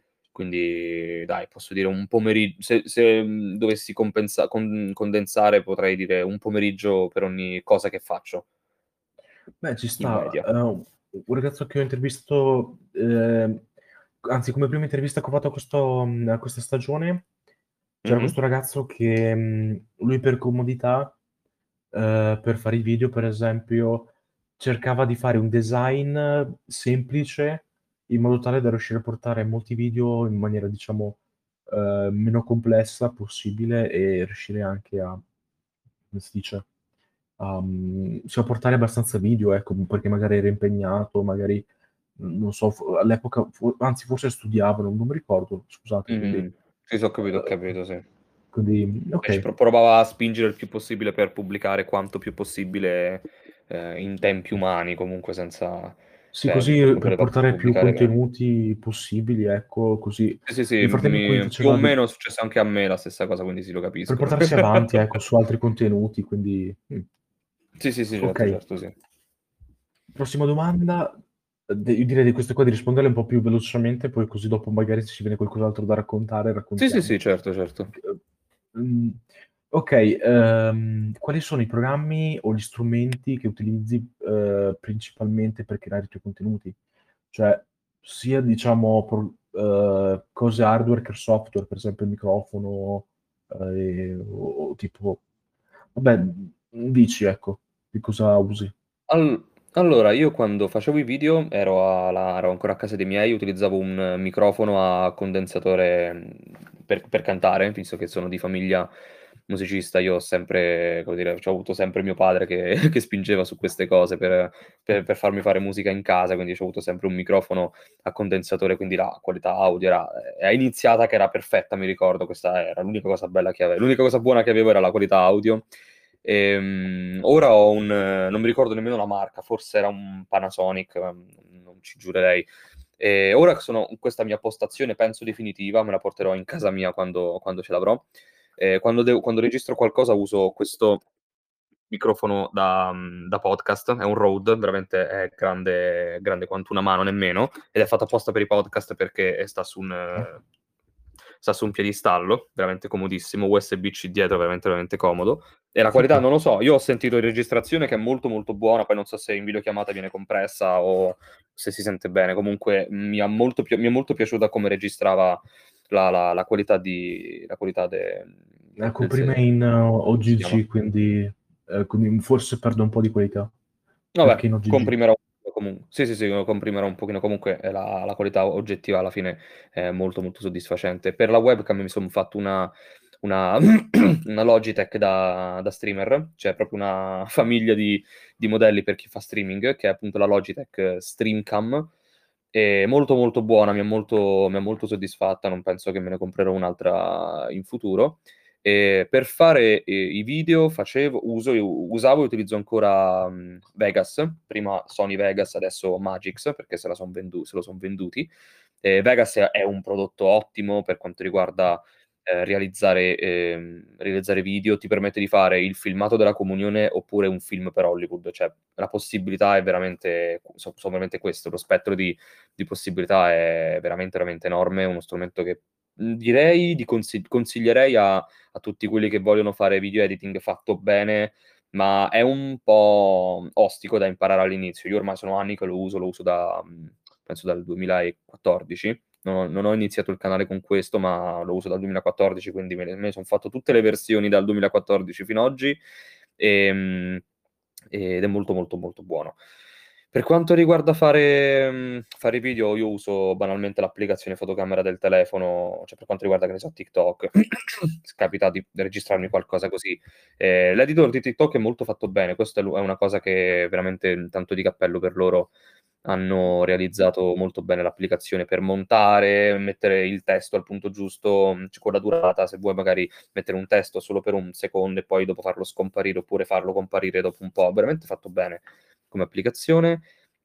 Quindi dai, posso dire un pomeri se se, mhmm, dovessi compensa con condensare potrei dire un pomeriggio per ogni cosa che faccio. Beh, ci In sta. media. Ehm, un ragazzo che ho intervistato, ehm, anzi come prima intervista che ho fatto a questo mhmm, a questa stagione, c'era Mh-mh. questo ragazzo che, mhmm, lui per comodità, ehm, per fare i video per esempio, cercava di fare un design semplice, in modo tale da riuscire a portare molti video in maniera diciamo, ehm, meno complessa possibile e riuscire anche a come si dice, a mhmm, sì, a portare abbastanza video, ecco, perché magari era impegnato, magari, n non so, f all'epoca fo anzi forse studiava, non non mi ricordo, scusate, quindi, Mh-mh. Sì, sì, ho capito, ho uhm, capito, sì. quindi E ci okay. pro provava a spingere il più possibile per pubblicare quanto più possibile, ehm, in tempi umani, comunque senza Sì, cioè, così perché per voleva portare più pubblicare ve contenuti possibili, ecco, così. Sì, sì, sì, Nel frattempo in cui mi più o faceva de meno è successo anche a me la stessa cosa, quindi sì, lo per capisco. portarsi avanti, ecco, su altri contenuti, quindi mh. Sì, sì, sì, certo, Okay. certo, sì. Prossima domanda, d io direi di queste qua di risponderle un po' più velocemente, poi così dopo magari se ci viene qualcos'altro da raccontare, Sì, sì, raccontiamo. sì, certo, certo. Uhm, mhmm, okay, ehm, quali sono i programmi o gli strumenti che utilizzi, uhm, principalmente per creare i tuoi contenuti? Cioè, sia diciamo pro uhm, cose hardware che software, per esempio il microfono, uhm, e o o tipo vabbè, mhmm, dici ecco, che cosa usi? Al allora, io quando facevo i video ero a la ero ancora a casa dei miei, utilizzavo un microfono a condensatore, mhmm, per per cantare, visto che sono di famiglia musicista, io ho sempre come dire, c'ho avuto sempre mio padre che che spingeva su queste cose per per per farmi fare musica in casa, quindi c'ho avuto sempre un microfono a condensatore, quindi la qualità audio era è iniziata che era perfetta, mi ricordo, questa era l'unica cosa bella che ave l'unica cosa buona che avevo era la qualità audio. Ehm, ora ho un non mi ricordo nemmeno la marca, forse era un Panasonic, ma non ci giurerei. Ehm, ora che sono in questa mia postazione penso definitiva, me la porterò in casa mia quando quando ce l'avrò. Ehm, quando devo quando registro qualcosa uso questo microfono da mhmm, da podcast, è un Rode, veramente è grande grande quanto una mano, nemmeno, ed è fatto apposta per i podcast perché, ehm, sta su Ah, un sta su un piedistallo, veramente comodissimo, U S B C dietro, veramente, veramente comodo. E la qualità super. non lo so, io ho sentito in registrazione che è molto, molto buona, poi non so se in videochiamata viene compressa o se si sente bene. Comunque mi ha molto pi mi è molto piaciuta come registrava la la la qualità di la qualità de La del se comprime in come si chiama? O G G, quindi ehm, quindi forse perde un po' di qualità, perché Vabbè, in O G G. comprimerò comu sì, sì, sì, lo comprimerò un pochino, comunque, ehm, la la qualità oggettiva alla fine è molto, molto soddisfacente. Per la webcam mi son fatto una una una Logitech da da streamer, cioè proprio una famiglia di di modelli per chi fa streaming, che è appunto la Logitech Streamcam, e molto, molto buona, mi ha molto mi ha molto soddisfatta, non penso che me ne comprerò un'altra in futuro. Ehm, per fare, ehm, i video facevo uso e u usavo e utilizzo ancora, mhmm, Vegas, prima Sony Vegas, adesso Magix, perché se la son vendu se lo son venduti. Ehm, Vegas è è un prodotto ottimo per quanto riguarda, ehm, realizzare ehm, realizzare video, ti permette di fare il filmato della comunione oppure un film per Hollywood, cioè la possibilità è veramente so son veramente questo, lo spettro di di possibilità è veramente, veramente enorme, è uno strumento che, mhmm, direi di consi consiglierei a a tutti quelli che vogliono fare video editing fatto bene, ma è un po' ostico da imparare all'inizio. Io ormai sono anni che lo uso, lo uso da mhmm, penso dal duemilaquattordici. Non ho non ho iniziato il canale con questo, ma lo uso dal duemilaquattordici, quindi me ne me ne son fatto tutte le versioni dal duemilaquattordici fino oggi, ehm, ed è molto, molto, molto buono. Per quanto riguarda fare mhmm, fare i video, io uso banalmente l'applicazione fotocamera del telefono, cioè per quanto riguarda, che ne so, TikTok, s capita di registrarmi qualcosa così. Ehm, l'editor di TikTok è molto fatto bene, questo è lu è una cosa che veramente tanto di cappello per loro. Hanno realizzato molto bene l'applicazione per montare, mettere il testo al punto giusto, mhmm, c con la durata, se vuoi magari mettere un testo solo per un secondo e poi dopo farlo scomparire, oppure farlo comparire dopo un po', veramente fatto bene come applicazione.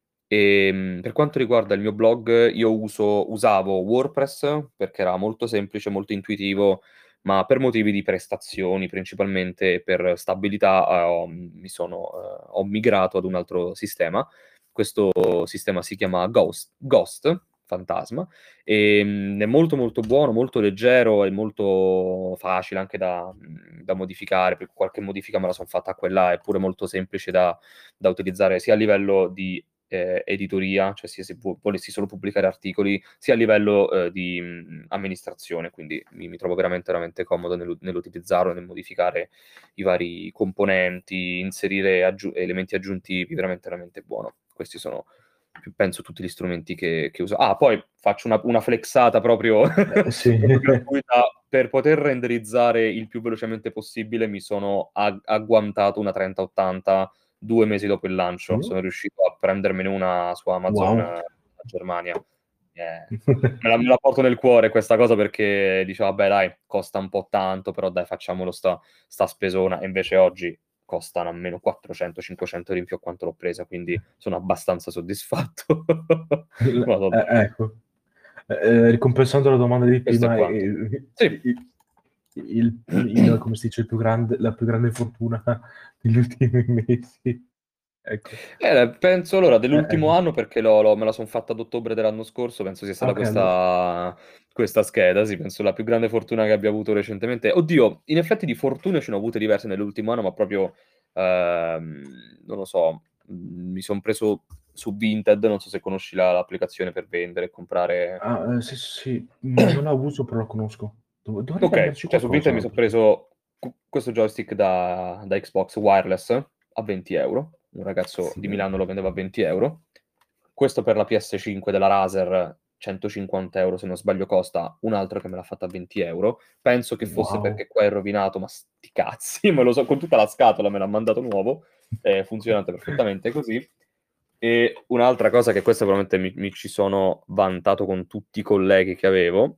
Ehm, per quanto riguarda il mio blog, io uso usavo WordPress perché era molto semplice, molto intuitivo, ma per motivi di prestazioni principalmente e per stabilità, uhm, ho mi sono uhm, ho migrato ad un altro sistema. Questo sistema si chiama Ghost Ghost, fantasma, ehm, è molto, molto buono, molto leggero e molto facile anche da mhmm, da modificare, per qualche modifica me la son fatta qua e là, è pure molto semplice da da utilizzare sia a livello di, ehm, editoria, cioè sia se vo volessi solo pubblicare articoli, sia a livello, uhm, di, mhmm, amministrazione, quindi mi mi trovo veramente, veramente comodo nell'u nell'utilizzarlo, nel modificare i vari componenti, inserire aggiu elementi aggiuntivi, veramente, veramente buono. Questi sono più penso tutti gli strumenti che che uso. Ah, poi faccio una una flexata proprio Eh, sì. proprio gratuita, per poter renderizzare il più velocemente possibile mi sono ag agguantato una trenta ottanta due mesi dopo il lancio. Mh. Sono riuscito a prendermene una su Amazon Wow. in Germania. Eh, me la me la porto nel cuore questa cosa perché dicevo: "Vabbè dai, costa un po' tanto, però dai facciamolo sta sta spesona", e invece oggi costano almeno quattrocento, cinquecento euro in più a quanto l'ho presa, quindi sono abbastanza soddisfatto. Il Ma vabbè. eh, ecco. E ehm, ricompensando la domanda di Questo è prima, quanto. ehm, Sì. i il il come si dice, il più grande la più grande fortuna degli ultimi mesi. Ecco. Eh, penso allora Eh, dell'ultimo ecco. anno perché l'ho l'ho me la son fatta ad ottobre dell'anno scorso, penso sia Ah, stata okay, allora questa questa scheda, sì, penso la più grande fortuna che abbia avuto recentemente. Oddio, in effetti di fortune ce ne ho avute diverse nell'ultimo anno, ma proprio, ehm, non lo so, mhmm, mi son preso su Vinted, non so se conosci la l'applicazione per vendere e comprare Ah, ehm, sì, sì, sì. Mhmm, non la uso, però la conosco. Dov dovrei Okay, venderci cioè su Vinted qualcosa, mi son perché preso q questo joystick da da Xbox wireless a venti euro. Un ragazzo sì, di eh. Milano lo vendeva a venti euro. Questo per la P S cinque della Razer, centocinquanta euro se non sbaglio costa, un altro che me l'ha fatto a venti euro. Penso che fosse Wow. perché qua è rovinato, ma sti cazzi, me lo so con tutta la scatola me l'ha mandato nuovo, è funzionante perfettamente così. E un'altra cosa che questa veramente mi mi ci sono vantato con tutti i colleghi che avevo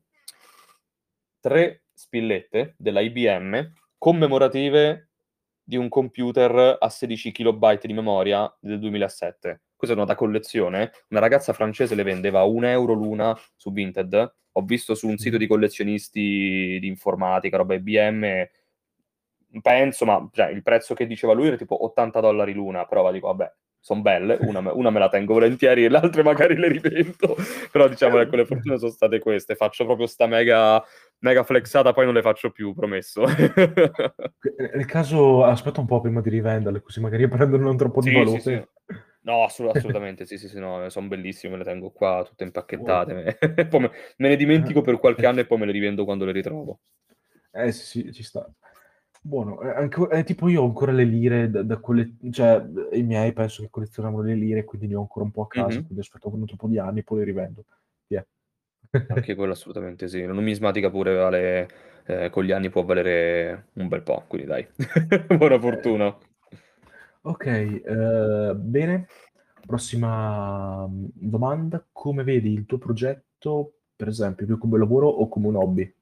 tre spillette della I B M commemorative di un computer a sedici kilobyte di memoria del duemilasette. Questo è uno da collezione. Una ragazza francese le vendeva a un euro l'una su Vinted. Ho visto su un sito Sì. di collezionisti di informatica, roba I B M, penso, ma cioè il prezzo che diceva lui era tipo ottanta dollari l'una, però dico: "Vabbè, son belle, una me una me la tengo volentieri e le altre magari le rivendo." Però diciamo, ecco, le fortune son state queste. Faccio proprio 'sta mega mega flexata, poi non le faccio più, promesso. Che ne nel caso aspetta un po' prima di rivenderle, così magari prendono un altro po' di Sì, sì, sì. valore. No, assu assolutamente, sì, sì, sì, no, son bellissime, me le tengo qua tutte Buono. impacchettate. Poi me me ne Ah, dimentico per qualche okay. anno e poi me le rivendo quando le ritrovo. Eh sì, ci sta. Buono, eh, anche eh, tipo io ho ancora le lire da da colle cioè, i miei penso che collezionavano le lire, quindi ne ho ancora un po' a casa, Mh-mh. quindi aspetto un altro po' di anni, poi le rivendo. Via. Anche quello assolutamente sì. La numismatica pure vale ehm, con gli anni può valere un bel po', quindi dai. Buona Eh. fortuna. Okay, ehm, bene. Prossima, mhmm, domanda: come vedi il tuo progetto, per esempio, più come lavoro o come un hobby?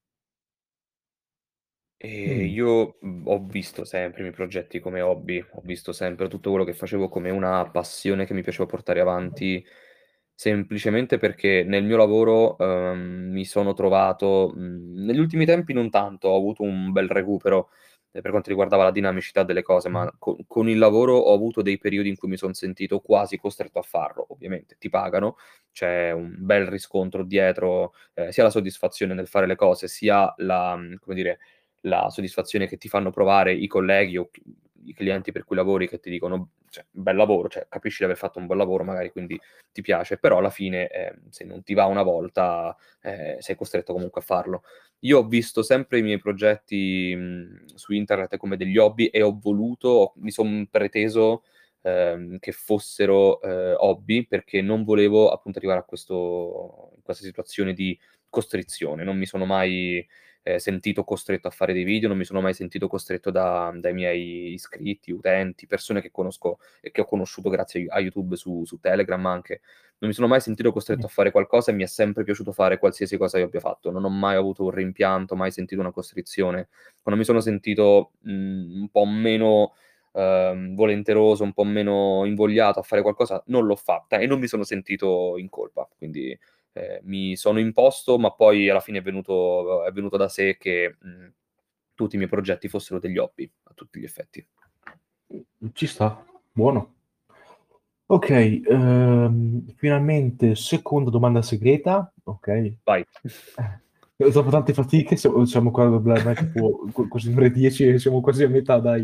Ehm, Mh. io, mhmm, ho visto sempre i miei progetti come hobby, ho visto sempre tutto quello che facevo come una passione che mi piaceva portare avanti, semplicemente perché nel mio lavoro, uhm, mi sono trovato mhmm, negli ultimi tempi non tanto, ho avuto un bel recupero, ehm, per quanto riguardava la dinamicità delle cose, Mh. ma co con il lavoro ho avuto dei periodi in cui mi son sentito quasi costretto a farlo. Ovviamente ti pagano, c'è un bel riscontro dietro, ehm, sia la soddisfazione nel fare le cose, sia la mhmm, come dire, la soddisfazione che ti fanno provare i colleghi o chi i clienti per cui lavori che ti dicono, cioè: "Bel lavoro", cioè capisci di aver fatto un buon lavoro magari, quindi ti piace, però alla fine, ehm, se non ti va una volta, ehm, sei costretto comunque a farlo. Io ho visto sempre i miei progetti, mhmm, su internet come degli hobby e ho voluto ho mi son preteso, ehm, che fossero, ehm, hobby perché non volevo appunto arrivare a questo in questa situazione di costrizione. Non mi sono mai ehm, sentito costretto a fare dei video, non mi sono mai sentito costretto da dai miei iscritti, utenti, persone che conosco e che ho conosciuto grazie a YouTube su su Telegram anche. Non mi sono mai sentito Mh. costretto a fare qualcosa e mi è sempre piaciuto fare qualsiasi cosa io abbia fatto. Non ho mai avuto un rimpianto, mai sentito una costrizione. Quando mi sono sentito, mhmm, un po' meno, ehm, volenteroso, un po' meno invogliato a fare qualcosa, non l'ho fatta e non mi sono sentito in colpa. Quindi ehm, mi sono imposto, ma poi alla fine è venuto è venuto da sé che, mhmm, tutti i miei progetti fossero degli hobby a tutti gli effetti. Mh, ci sta, buono. Okay, ehm, finalmente seconda domanda segreta, okay. Vai. Eh, dopo tante fatiche siamo siamo qua ormai tipo qu quasi un'ora e dieci, siamo quasi a metà dai.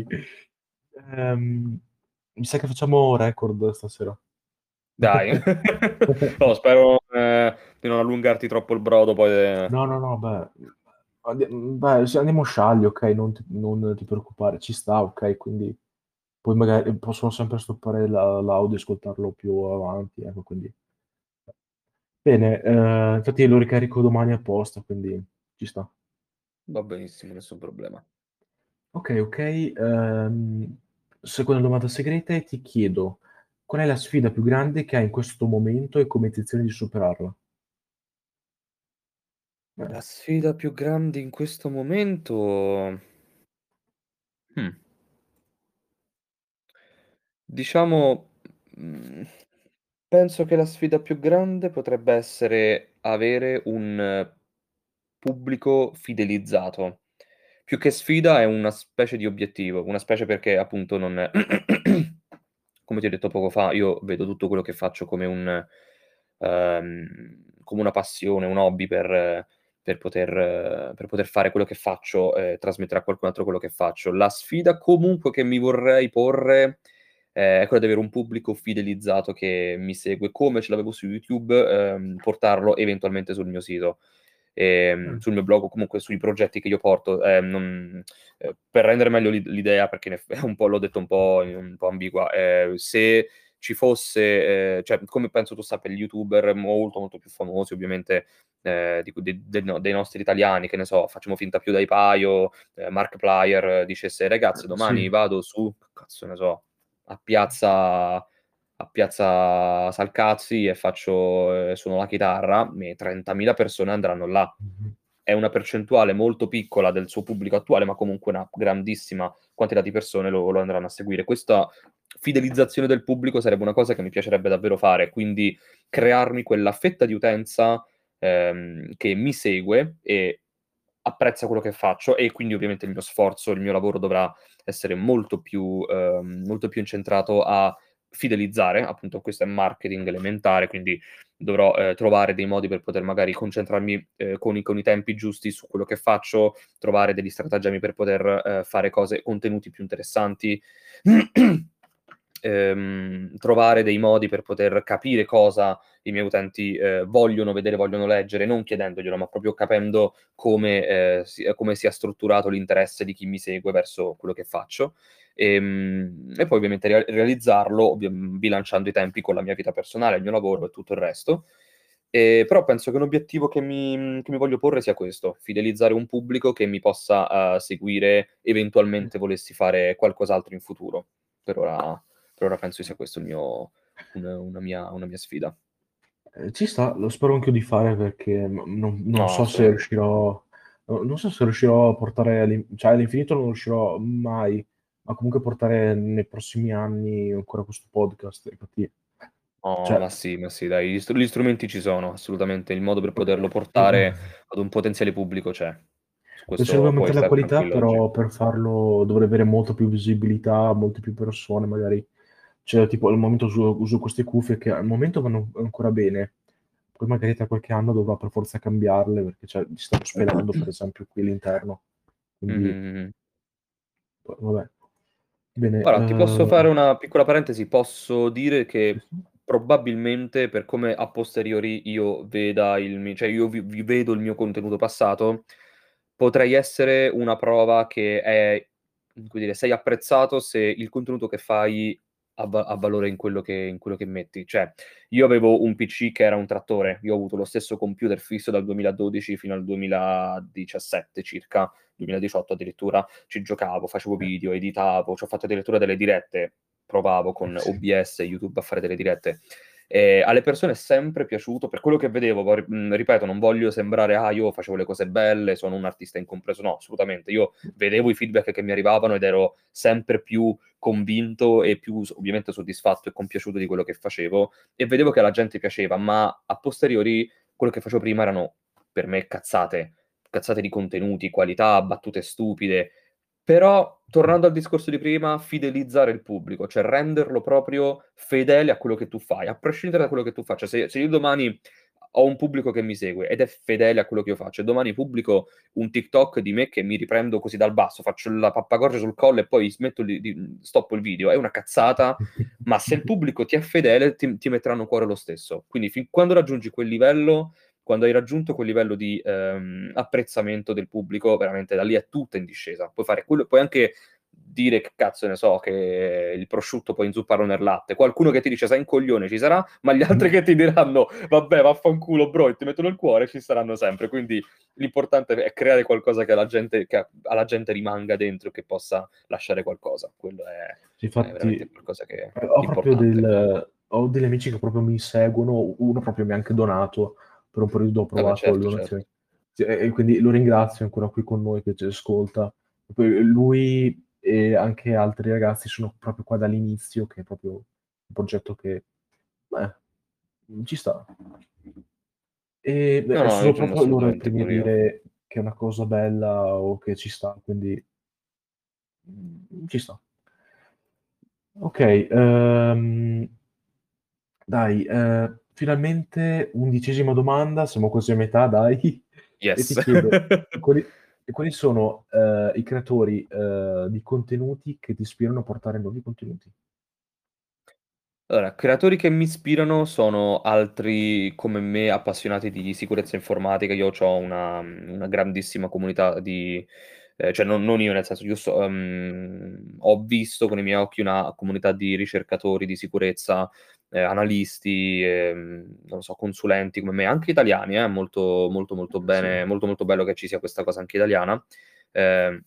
Ehm, mi sa che facciamo record stasera. Dai. No, spero, ehm, di non allungarti troppo il brodo poi de No, no, no, beh, mhmm, andi mhmm, beh, se andiamo scialli, okay, non ti non ti preoccupare, ci sta, okay, quindi poi magari possono sempre stoppare la l'audio e ascoltarlo più avanti, ecco, quindi bene, ehm, infatti lo ricarico domani apposta, quindi ci sta. va benissimo, nessun problema. Okay, okay, ehm, seconda domanda segreta e ti chiedo: qual è la sfida più grande che hai in questo momento e come hai intenzione di superarla? Eh, La sfida più grande in questo momento, mh, diciamo, mhmm, penso che la sfida più grande potrebbe essere avere un pubblico fidelizzato. Più che sfida è una specie di obiettivo, una specie perché appunto non come ti ho detto poco fa, io vedo tutto quello che faccio come un ehm, come una passione, un hobby per per poter per poter fare quello che faccio e trasmettere a qualcun altro quello che faccio. La sfida comunque che mi vorrei porre è quella di avere un pubblico fidelizzato che mi segue come ce l'avevo su YouTube, ehm, portarlo eventualmente sul mio sito, ehm, Mh. sul mio blog o comunque sui progetti che io porto. Ehm, non ehm, per rendere meglio l'id l'idea, perché in eff è un po' l'ho detto un po' in un po' ambigua, ehm, se ci fosse ehm, cioè come penso tu sappia gli youtuber molto, molto più famosi ovviamente, ehm, di cu de del no dei nostri italiani, che ne so, facciamo finta PewDiePie, ehm, Markiplier, dicesse: "Ragazzi Ehm, domani sì. vado su" che cazzo ne so, "a piazza a piazza Salcazzi e faccio ehm, suono la chitarra", me trentamila persone andranno là. Mh-mh. È una percentuale molto piccola del suo pubblico attuale, ma comunque una grandissima quantità di persone lo lo andranno a seguire. Questa fidelizzazione del pubblico sarebbe una cosa che mi piacerebbe davvero fare, quindi crearmi quella fetta di utenza, ehm, che mi segue e apprezza quello che faccio e quindi ovviamente il mio sforzo, il mio lavoro dovrà essere molto più ehm, molto più incentrato a fidelizzare, appunto questo è marketing elementare, quindi dovrò, ehm, trovare dei modi per poter magari concentrarmi, ehm, con i con i tempi giusti su quello che faccio, trovare degli stratagemmi per poter, ehm, fare cose contenuti più interessanti, ehm, trovare dei modi per poter capire cosa i miei utenti, ehm, vogliono vedere, vogliono leggere, non chiedendoglielo, ma proprio capendo come ehm, sia come sia strutturato l'interesse di chi mi segue verso quello che faccio. Ehm, e poi ovviamente rea realizzarlo ovvia bilanciando i tempi con la mia vita personale, il mio lavoro e tutto il resto. Ehm, però penso che un obiettivo che mi mhmm, che mi voglio porre sia questo: fidelizzare un pubblico che mi possa, uhm, seguire Mh. eventualmente volessi fare qualcos'altro in futuro. Per ora per ora penso sia questo il mio un una mia una mia sfida. Ehm, ci sta, lo spero anch'io di fare perché n non non No, so se assolutamente. riuscirò no non so se riuscirò a portare all'in cioè all'infinito non riuscirò mai, ma comunque portare nei prossimi anni ancora questo podcast, infatti Oh, ma cioè sì, ma sì dai, gli stru gli strumenti ci sono, assolutamente. Il modo per poterlo portare Mh-mh. ad un potenziale pubblico c'è. Su Piacerebbe questo puoi aumentare la stare qualità, tranquillo oggi. però per farlo dovrei avere molta più visibilità, molte più persone magari. Cioè tipo al momento uso uso queste cuffie che al momento vanno ancora bene, poi magari tra qualche anno dovrò per forza cambiarle perché cioè mi stanno spelando per esempio qui all'interno, Mh-mh, quindi mh-mh. poi vabbè. Bene, guara, ti posso uhm fare una piccola parentesi? Posso dire Sì, che sì. probabilmente per come a posteriori io veda il mi cioè io vi vi vedo il mio contenuto passato, potrei essere una prova che è mhmm, come dire, sei apprezzato se il contenuto che fai ha va ha valore in quello che in quello che metti. Cioè, io avevo un P C che era un trattore, io ho avuto lo stesso computer fisso dal duemiladodici fino al duemiladiciassette circa, duemiladiciotto addirittura, ci giocavo, facevo Eh. video, editavo, c'ho fatto addirittura delle dirette, provavo con Sì. O-B-S e YouTube a fare delle dirette. Ehm, alle persone è sempre piaciuto per quello che vedevo, poi ri mhmm, ripeto, non voglio sembrare: "Ah, io facevo le cose belle, sono un artista incompreso", no, assolutamente. Io vedevo i feedback che mi arrivavano ed ero sempre più convinto e più s ovviamente soddisfatto e compiaciuto di quello che facevo e vedevo che alla gente piaceva, ma a posteriori quello che facevo prima erano per me cazzate, cazzate di contenuti, qualità, battute stupide. Però, Mh-mh. tornando al discorso di prima, fidelizzare il pubblico, cioè renderlo proprio fedele a quello che tu fai, a prescindere da quello che tu faccia. Se se io domani ho un pubblico che mi segue ed è fedele a quello che io faccio e domani pubblico un TikTok di me che mi riprendo così dal basso, faccio la pappagorgia sul collo e poi smetto di di mhmm, stoppo il video, è una cazzata, ma se il pubblico ti è fedele ti ti metteranno a cuore lo stesso. Quindi fin quando raggiungi quel livello quando hai raggiunto quel livello di, ehm, apprezzamento del pubblico, veramente da lì è tutto in discesa. Puoi fare quello puoi anche dire, che cazzo ne so, che il prosciutto puoi inzupparlo nel latte. Qualcuno che ti dice: "Sei un coglione" ci sarà, ma gli altri che ti diranno: "Vabbè vaffanculo bro" e ti mettono il cuore, ci saranno sempre. Quindi l'importante è creare qualcosa che alla gente che a alla gente rimanga dentro e che possa lasciare qualcosa. Quello è è veramente Infatti qualcosa che ho ho di proprio importante. del ho degli amici che proprio mi seguono, u uno proprio mi ha anche donato, per un periodo ho Vabbè provato le certo, certo. donazioni. Sì, e e quindi lo ringrazio, è ancora qui con noi che ci ascolta. Poi lui e anche altri ragazzi sono proprio qua dall'inizio, che è proprio un progetto che, beh, mhmm, ci sta. E No, beh, no, io sono sono proprio loro i assolutamente primi a con io. dire che è una cosa bella o che ci sta, quindi mhmm, ci sta. Okay, uhm dai, ehm, finalmente undicesima domanda, siamo quasi a metà dai, e ti Yes. chiedo quali e quali sono, ehm, i creatori, ehm, di contenuti che ti ispirano a portare nuovi contenuti? Allora, creatori che mi ispirano sono altri come me appassionati di sicurezza informatica. Io c'ho una mhmm, una grandissima comunità di ehm, cioè non non io, nel senso io so uhm, ho visto con i miei occhi una comunità di ricercatori di sicurezza, ehm, analisti, ehm, non lo so, consulenti come me, anche italiani eh, molto, molto, molto Eh sì. bene molto, molto bello che ci sia questa cosa anche italiana, ehm,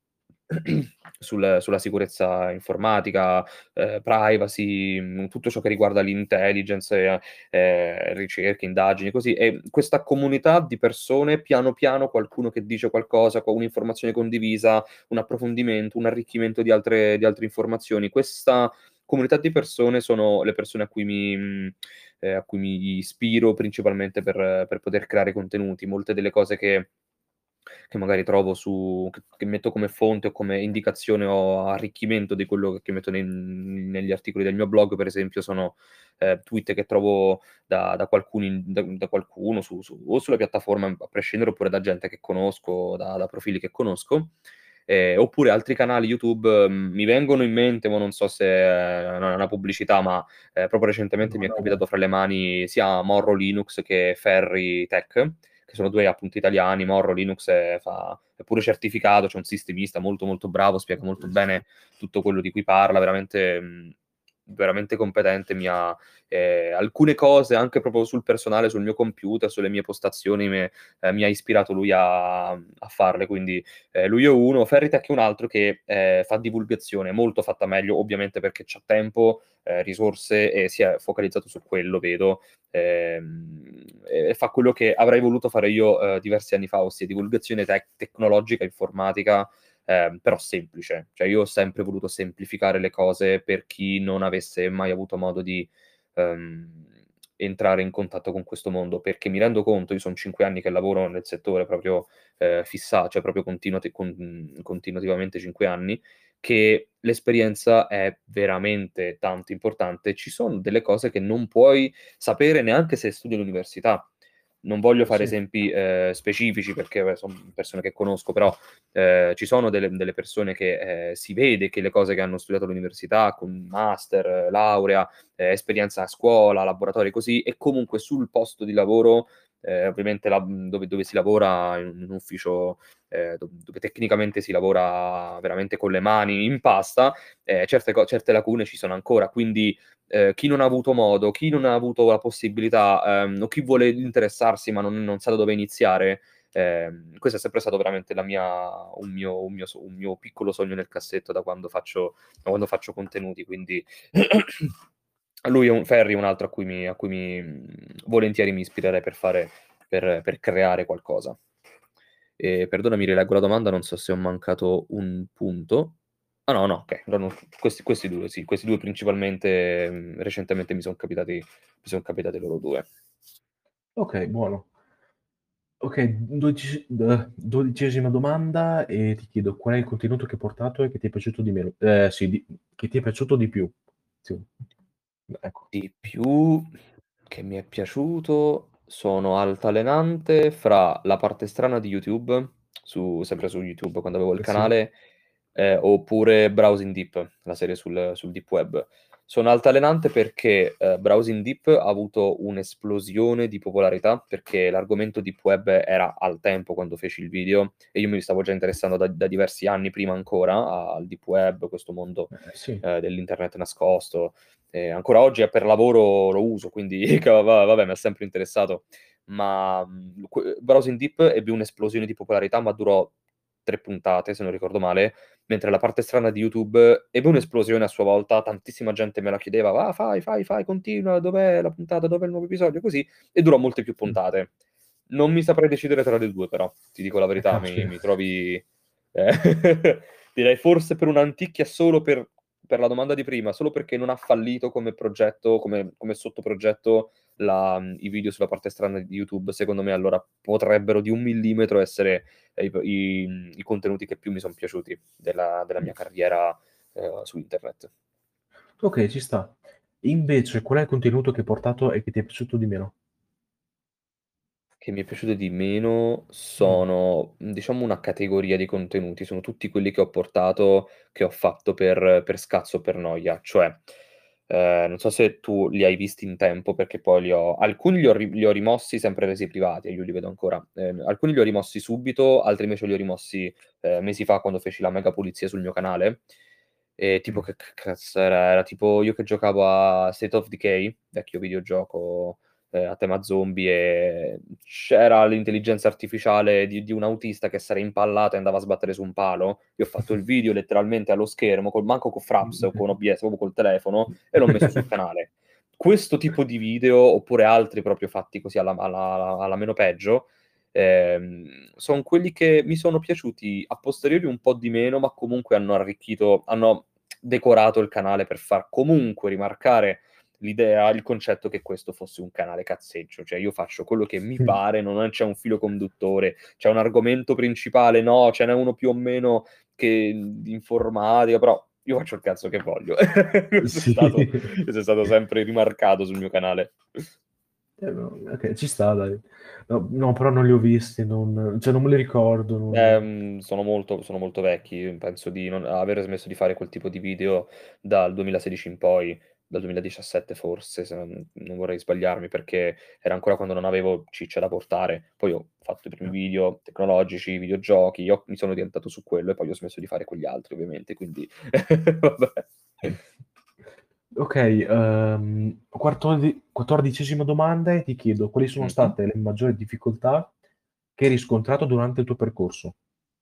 sul sulla sicurezza informatica, ehm, privacy, mhmm, tutto ciò che riguarda l'intelligence, e ehm, ricerche, indagini, così. E questa comunità di persone, piano piano qualcuno che dice qualcosa, con un'informazione condivisa, un approfondimento, un arricchimento di altre di altre informazioni. Questa comunità di persone sono le persone a cui mi mhmm, ehm, a cui mi ispiro principalmente per per poter creare contenuti. Molte delle cose che che magari trovo su che che metto come fonte o come indicazione o arricchimento di quello che metto nei negli articoli del mio blog, per esempio, sono, ehm, tweet che trovo da da qualcuni da da qualcuno su su o sulla piattaforma a prescindere, oppure da gente che conosco, da da profili che conosco, ehm, oppure altri canali YouTube, mhmm, mi vengono in mente, mo non so se è una una pubblicità, ma, ehm, proprio recentemente No, mi è no, no. capitato fra le mani sia Morro Linux che Ferri Tech, che sono due appunto italiani. Morro Linux è fa è pure certificato, c'è un sistemista molto, molto bravo, spiega molto Sì, sì, sì. bene tutto quello di cui parla, veramente mhmm, veramente competente. Mi ha ehm, alcune cose anche proprio sul personale, sul mio computer, sulle mie postazioni, me ehm, mi ha ispirato lui a a farle, quindi, ehm, lui è uno. Ferritech è un altro che, ehm, fa divulgazione, molto fatta meglio, ovviamente perché c'ha tempo, ehm, risorse e si è focalizzato su quello, vedo, ehm, e fa quello che avrei voluto fare io, ehm, diversi anni fa, ossia divulgazione tec tecnologica, informatica, ehm, però semplice. Cioè io ho sempre voluto semplificare le cose per chi non avesse mai avuto modo di, ehm, entrare in contatto con questo mondo, perché mi rendo conto, io son cinque anni che lavoro nel settore proprio, ehm, fissa cioè proprio continuati con mhmm, continuativamente cinque anni, che l'esperienza è veramente tanto importante. Ci son delle cose che non puoi sapere neanche se studi all'università. Non voglio Eh fare sì. esempi, ehm, specifici perché vabbè son persone che conosco, però, ehm, ci sono delle delle persone che, ehm, si vede che le cose che hanno studiato all'università con master, laurea, ehm, esperienza a scuola, laboratori così, e comunque sul posto di lavoro, ehm, ovviamente la mhmm, dove dove si lavora in un ufficio, ehm, do dove tecnicamente si lavora veramente con le mani in pasta, ehm, certe co certe lacune ci sono ancora. Quindi, ehm, chi non ha avuto modo, chi non ha avuto la possibilità, ehm, o chi vuole interessarsi ma non non sa da dove iniziare, ehm, questo è sempre stato veramente la mia un mio un mio so un mio piccolo sogno nel cassetto da quando faccio da quando faccio contenuti, quindi lui è un Ferri è un altro a cui mi a cui mi mhmm, volentieri mi ispirerei per fare per per creare qualcosa. E perdonami, rileggo la domanda, non so se ho mancato un punto. Ah no, no, okay, no, no, questi questi due sì, questi due principalmente, mhmm, recentemente mi son capitati mi son capitati loro due. Okay, buono. Okay, dodici d dodicesima domanda e ti chiedo qual è il contenuto che hai portato e che ti è piaciuto di meno ehm, sì, di che ti è piaciuto di più. Sì, ecco. Di più che mi è piaciuto sono altalenante fra La parte strana di YouTube, su sempre su YouTube quando avevo il Eh sì. canale, ehm, oppure Browsing Deep, la serie sul sul deep web. Sono altalenante perché, ehm, Browsing Deep ha avuto un'esplosione di popolarità, perché l'argomento deep web era al tempo quando feci il video, e io mi stavo già interessando da da diversi anni prima ancora al deep web, questo mondo, Eh, sì. ehm, dell'internet nascosto. Ehm, ancora oggi, eh, per lavoro lo uso, quindi ca va vabbè, m'ha sempre interessato. Ma, mhmm, que Browsing Deep ebbe un'esplosione di popolarità, ma durò tre puntate, se non ricordo male, mentre La parte strana di YouTube ebbe un'esplosione a sua volta, tantissima gente me la chiedeva: "Va, fai, fai, fai, continua, dov'è la puntata, dov'è il nuovo episodio?" Così, e durò molte più Mh. puntate. Non mi saprei decidere tra le due però, ti dico la Eh, verità, mi caspita. mi trovi, ehm, direi forse per un'anticchia solo per per la domanda di prima, solo perché non ha fallito come progetto, come come sottoprogetto la mhmm, i video sulla parte estrana di YouTube, secondo me allora potrebbero di un millimetro essere, ehm, i p i mhmm, i contenuti che più mi son piaciuti della della Mh. mia carriera, ehm, su internet. Okay, ci sta. Invece qual è il contenuto che hai portato e che ti è piaciuto di meno? Che mi è piaciuto di meno Mh. sono, mhmm, diciamo una categoria di contenuti, sono tutti quelli che ho portato che ho fatto per per scazzo o per noia. Cioè, ehm, non so se tu li hai visti in tempo perché poi li ho alcuni li ho ri li ho rimossi, sempre resi privati e io li vedo ancora. Ehm, alcuni li ho rimossi subito, altri invece li ho rimossi, ehm, mesi fa quando feci la mega pulizia sul mio canale. E tipo Mh. che c cazzo era? Era tipo io che giocavo a State of Decay, vecchio videogioco, ehm, a tema zombie, e c'era l'intelligenza artificiale di di un autista che s'era impallato e andava a sbattere su un palo. Io ho fatto il video letteralmente allo schermo, col manco con Fraps Mh, o okay. con O B S, proprio col telefono, e l'ho messo sul canale. Questo tipo di video, oppure altri proprio fatti così alla alla alla meno peggio, ehm, son quelli che mi sono piaciuti a posteriori un po' di meno, ma comunque hanno arricchito hanno decorato il canale per far comunque rimarcare l'idea, il concetto che questo fosse un canale cazzeggio. Cioè io faccio quello che mi Mh. pare, non c'è un filo conduttore, c'è un argomento principale, no, ce n'è uno più o meno che di informatica, però io faccio il cazzo che voglio. Questo è Sì. stato questo è stato sempre rimarcato sul mio canale. Eh no, okay, ci sta dai. No no, però non li ho visti, non cioè non me li ricordo, non Ehm, sono molto sono molto vecchi. Penso di non avere smesso di fare quel tipo di video dal duemilasedici in poi, dal duemiladiciassette forse, se non non vorrei sbagliarmi, perché era ancora quando non avevo ciccia da portare. Poi ho fatto i primi Eh. video tecnologici, videogiochi, ho mi sono orientato su quello e poi ho smesso di fare quegli altri ovviamente, quindi vabbè. Okay, uhm, quattordi quattordicesima domanda e ti chiedo: quali sono Mh-mh. state le maggiori difficoltà che hai riscontrato durante il tuo percorso?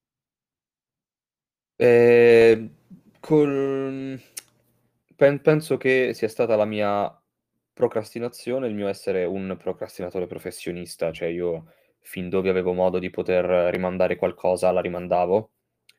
Ehm, col pen penso che sia stata la mia procrastinazione, il mio essere un procrastinatore professionista, cioè io fin dove avevo modo di poter rimandare qualcosa la rimandavo,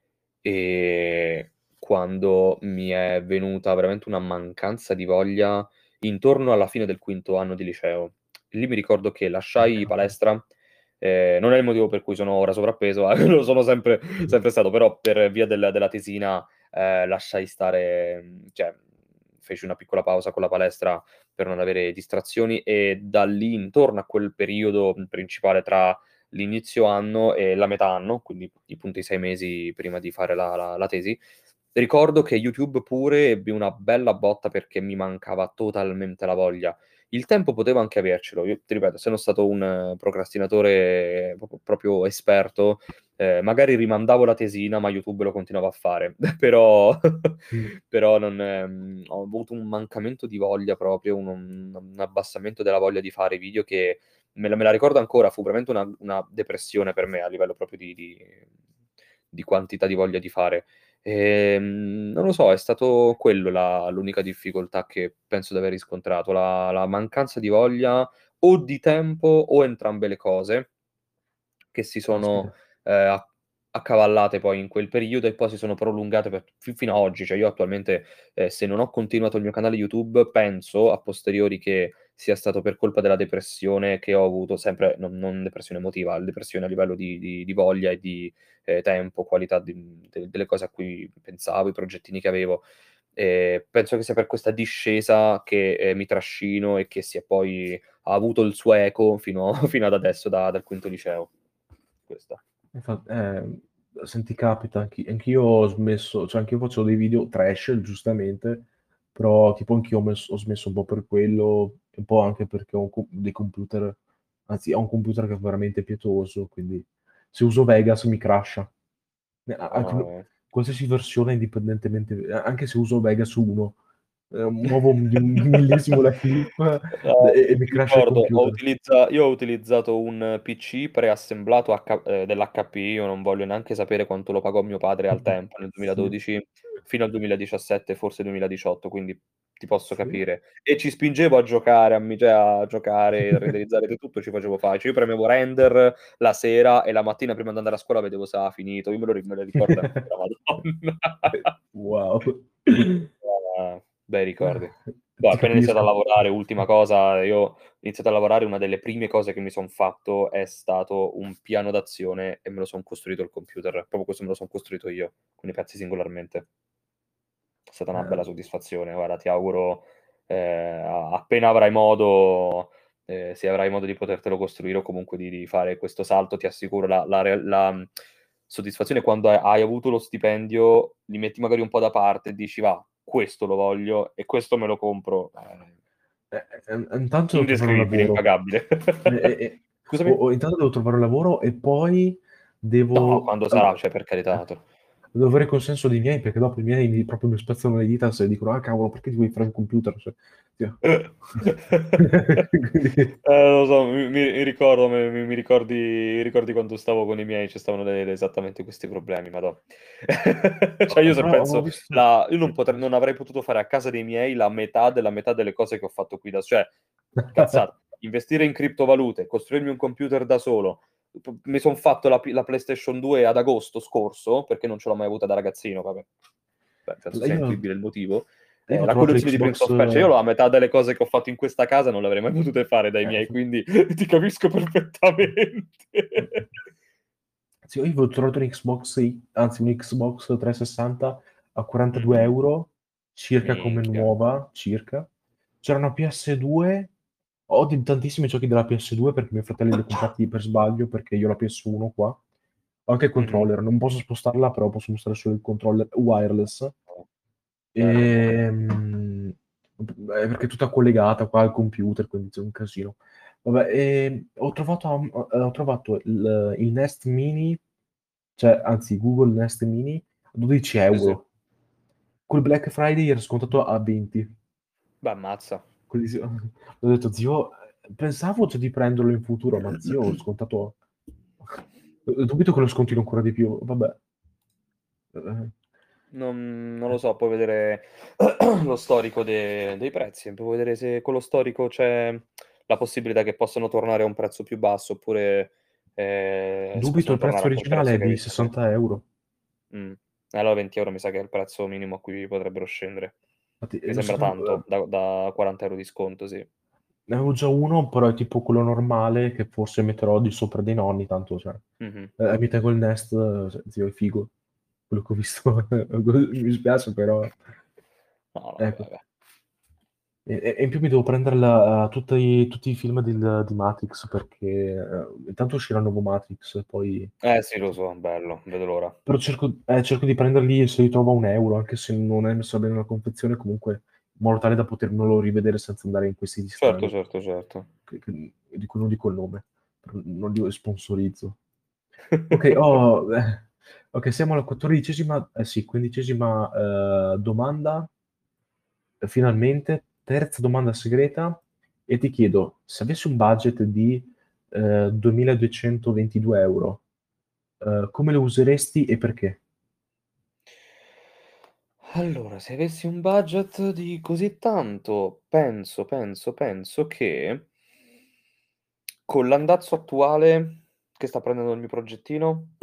e quando mi è venuta veramente una mancanza di voglia intorno alla fine del quinto anno di liceo. Lì mi ricordo che lasciai palestra, ehm, non è il motivo per cui sono ora sovrappeso, eh, lo sono sempre sempre stato, però per via del della tesina, ehm, lasciai stare, mhmm, cioè, feci una piccola pausa con la palestra per non avere distrazioni e da lì, intorno a quel periodo, mhmm, principale tra l'inizio anno e la metà anno, quindi i punti sei mesi prima di fare la la la tesi, ricordo che YouTube pure ebbi una bella botta perché mi mancava totalmente la voglia. Il tempo potevo anche avercelo, io ti ripeto, essendo stato un procrastinatore popo proprio esperto, ehm, magari rimandavo la tesina, ma YouTube lo continuavo a fare. Però Mh. però non mhmm, ho avuto un mancamento di voglia proprio, un un un abbassamento della voglia di fare video che me la me la ricordo ancora, fu veramente una una depressione per me a livello proprio di di di quantità di voglia di fare. Ehm, non lo so, è stato quello la l'unica difficoltà che penso di aver riscontrato, la la mancanza di voglia o di tempo o entrambe le cose che si sono, Caspita. ehm, a accavallate poi in quel periodo e poi si sono prolungate per fi fino a oggi. Cioè io attualmente, ehm, se non ho continuato il mio canale YouTube, penso a posteriori che sia stato per colpa della depressione che ho avuto, sempre non non depressione emotiva, depressione a livello di di di voglia e di, ehm, tempo, qualità di mhmm, de delle cose a cui pensavo, i progettini che avevo. Ehm, penso che sia per questa discesa che, ehm, mi trascino e che si è poi ha avuto il suo eco fino fino ad adesso da dal quinto liceo. Questa. Infa ehm, senti capita, anch'i anch'io ho smesso, cioè anch'io facevo dei video trash, giustamente, però tipo anch'io ho messo ho smesso un po' per quello, un po' anche perché ho un co dei computer, anzi ho un computer che è veramente pietoso, quindi se uso Vegas mi crasha. E a anche Ah, n eh. qualsiasi versione indipendentemente a anche se uso Vegas uno, ehm, muovo di un millesimo la clip d No, e e mi mi mi crasha il ricordo, ho computer. utilizza io ho utilizzato un P C preassemblato H ehm, dell'H P, io non voglio neanche sapere quanto lo pagò mio padre al tempo, nel Sì. duemiladodici, fino al duemiladiciassette, forse duemiladiciotto, quindi ti posso Sì. capire. E ci spingevo a giocare, a mi cioè a giocare, renderizzare di tutto ci facevo fa cioè io premevo render la sera e la mattina prima di andare a scuola vedevo se aveva finito. Io me lo ri me lo ricordo ancora, madonna. Wow. Ah, bei ricordi. Eh, Boh, ti appena iniziato a capisco. lavorare, ultima cosa, io ho iniziato a lavorare, una delle prime cose che mi son fatto è stato un piano d'azione e me lo son costruito al computer. Proprio questo me lo son costruito io, con i pezzi singolarmente. È stata una bella Eh. soddisfazione. Guarda, ti auguro, ehm, a appena avrai modo ehm, se avrai modo di potertelo costruire o comunque di di fare questo salto, ti assicuro la la re la, mhmm, soddisfazione quando hai hai avuto lo stipendio, li metti magari un po' da parte e dici: "Va, questo lo voglio e questo me lo compro." Ehm Eh, ehm, intanto devo trovare un indescrivibile, lavoro. impagabile. E e e o Scusami? o intanto devo trovare un lavoro e poi No, devo quando sarà, allora cioè per carità, eh, t devo avere consenso dei miei, perché dopo i miei mi proprio mi spezzano le dita se dicono: "Ah cavolo, perché ti vuoi fare un computer?" Cioè, io quindi Eh, lo so, mi mi mi ricordo, me mi mi ricordi mi ricordi quando stavo con i miei, ci stavano le le esattamente questi problemi, madò. O Cioè io se però avevo penso visto la io non potre non avrei potuto fare a casa dei miei la metà della metà delle cose che ho fatto qui da s cioè, cazzata, investire in criptovalute, costruirmi un computer da solo, p mi son fatto la P la PlayStation due ad agosto scorso, perché non ce l'ho mai avuta da ragazzino, vabbè. Beh, penso L sia io intuibile il motivo. io Ehm, ho la trovato collezione di Prince l'Xbox of Persia, io la metà delle cose che ho fatto in questa casa non le avrei mai potute fare dai eh, miei, f quindi ti capisco perfettamente. Mh-mh. Sì, io avevo trovato un Xbox i anzi un Xbox trecentosessanta a quarantadue Mh-mh. euro circa come Minchia. nuova, circa. C'era una P S due, ho di tantissimi giochi della P S due perché mio fratello li ha comprati per sbaglio, perché io ho la P S uno qua. Ho anche il Mh-mh. controller, non posso spostarla, però posso mostrare solo il controller wireless. Oh, bello. Ehm, p beh, perché è tutta collegata qua al computer, quindi c'è un casino. Vabbè, ehm, ho trovato a m uhm, ho trovato il il Nest Mini, cioè anzi Google Nest Mini a dodici Sì, sì. euro. Col Black Friday era scontato a venti. Beh, ammazza. Quindi sì, ho detto: "Zio, ehm, pensavo già di prenderlo in futuro, ma zio scontato" d dubito che lo scontino ancora di più, vabbè. Eh. Non non lo so, puoi vedere lo storico de dei prezzi, e puoi vedere se con lo storico c'è la possibilità che possano tornare a un prezzo più basso, oppure, ehm, se Dubito, possono il prezzo tornare a quel prezzo originale è che hai di visto tu. sessanta euro. Mh. E allora venti euro mi sa che è il prezzo minimo a cui potrebbero scendere. Fatti, Mi e lo sembra sapevo tanto, ehm da da quaranta euro di sconto, sì. Ne avevo già uno, però è tipo quello normale che forse metterò di sopra dei nonni, tanto cioè, Mh-mh. ehm, abita col Nest, cioè zio è figo. Quello che ho visto mi dispiace però No, no, vabbè, ecco. vabbè. E e e in più mi devo prendere la tutti i tutti i film del di Matrix perché, ehm, intanto uscirà il nuovo Matrix, poi Eh sì, lo so, bello, non vedo l'ora. però cerco eh, cerco di prenderli se li trovo a un euro, anche se non è messa bene la confezione, comunque in modo tale da potermelo rivedere senza andare in quei siti Certo, strani, certo, certo. che che di cui non dico il nome, per non li sponsorizzo. Okay, ho eh, okay, siamo alla quattordicesima eh sì, quindicesima, ehm, domanda, ehm, finalmente, terza domanda segreta, e ti chiedo: se avessi un budget di, ehm, duemiladuecentoventidue euro €, ehm, come lo useresti e perché? Allora, se avessi un budget di così tanto, penso, penso, penso che con l'andazzo attuale che sta prendendo il mio progettino,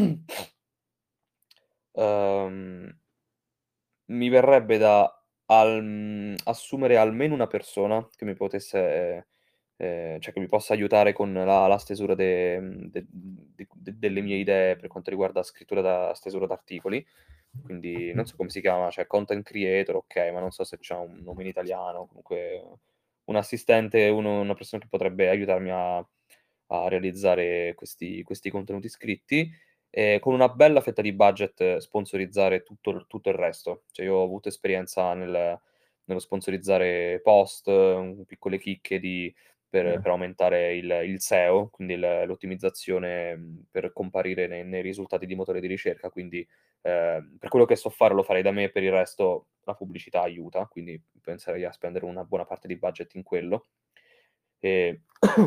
uhm mi verrebbe da al mhmm, assumere almeno una persona che mi potesse ehm, cioè che mi possa aiutare con la la stesura de mhmm, de de de delle mie idee per quanto riguarda scrittura da stesura d'articoli. Quindi non so come si chiama, cioè content creator, okay, ma non so se c'ha un nome in italiano, comunque un assistente, uno una persona che potrebbe aiutarmi a a realizzare questi questi contenuti scritti, e con una bella fetta di budget sponsorizzare tutto il tutto il resto. Cioè io ho avuto esperienza nel nello sponsorizzare post, mhmm, piccole chicche di per Eh, per aumentare il il S E O, quindi il l'ottimizzazione, mhmm, per comparire nei nei risultati di motore di ricerca, quindi, ehm, per quello che so fare lo farei da me, per il resto la pubblicità aiuta, quindi penserei a spendere una buona parte di budget in quello. E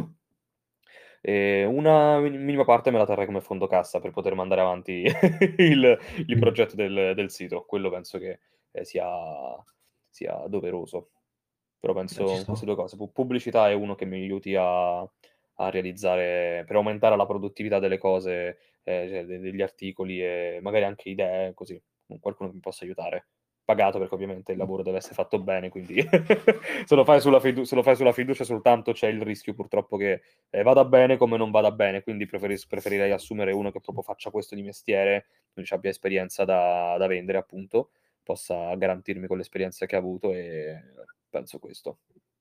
e una mi minima parte me la terrei come fondo cassa per poter mandare avanti il il mh, progetto del del sito. Quello penso che, ehm, sia sia doveroso. Però eh, ci penso sta. queste due cose. Pu pubblicità è uno che mi aiuti a a realizzare per aumentare la produttività delle cose, ehm, cioè de degli articoli e magari anche idee, così, con qualcuno che mi possa aiutare. pagato, perché ovviamente il lavoro deve essere fatto bene, quindi se lo fai sulla fidu se lo fai sulla fiducia soltanto c'è il rischio purtroppo che, ehm, vada bene come non vada bene, quindi preferis preferirei assumere uno che proprio faccia questo di mestiere, quindi c'abbia esperienza da da vendere appunto, possa garantirmi quell'esperienza che ha avuto e penso questo.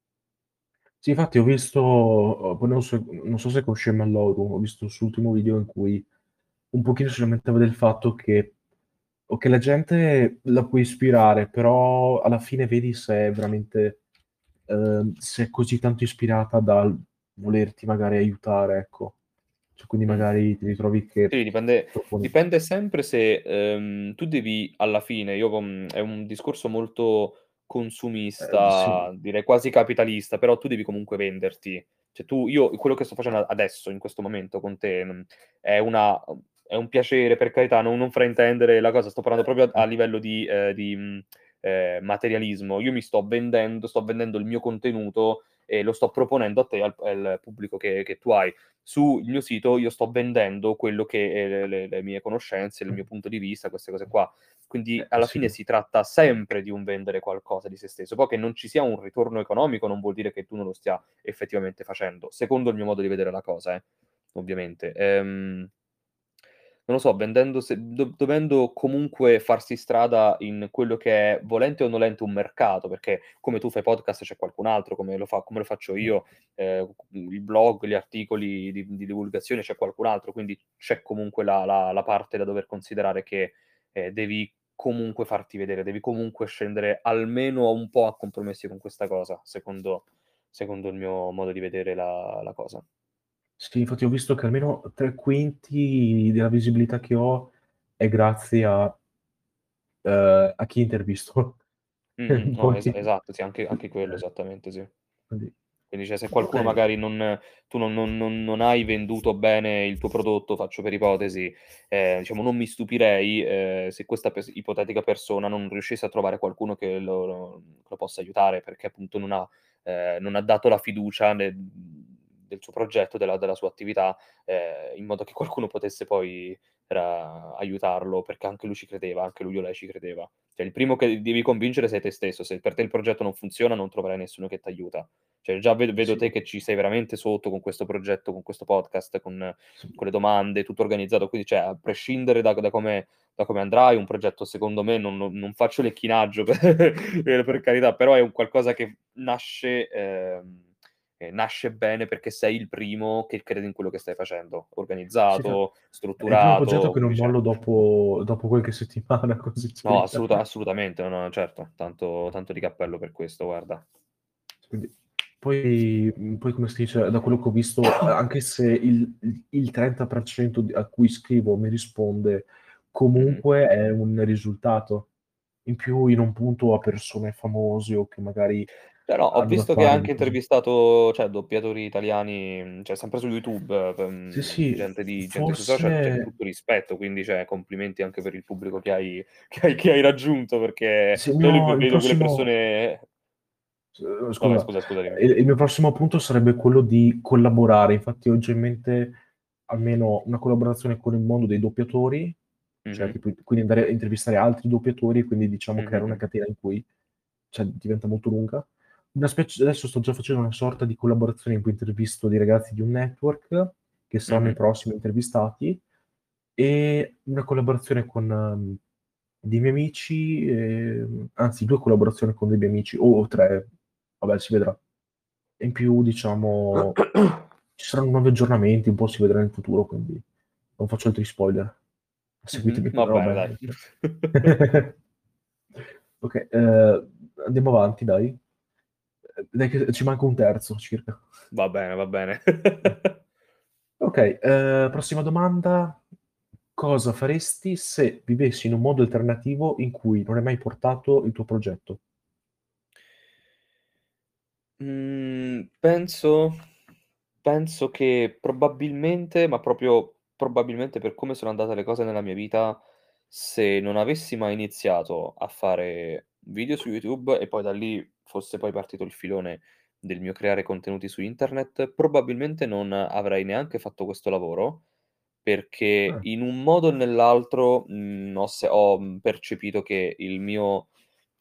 Sì, infatti ho visto uhm, poi non so non so se conosci MLOru, ho visto il suo ultimo video in cui un pochino si lamentava del fatto che okay, la gente la puoi ispirare, però alla fine vedi se è veramente uhm, se è così tanto ispirata dal volerti magari aiutare, ecco. Cioè, quindi Mh. magari ti ritrovi che Sì, dipende proponi dipende sempre se, ehm, tu devi alla fine io con è un discorso molto ehm, sì. consumista, direi quasi capitalista, però tu devi comunque venderti. Cioè tu io quello che sto facendo a adesso, in questo momento con te, mhmm, è una uhm, è un piacere, per carità, non non fraintendere la cosa, sto parlando proprio a a livello di ehm, di, mhmm, ehm, materialismo. Io mi sto vendendo sto vendendo il mio contenuto e lo sto proponendo a te, al p al pubblico che che tu hai. Sul mio sito io sto vendendo quello che è le le le mie conoscenze, il mio punto di vista, queste cose qua. Quindi Eh, alla sì. fine si tratta sempre di un vendere qualcosa di se stesso. Poi che non ci sia un ritorno economico non vuol dire che tu non lo stia effettivamente facendo, secondo il mio modo di vedere la cosa eh, ovviamente. Ehm non lo so, vendendo se do dovendo comunque farsi strada in quello che è, volente o nolente, un mercato, perché come tu fai podcast c'è qualcun altro, come lo fa come lo faccio io, ehm, il blog, gli articoli di di divulgazione c'è qualcun altro, quindi c'è comunque la la la parte da dover considerare che, ehm, devi comunque farti vedere, devi comunque scendere almeno un po' a compromessi con questa cosa, secondo secondo il mio modo di vedere la la cosa. Sì, infatti ho visto che almeno tre quinti della visibilità che ho è grazie a ehm, a chi intervisto. Mh-mh. No, Poi esa esatto, sì, anche anche quello, esattamente, sì. quindi Quindi, cioè, se qualcuno okay. magari non tu non non non non hai venduto bene il tuo prodotto, faccio per ipotesi, ehm, diciamo non mi stupirei, ehm, se questa pers ipotetica persona non riuscisse a trovare qualcuno che lo lo lo possa aiutare, perché appunto non ha ehm, non ha dato la fiducia ne del suo progetto, della della sua attività, ehm, in modo che qualcuno potesse poi ra aiutarlo, perché anche lui ci credeva, anche lui o lei ci credeva. Cioè il primo che devi convincere sei te stesso. Se per te il progetto non funziona, non troverai nessuno che t'aiuta. Cioè già ved vedo Sì, te che ci sei veramente sotto con questo progetto, con questo podcast, con sì. con le domande, tutto organizzato, quindi cioè a prescindere da da come da come andrà, è un progetto secondo me non non non faccio lecchinaggio per per per carità, però è un qualcosa che nasce ehm, ehm, nasce bene perché sei il primo che crede in quello che stai facendo. Sì, fa Organizzato, è il primo progetto strutturato, che via non mollo dicendo. dopo dopo qualche settimana, così No, spinta. assoluta assolutamente, no, no, certo, tanto tanto di cappello per questo, guarda. Quindi poi mhmm, poi come si dice, da quello che ho visto, a anche se il il il trenta per cento di a cui scrivo mi risponde, Mh-mh. comunque è un risultato. In più io non punto a persone famose o che magari Però ho hanno da visto che ha fare di anche così. intervistato, cioè doppiatori italiani, mhmm, cioè sempre su YouTube, per Sì, mhmm, sì, gente f di gente sui social, cioè forse tutto rispetto, quindi cioè complimenti anche per il pubblico che hai che hai che hai raggiunto, perché sì, il cioè io mio le il vedo quelle prossimo persone s uhm, no vai scusa, scusa, scusa, dimmi. il il mio prossimo punto sarebbe quello di collaborare. Infatti ho già in mente almeno una collaborazione con il mondo dei doppiatori, cioè Mh-mh. tipo quindi andare a intervistare altri doppiatori e quindi diciamo creare una Mh-mh-mh. catena in cui cioè diventa molto lunga. Una specie adesso sto già facendo una sorta di collaborazione in cui intervisto dei ragazzi di un network, che saranno i Mh-mh. prossimi intervistati, e una collaborazione con, mhmm, dei miei amici, ehm, anzi due collaborazioni con dei miei amici o tre, vabbè si vedrà. E in più diciamo ci saranno nuovi aggiornamenti, un po' si vedrà in futuro, quindi non faccio altri spoiler. Mh-mh. Seguitemi Va pure, bene vabbè. dai. Okay, ehm, andiamo avanti dai. Ehm, dai che ci manca un terzo circa. Va bene, va bene. Okay, ehm, prossima domanda: cosa faresti se vivessi in un mondo alternativo in cui non hai mai portato il tuo progetto? Mhmm, penso penso che probabilmente, ma proprio probabilmente per come sono andate le cose nella mia vita, se non avessi mai iniziato a fare video su YouTube e poi da lì fosse poi partito il filone del mio creare contenuti su internet, probabilmente non avrei neanche fatto questo lavoro, perché Ah, in un modo o nell'altro, mhmm, ho se ho, mhmm, percepito che il mio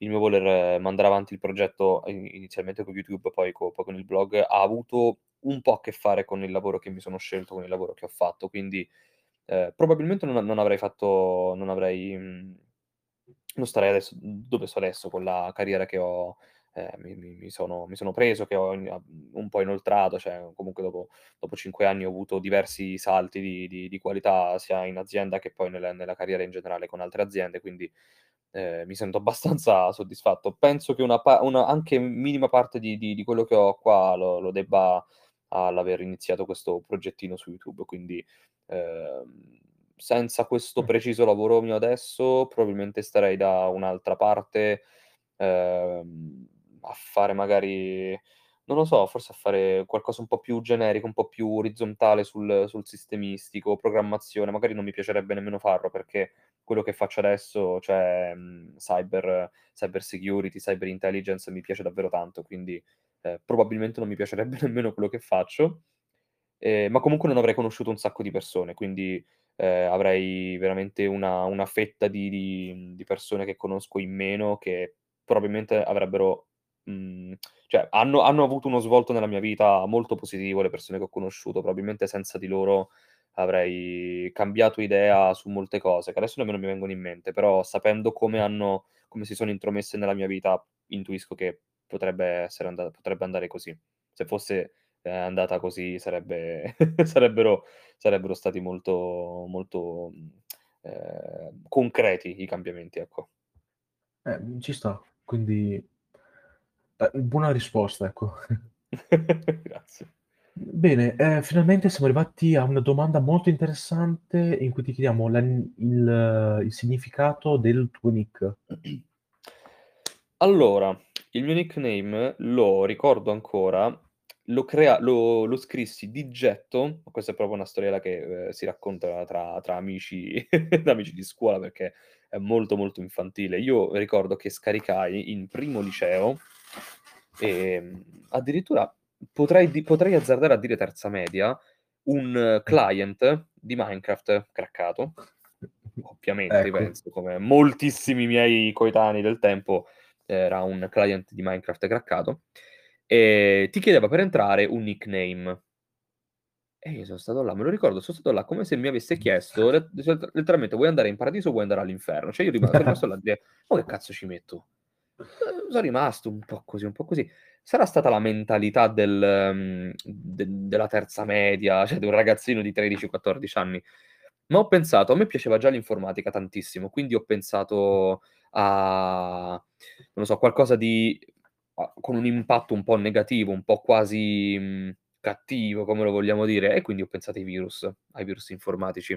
il mio voler mandare avanti il progetto i inizialmente con YouTube, poi co poi con il blog, ha avuto un po' a che fare con il lavoro che mi sono scelto, con il lavoro che ho fatto. Quindi, ehm, probabilmente non non avrei fatto non avrei mhmm, non starei adesso dove sto adesso con la carriera che ho ehm, mi mi mi sono mi sono preso, che ho in a un po' inoltrato, cioè comunque dopo dopo cinque anni ho avuto diversi salti di di di qualità, sia in azienda che poi nel nella carriera in generale con altre aziende, quindi, ehm, mi sento abbastanza soddisfatto. Penso che una pa una anche minima parte di di di quello che ho qua lo lo debba all'aver iniziato questo progettino su YouTube, quindi, ehm, senza questo Mh. preciso lavoro mio adesso, probabilmente starei da un'altra parte, ehm, a fare magari non lo so, forse a fare qualcosa un po' più generico, un po' più orizzontale sul sul sistemistico, programmazione. Magari non mi piacerebbe nemmeno farlo, perché quello che faccio adesso, cioè, mhmm, cyber cyber security, cyber intelligence, mi piace davvero tanto, quindi, ehm, probabilmente non mi piacerebbe nemmeno quello che faccio. Ehm, ma comunque non avrei conosciuto un sacco di persone, quindi, ehm, avrei veramente una una fetta di di mhmm, di persone che conosco in meno, che probabilmente avrebbero mhmm, cioè hanno hanno avuto uno svolto nella mia vita molto positivo, le persone che ho conosciuto. Probabilmente senza di loro avrei cambiato idea su molte cose, che adesso nemmeno mi vengono in mente, però sapendo come hanno come si sono intromesse nella mia vita, intuisco che potrebbe essere anda potrebbe andare così. Se fosse, ehm, andata così sarebbe sarebbero sarebbero stati molto molto, mhmm, ehm, concreti i cambiamenti, ecco. Eh, mhmm, ci sta. Quindi eh, buona risposta, ecco. Grazie. Bene, ehm, finalmente siamo arrivati a una domanda molto interessante in cui ti chiediamo la n il il significato del tuo nick. Allora, il mio nickname lo ricordo ancora, lo crea lo lo scrissi di getto, ma questa è proprio una storiella che, ehm, si racconta tra tra amici tra amici di scuola, perché è molto, molto infantile. Io ricordo che scaricai in primo liceo, ehm, addirittura potrei di potrei azzardare a dire terza media, un Mh. client di Minecraft craccato. Ovviamente Ecco. penso, come moltissimi miei coetanei del tempo, era un client di Minecraft craccato, e ti chiedeva per entrare un nickname. E io sono stato là, me lo ricordo, sono stato là come se mi avesse chiesto let let letteralmente: "Vuoi andare in paradiso o vuoi andare all'inferno?" Cioè io rima son rimasto là a dire: "Mo che cazzo ci metto?" Uhm, son rimasto un po' così, un po' così. Sarà stata la mentalità del mhmm, de della terza media, cioè di un ragazzino di tredici, quattordici anni, ma ho pensato a me piaceva già l'informatica tantissimo, quindi ho pensato a non lo so, qualcosa di a con un impatto un po' negativo, un po' quasi, mhmm, cattivo, come lo vogliamo dire, e quindi ho pensato ai virus, ai virus informatici.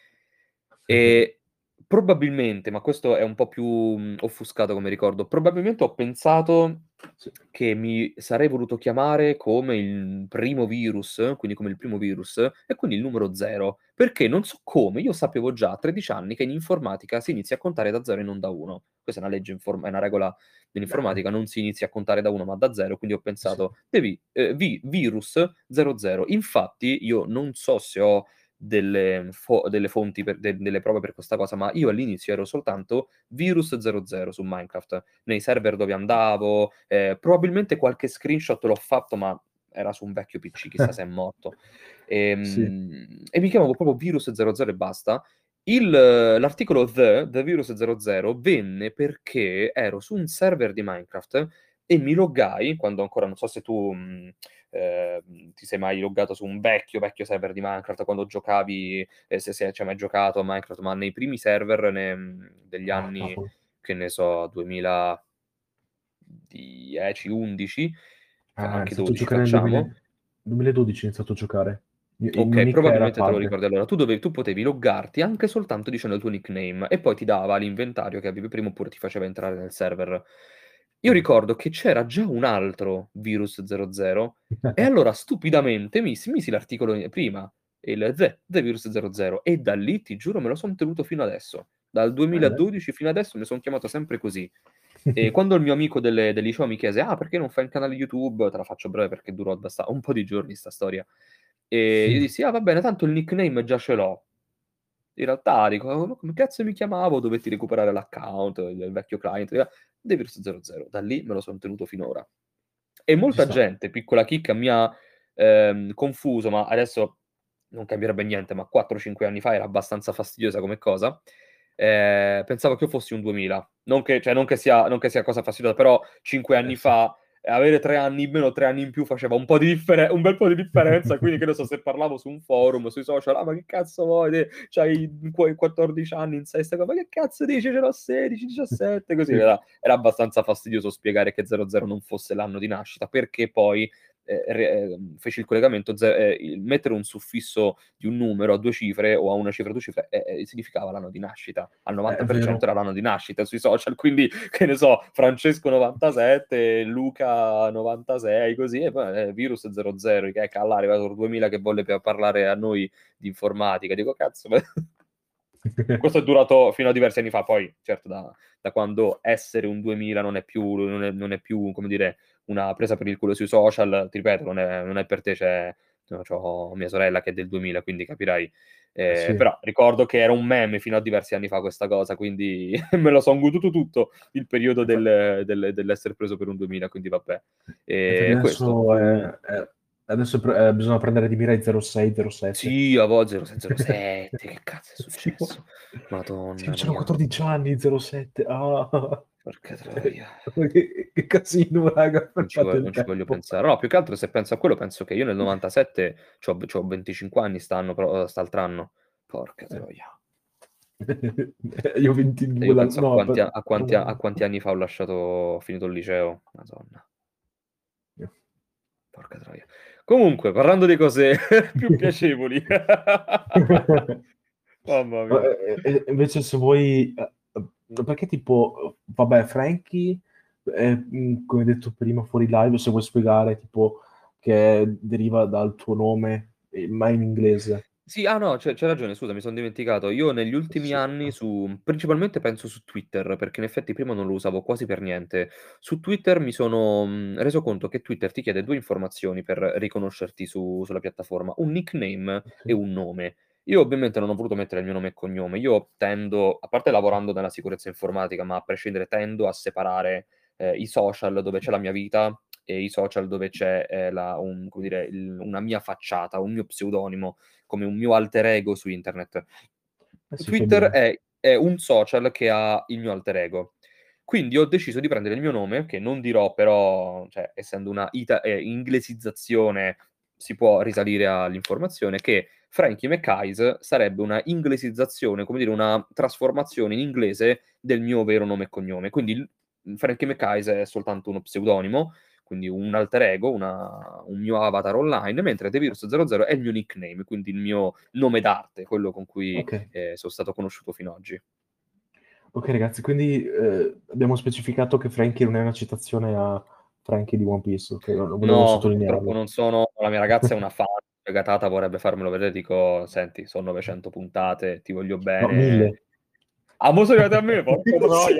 E probabilmente, ma questo è un po' più, mhmm, offuscato come ricordo, probabilmente ho pensato Sì. che mi sarei voluto chiamare come il primo virus, quindi come il primo virus, e quindi il numero zero, perché non so come, io sapevo già a tredici anni che in informatica si inizia a contare da zero e non da uno. Questa è una legge inform è una regola dell'informatica, non si inizia a contare da uno ma da zero, quindi ho Sì. pensato: "Devi ehm, vi virus zero zero". Infatti io non so se ho delle fo delle fonti per de delle prove per questa cosa, ma io all'inizio ero soltanto virus zero zero su Minecraft, nei server dove andavo, ehm, probabilmente qualche screenshot l'ho fatto, ma era su un vecchio P C, chissà se è morto. Sì. Ehm, e mi chiamavo proprio virus zero zero e basta. Il l'articolo the, the virus zero zero venne perché ero su un server di Minecraft e mi loggai, quando ancora non so se tu, mhmm, ehm, ti sei mai loggato su un vecchio, vecchio server di Minecraft quando giocavi, e se se ci hai mai giocato a Minecraft, ma nei primi server ne mhmm, degli Ah, anni, cavolo. che ne so, duemiladieci, undici, f Ah, ho anche iniziato a dodici giocare nel duemila facciamo. duemiladodici ho iniziato a giocare. I il mio Okay, nick era probabilmente te lo Pug. ricordi allora. Tu dove tu potevi loggarti anche soltanto dicendo il tuo nickname e poi ti dava l'inventario che avevi prima, oppure ti faceva entrare nel server. Io Mh. ricordo che c'era già un altro virus zero zero e allora stupidamente misi misi l'articolo i prima, il the, the virus zero zero, e da lì ti giuro me lo son tenuto fino adesso. Dal Eh, dai. duemiladodici fino adesso mi son chiamato sempre così. E quando il mio amico del del liceo mi chiese: "Ah, perché non fai un canale YouTube?" Te la faccio breve perché durò abbasta un po' di giorni 'sta storia. E io dissi: "Ah, va bene, tanto il nickname già ce l'ho." In realtà dico: "Ma come cazzo mi chiamavo?" Dovetti recuperare l'account, il il vecchio client, eh, Devirus zero zero. Da lì me lo son tenuto finora. E Ci molta sta. gente, piccola chicca, mi ha, ehm, confuso, ma adesso non cambierebbe niente, ma quattro cinque anni fa era abbastanza fastidiosa come cosa, ehm, pensavo che io fossi un duemila. Non che cioè non che sia non che sia cosa fastidiosa, però cinque Eh anni sì. fa, ehm, avere tre anni in meno, tre anni in più faceva un po' di differe un bel po' di differenza, quindi che ne so, se parlavo su un forum, sui social: "Ah, ma che cazzo vuoi te? C'hai qu quattordici anni, in sesta co ma che cazzo dici? Ce n'ho sedici, diciassette", così Sì. era era abbastanza fastidioso spiegare che zero zero non fosse l'anno di nascita, perché poi, ehm, re ehm, feci il collegamento ze ehm, il mettere un suffisso di un numero a due cifre o a una cifra a due cifre, eh, ehm, significava l'anno di nascita. Al È novanta è per cento vero. era l'anno di nascita sui social, quindi che ne so, Francesco novantasette, Luca novantasei, così, e poi, eh, Virus zero zero, che è cà là è arrivato il duemila che volle pe parlare a noi di informatica. Dico: "Cazzo, ma" Questo è durato fino a diversi anni fa, poi certo da da quando essere un duemila non è più non è non è più, come dire, una presa per il culo sui social, ti ripeto, non è non è per te, c'è no, c'ho mia sorella che è del duemila, quindi capirai. Eh Ehm, sì. però ricordo che era un meme fino a diversi anni fa questa cosa, quindi me lo son goduto tutto il periodo E fa del del dell'essere preso per un duemila, quindi vabbè. E perché Ehm, questo, adesso è su è adesso pre ehm, bisogna prendere di mira i zero sei, zero sette. Sì, a vo zero sei zero sette, che cazzo è Sì, ma successo? sì, Madonna c'hanno mia. quattordici anni, zero sette. Ah. Porca Eh, troia. che che casino raga, Non ci vo fermate il non ci voglio tempo. pensare. No, più che altro se penso a quello, penso che io nel novantasette c'ho v c'ho venticinque anni st'anno, pro uhm, st'altr'anno. Porca Eh. troia. Io ho E ventidue io l'an penso a no, quanti pe a a quanti a a quanti anni fa ho lasciato ho finito il liceo. Madonna. Porca troia. Comunque, parlando di cose più piacevoli. Mamma Ma, mia. e e e invece se vuoi ehm, uhm, perché tipo, uhm, vabbè Franky, ehm, mhmm, come hai detto prima fuori live, se vuoi spiegare tipo che deriva dal tuo nome, ehm, ma in inglese. Sì, ah no, c'hai c'hai ragione, scusa, mi son dimenticato. Io negli ultimi Sì. anni su principalmente penso su Twitter, perché in effetti prima non lo usavo quasi per niente. Su Twitter mi sono, mhmm, reso conto che Twitter ti chiede due informazioni per riconoscerti su sulla piattaforma: un nickname e Sì. un nome. Io ovviamente non ho voluto mettere il mio nome e cognome. Io tendo, a parte lavorando nella sicurezza informatica, ma a prescindere tendo a separare, ehm, i social dove c'è la mia vita e i social dove c'è, ehm, la un come dire, il una mia facciata, un mio pseudonimo, come un mio alter ego su internet. Eh sì, fai Twitter bene. è è un social che ha il mio alter ego. Quindi ho deciso di prendere il mio nome, che non dirò però, cioè essendo una ita ehm, inglesizzazione si può risalire all'informazione, che Frankie McEyes sarebbe una inglesizzazione, come dire, una trasformazione in inglese del mio vero nome e cognome. Quindi il mhmm, Frankie McEyes è soltanto uno pseudonimo, quindi un alter ego, una un mio avatar online, mentre Devirus zero zero è il mio nickname, quindi il mio nome d'arte, quello con cui, Okay. ehm, son stato conosciuto fino oggi. Okay ragazzi, quindi, ehm, abbiamo specificato che Franky non è una citazione a Franky di One Piece, okay, lo volevo No, purtroppo sottolinearlo. non sono la mia ragazza è una fan sfegatata, vorrebbe farmelo vedere, dico: "Senti, son novecento puntate, ti voglio No, bene". mille. Ah, mo' sei arrivato a me, porca troia.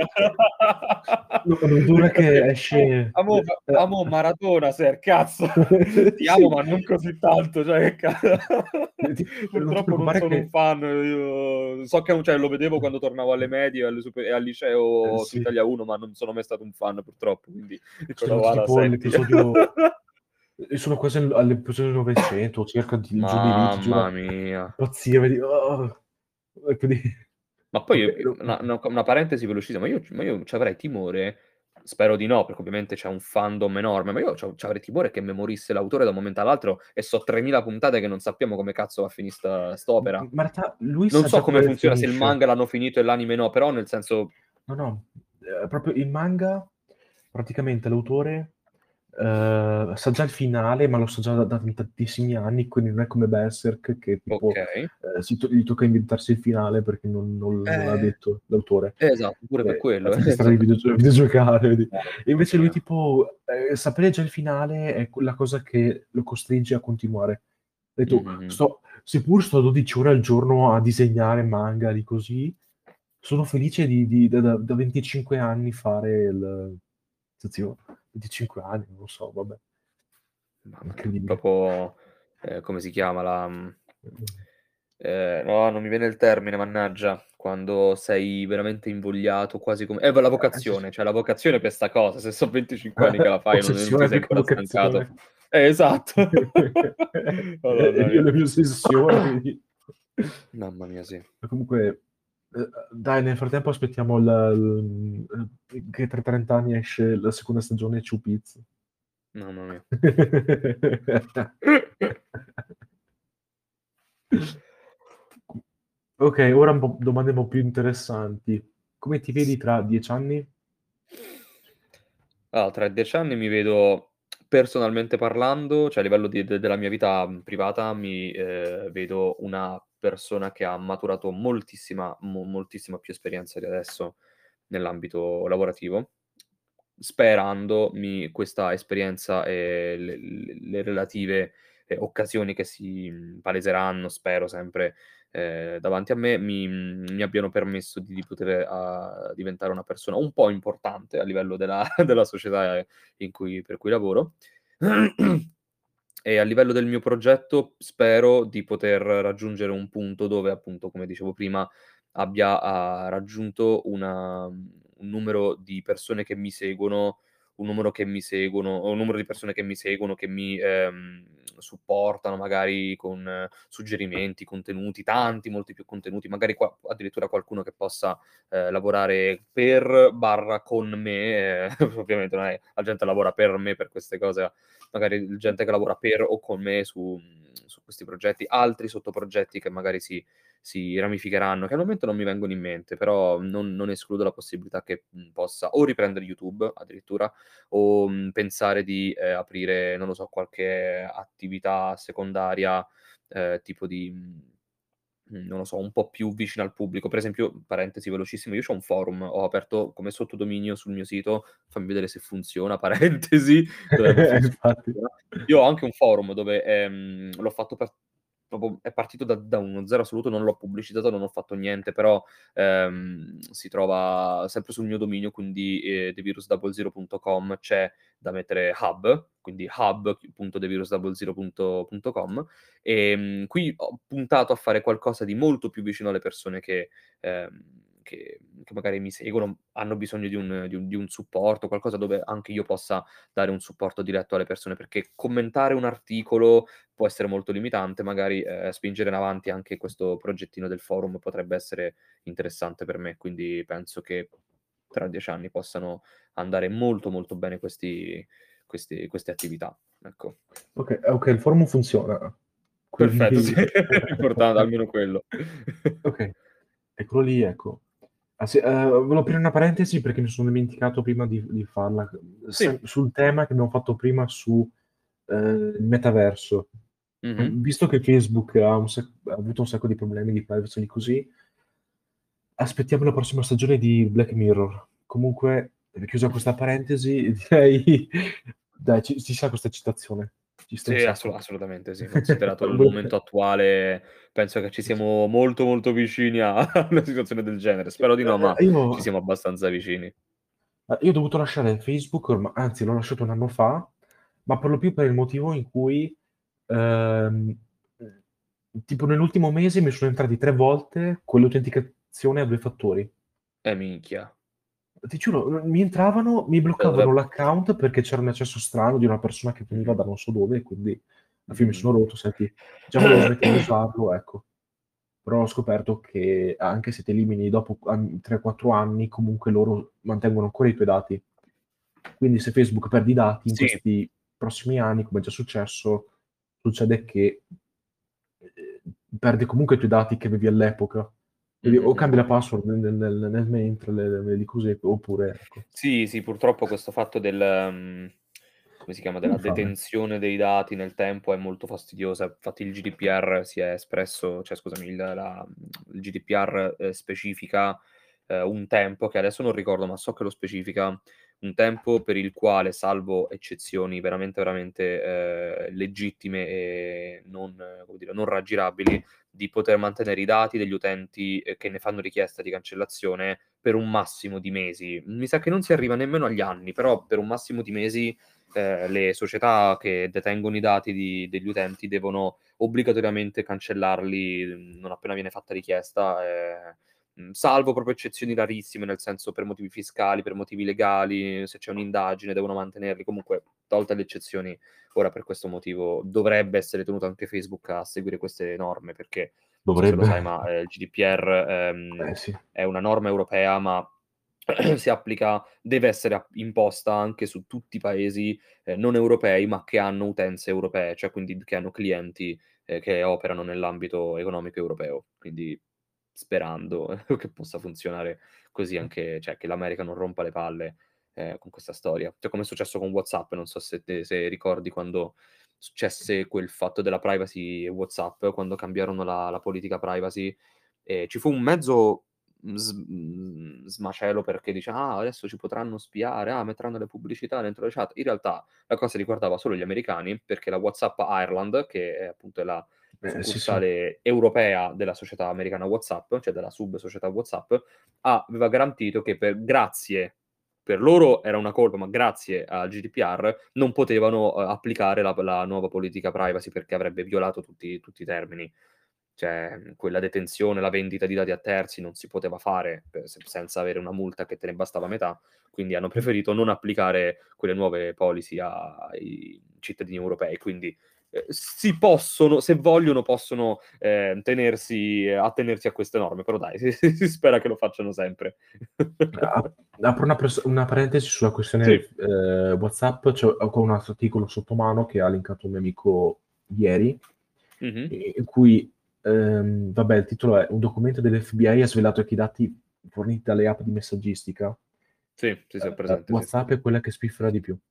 No, non dura Dico: che "Eh, amo esce amo ma eh amo maratona ser cazzo. Ti amo, sì. ma non così tanto, cioè che ca" E ti non ti Purtroppo non preoccupare sono un che fan, io so che cioè lo vedevo quando tornavo alle medie, alle supe e al Eh liceo su sì. Italia uno, ma non sono mai stato un fan purtroppo, quindi dico: Sono "No venuti guarda tipo senti" all'episodio e sono quasi al all'episodio novecento, circa di giù di lì, ti Mamma giuro, mia. impazziva di "Ah!" E quindi Ma poi, okay, ehm, lo una una co una parentesi velocissima, ma io c ma io c'avrei timore, spero di no, perché ovviamente c'è un fandom enorme, ma io c'ho c'avrei timore che me morisse l'autore da un momento all'altro e so tremila puntate che non sappiamo come cazzo va a finì 'sta m st'opera. m ma in realtà lui Non sa so già come come funziona, se il finisce. manga l'hanno finito e l'anime no, però nel senso No, no, ehm, proprio il manga, praticamente l'autore, ehm, sa già il finale, ma lo sa già da da tantissimi anni, quindi non è come Berserk che tipo, okay. ehm, si to gli tocca inventarsi il finale perché non non non l'ha Eh. detto l'autore. Esatto, pure per Ehm, quello, anziché eh, stare lì cioè videogio videogiocare, vedi. E Mamma invece lui mia. tipo, ehm, sapere già il finale è quella cosa che lo costringe a continuare. Ha detto: Mh-mh-mh. "Sto seppur sto dodici ore al giorno a disegnare manga di così, sono felice di di da da da venticinque anni fare il" venticinque anni, non lo so, vabbè. Mamma mia, Incredibile. propo, ehm, come si chiama la mhmm Ehm, no, non mi viene il termine, mannaggia, quando sei veramente invogliato quasi come eh, v la Eh, sì, sì. vocazione, cioè la vocazione per 'sta cosa, se so' venticinque anni che la fai e non e non ti Ossessione sei più che ancora stancato. vocazione. Eh, esatto. E Madonna io mia. le mie ossessioni, quindi Mamma mia, sì. e comunque, uhm, dai, nel frattempo aspettiamo il l mhmm, che tra trenta anni esce la seconda stagione di Two Peas. Mamma mia. Okay, ora un po' domande un po' più interessanti. Come ti vedi tra dieci anni? Allora, tra dieci anni mi vedo personalmente parlando, cioè a livello di de della mia vita, mhmm, privata, mi, ehm, vedo una persona che ha maturato moltissima mo moltissima più esperienza di adesso nell'ambito lavorativo, sperando mi questa esperienza e le le le relative, ehm, occasioni che si, mhmm, paleseranno, spero sempre, ehm, davanti a me, mi mhmm, mi abbiano permesso di di poter, a diventare una persona un po' importante a livello della della società in cui per cui lavoro. E a livello del mio progetto spero di poter raggiungere un punto dove, appunto, come dicevo prima, abbia, a raggiunto una mhmm, un numero di persone che mi seguono un numero che mi seguono o un numero di persone che mi seguono, che mi, ehm, supportano magari con eh, suggerimenti, contenuti, tanti, molti più contenuti, magari qua addirittura qualcuno che possa, ehm, lavorare per barra con me, ehm, ovviamente non è la gente lavora per me per queste cose, magari gente che lavora per o con me su mhmm, su questi progetti, altri sottoprogetti che magari si si ramificheranno, che al momento non mi vengono in mente, però non non escludo la possibilità che, mhmm, possa o riprendere YouTube addirittura, o, mhmm, pensare di, ehm, aprire, non lo so, qualche attività secondaria, ehm, tipo di mhmm, mhmm, non lo so, un po' più vicina al pubblico. Per esempio, parentesi velocissima, io c'ho un forum, ho aperto come sottodominio sul mio sito, fammi vedere se funziona, parentesi, dovrebbe funzionare. Infatti. Io ho anche un forum dove, ehm, l'ho fatto per proprio è partito da da uno zero assoluto, non l'ho pubblicizzato, non ho fatto niente, però, ehm, si trova sempre sul mio dominio, quindi, ehm, the virus double zero punto com, c'è da mettere hub, quindi hub punto the virus double zero punto com. Ehm, qui ho puntato a fare qualcosa di molto più vicino alle persone che ehm, che che magari mi seguono, hanno bisogno di un di un di un supporto, qualcosa dove anche io possa dare un supporto diretto alle persone, perché commentare un articolo può essere molto limitante, magari, ehm, spingere in avanti anche questo progettino del forum potrebbe essere interessante per me, quindi penso che tra dieci anni possano andare molto, molto bene questi questi queste attività, ecco. Okay, okay, il forum funziona. Perfetto, sì, Quindi l'importante almeno quello. okay. E quello lì, ecco. Ah sì, ehm, volevo aprire una parentesi perché mi sono dimenticato prima di di farla. Sì. Sem sul tema che abbiamo fatto prima su, ehm, il metaverso. Mh-mh. Mhmm, visto che Facebook ha un sac ha avuto un sacco di problemi di privacy e così, aspettiamo la prossima stagione di Black Mirror. Comunque, chiusa questa parentesi, direi dai, ci ci sta questa citazione. Ci sta un Sì, assolu sacco. assolutamente sì. Considerato il momento attuale, penso che ci Sì, sì. siamo molto, molto vicini a una situazione del genere. Sì, Spero di no, ehm, ma ci io siamo abbastanza vicini. Eh, io ho dovuto lasciare Facebook orma anzi l'ho lasciato un anno fa, ma per lo più per il motivo in cui, ehm, mhmm, tipo nell'ultimo mese mi sono entrati tre volte con l'autenticazione a due fattori. Eh minchia. Ti giuro, n mi entravano, mi Cioè bloccavano dovrebbe l'account perché c'era un accesso strano di una persona che veniva mh-mh. da non so dove, e quindi alla fine mi Mh-mh. sono rotto: "Senti, diciamo devo smettere di usarlo", ecco. Però ho scoperto che anche se ti elimini dopo an tre, quattro anni, comunque loro mantengono ancora i tuoi dati. Quindi se Facebook perde i dati in Sì. questi prossimi anni, come è già successo, succede che, ehm, perde comunque i tuoi dati che avevi all'epoca. Quindi o Mh-mh-mh. cambi la password nel nel nel mentre, le le vedi così, oppure ecco. Sì, sì, purtroppo questo fatto del mhmm, come si chiama, della Infame. detenzione dei dati nel tempo è molto fastidiosa. Infatti il G D P R si è espresso cioè scusami, il la mhmm, il G D P R, ehm, specifica, ehm, un tempo che adesso non ricordo, ma so che lo specifica, un tempo per il quale, salvo eccezioni veramente, veramente, ehm, legittime e non come dire, non raggirabili, di poter mantenere i dati degli utenti, ehm, che ne fanno richiesta di cancellazione per un massimo di mesi. Mi sa che non si arriva nemmeno agli anni, però per un massimo di mesi, ehm, le società che detengono i dati di degli utenti devono obbligatoriamente cancellarli, mhmm, non appena viene fatta richiesta, ehm, mhmm, salvo proprio eccezioni rarissime, nel senso per motivi fiscali, per motivi legali, se c'è un'indagine devono mantenerli. Comunque, tolte le eccezioni, ora per questo motivo dovrebbe essere tenuto anche Facebook a seguire queste norme, perché non so se lo Dovrebbe. sai, ma, ehm, il G D P R, ehm, Eh sì. è una norma europea, ma si applica deve essere ap imposta anche su tutti i paesi, ehm, non europei, ma che hanno utenze europee, cioè quindi che hanno clienti, ehm, che operano nell'ambito economico europeo. Quindi sperando che possa funzionare così anche, cioè che l'America non rompa le palle, ehm, con questa storia. Cioè come è successo con WhatsApp, non so se te se ricordi quando successe quel fatto della privacy WhatsApp, quando cambiarono la la politica privacy, ehm, ci fu un mezzo mhmm, s mhmm, smacello perché dice: "Ah, adesso ci potranno spiare, ah, metteranno le pubblicità dentro le chat." In realtà la cosa riguardava solo gli americani, perché la WhatsApp Ireland, che è appunto è la Eh, sì, sì. succursale europea della società americana WhatsApp, cioè della sub-società WhatsApp, aveva garantito che per grazie per loro era una colpa, ma grazie al G D P R non potevano, uhm, applicare la p la nuova politica privacy perché avrebbe violato tutti tutti i termini. Cioè, mhmm, quella detenzione, la vendita di dati a terzi non si poteva fare pe se senza avere una multa che te ne bastava metà, quindi hanno preferito non applicare quelle nuove policy a ai cittadini europei. Quindi, ehm, si possono se vogliono possono, ehm, tenersi attenersi a queste norme, però dai, si si si spera che lo facciano sempre. A apro una pres una parentesi sulla questione Sì. f ehm, WhatsApp, c'ho ho qua un altro articolo sotto mano che ha linkato un mio amico ieri, Mh-mh. i in cui, ehm, vabbè il titolo è: "Un documento dell'F B I ha svelato che i dati forniti dalle app di messaggistica, Sì, sì, sì, ho ehm, presente, sì. WhatsApp è quella che spiffera di più."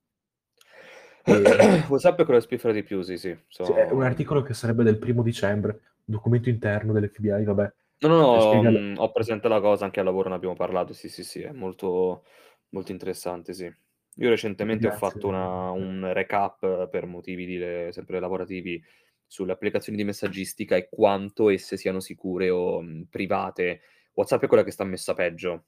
E WhatsApp è quello che spiffera di più, sì, sì, sì, è un so articolo che sarebbe del primo dicembre, documento interno dell'F B I, vabbè, no, no, e no, spiega l mhmm, ho presente la cosa, anche al lavoro ne abbiamo parlato, sì, sì, sì, è molto molto interessante, sì. Io recentemente ho grazie. fatto una un recap per motivi di le sempre lavorativi, sulle applicazioni di messaggistica e quanto esse siano sicure o, mhmm, private. WhatsApp è quella che sta messa peggio,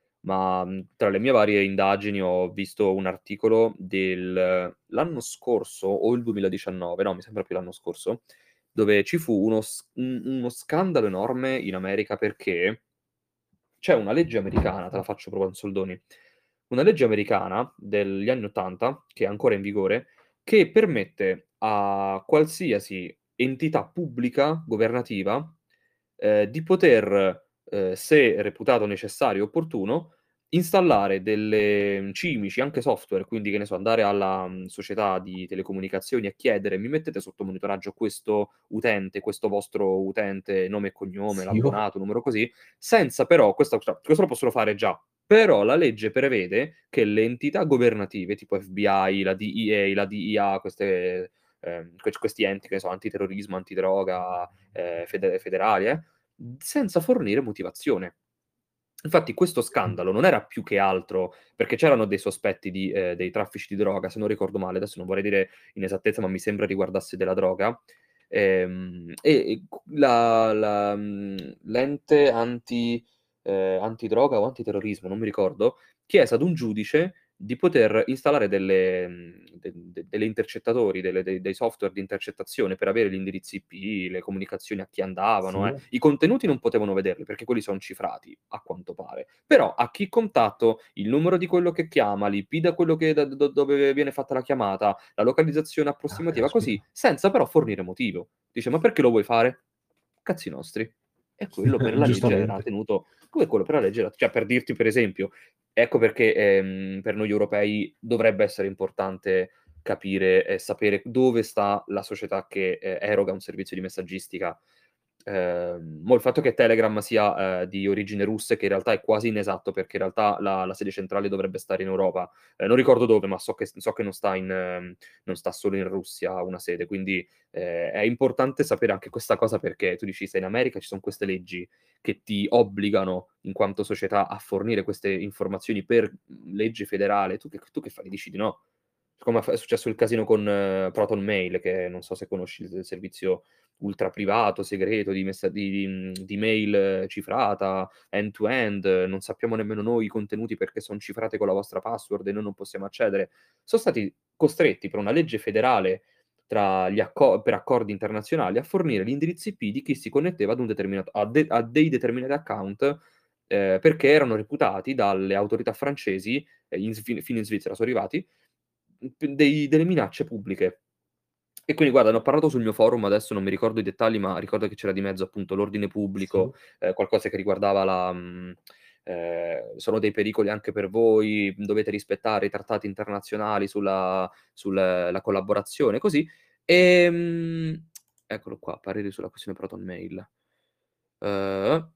ma, mhmm, tra le mie varie indagini ho visto un articolo del l'anno scorso o il duemiladiciannove, no, mi sembra più l'anno scorso, dove ci fu uno s un uno scandalo enorme in America perché c'è una legge americana, te la faccio proprio in soldoni, una legge americana degli anni 'ottanta, che è ancora in vigore, che permette a qualsiasi entità pubblica governativa, ehm, di poter, ehm, se reputato necessario e opportuno, installare delle mhmm, cimici, anche software, quindi che ne so, andare alla, mhmm, società di telecomunicazioni e chiedere: "Mi mettete sotto monitoraggio questo utente, questo vostro utente, nome e cognome, Sì, io l'abbonato, numero così", senza però questa cioè questo lo possono fare già, però la legge prevede che le entità governative, tipo F B I, la D E A, la D E A, queste ehm, quec questi enti, che ne so, antiterrorismo, antidroga, ehm, fede federali, eh, senza fornire motivazione. Infatti questo scandalo non era più che altro perché c'erano dei sospetti di ehm, dei traffici di droga, se non ricordo male, adesso non vorrei dire inesattezza, ma mi sembra riguardasse della droga, ehm, e e q la la mhmm, l'ente anti ehm, antidroga o antiterrorismo, non mi ricordo, chiese ad un giudice di poter installare delle mhmm, de de delle intercettatori, delle dei dei software di intercettazione per avere gli indirizzi I P, le comunicazioni a chi andavano, sì. eh. I contenuti non potevano vederli perché quelli son cifrati, a quanto pare. Però a chi contatto, il numero di quello che chiama, l'I P da quello che da do dove viene fatta la chiamata, la localizzazione Ah, approssimativa, così, caspita. senza però fornire motivo. Dice: "Ma perché lo vuoi fare?" Cazzi nostri. E quello per la legge era Giustamente. tenuto come quello per la legge era cioè per dirti per esempio, ecco perché, ehm, per noi europei dovrebbe essere importante capire e sapere dove sta la società che, ehm, eroga un servizio di messaggistica. Ehm, mo' il fatto che Telegram sia, ehm, di origine russe, che in realtà è quasi inesatto, perché in realtà la la sede centrale dovrebbe stare in Europa. Ehm, non ricordo dove, ma so che s so che non sta in ehm, non sta solo in Russia una sede, quindi, ehm, è importante sapere anche questa cosa perché tu dici: "Sei in America, ci son queste leggi che ti obbligano, in quanto società, a fornire queste informazioni per, mhmm, legge federale." Tu che tu che fai? Dici di no. come fa è successo il casino con Proton Mail, che non so se conosci il servizio ultra privato, segreto di messa di di mhmm, di mail cifrata, end to end, non sappiamo nemmeno noi i contenuti perché son cifrate con la vostra password e noi non possiamo accedere. Son stati costretti per una legge federale tra gli acco per accordi internazionali a fornire gli indirizzi I P di chi si connetteva ad un determinato a de a dei determinati account, ehm, perché erano reputati dalle autorità francesi, e in svi fino in Svizzera so arrivati, p dei delle minacce pubbliche. E quindi guarda, ne ho parlato sul mio forum, adesso non mi ricordo i dettagli, ma ricordo che c'era di mezzo appunto l'ordine Sì. pubblico, ehm, qualcosa che riguardava la mhmm, ehm, sono dei pericoli anche per voi, dovete rispettare i trattati internazionali sulla sul la collaborazione, così. Ehm, eccolo qua, pareri sulla questione Proton Mail. Uhm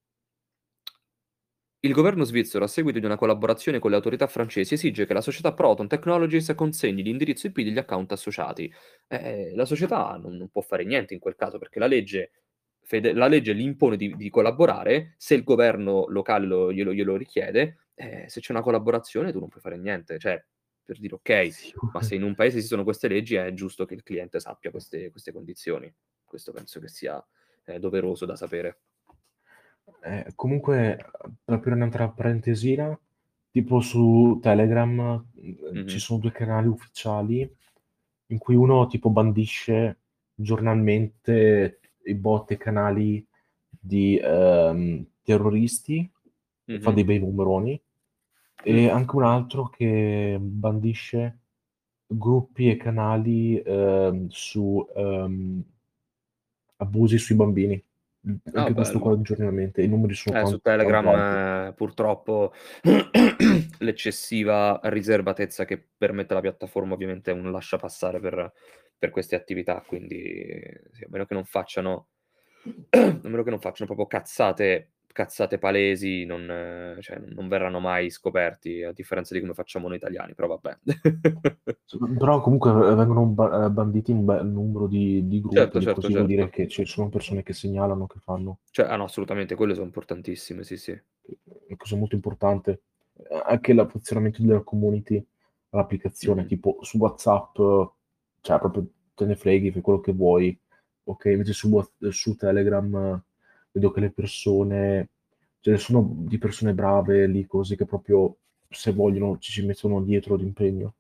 Il governo svizzero, a seguito di una collaborazione con le autorità francesi, esige che la società Proton Technologies consegni l'indirizzo I P degli account associati. Eh, la società non non può fare niente in quel caso, perché la legge fede la legge gli impone di di collaborare, se il governo locale lo glielo glielo richiede, eh, se c'è una collaborazione tu non puoi fare niente. Cioè, per dire: okay, Sì, ma se in un paese esistono queste leggi è giusto che il cliente sappia queste queste condizioni. Questo penso che sia, ehm, doveroso da sapere. Eh, comunque, uhm, per aprire un'altra parentesina, tipo su Telegram, mhmm, ci Mh-mh. sono due canali ufficiali, in cui uno tipo bandisce giornalmente i bot e canali di, ehm, terroristi, e fa Mh-mh. dei bei numeroni, Mh. e anche un altro che bandisce gruppi e canali, ehm, su, ehm abusi sui bambini. Mh, Ah, anche questo bello. qua giornalmente, i numeri sono Eh, su tan tanto alti. Telegram purtroppo l'eccessiva riservatezza che permette la piattaforma ovviamente è un lasciapassare per per queste attività, quindi sì, a meno che non facciano a meno che non facciano proprio cazzate cazzate palesi, non cioè non verranno mai scoperti, a differenza di come facciamo noi italiani, però vabbè. S mhmm, però comunque, ehm, vengono ba ehm, banditi un bel numero di di gruppi, Certo, di certo, così vuol dire certo. che ci sono persone che segnalano, che fanno. Cioè ah no, assolutamente, quelle son importantissime, sì, sì. Una cosa molto importante. Ehm, anche la funzionamento della community, l'applicazione, Mh-mh. tipo su WhatsApp, cioè proprio te ne freghi, fai quello che vuoi. Okay, invece su Whats su Telegram vedo che le persone ce ne sono di persone brave lì, così, che proprio se vogliono ci ci mettono dietro d'impegno.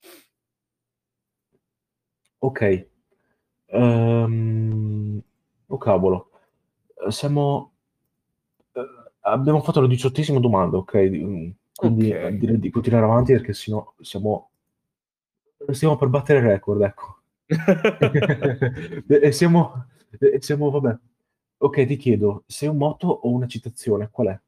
Okay. Ehm, oh cavolo, uhm, siamo uhm, abbiamo fatto la diciottesima domanda, okay, di mhmm, quindi, uhm, Okay. direi di continuare avanti perché sennò siamo uhm, stiamo per battere il record, ecco. E e siamo e e siamo vabbè. Okay, ti chiedo, sei un motto o una citazione? Qual è?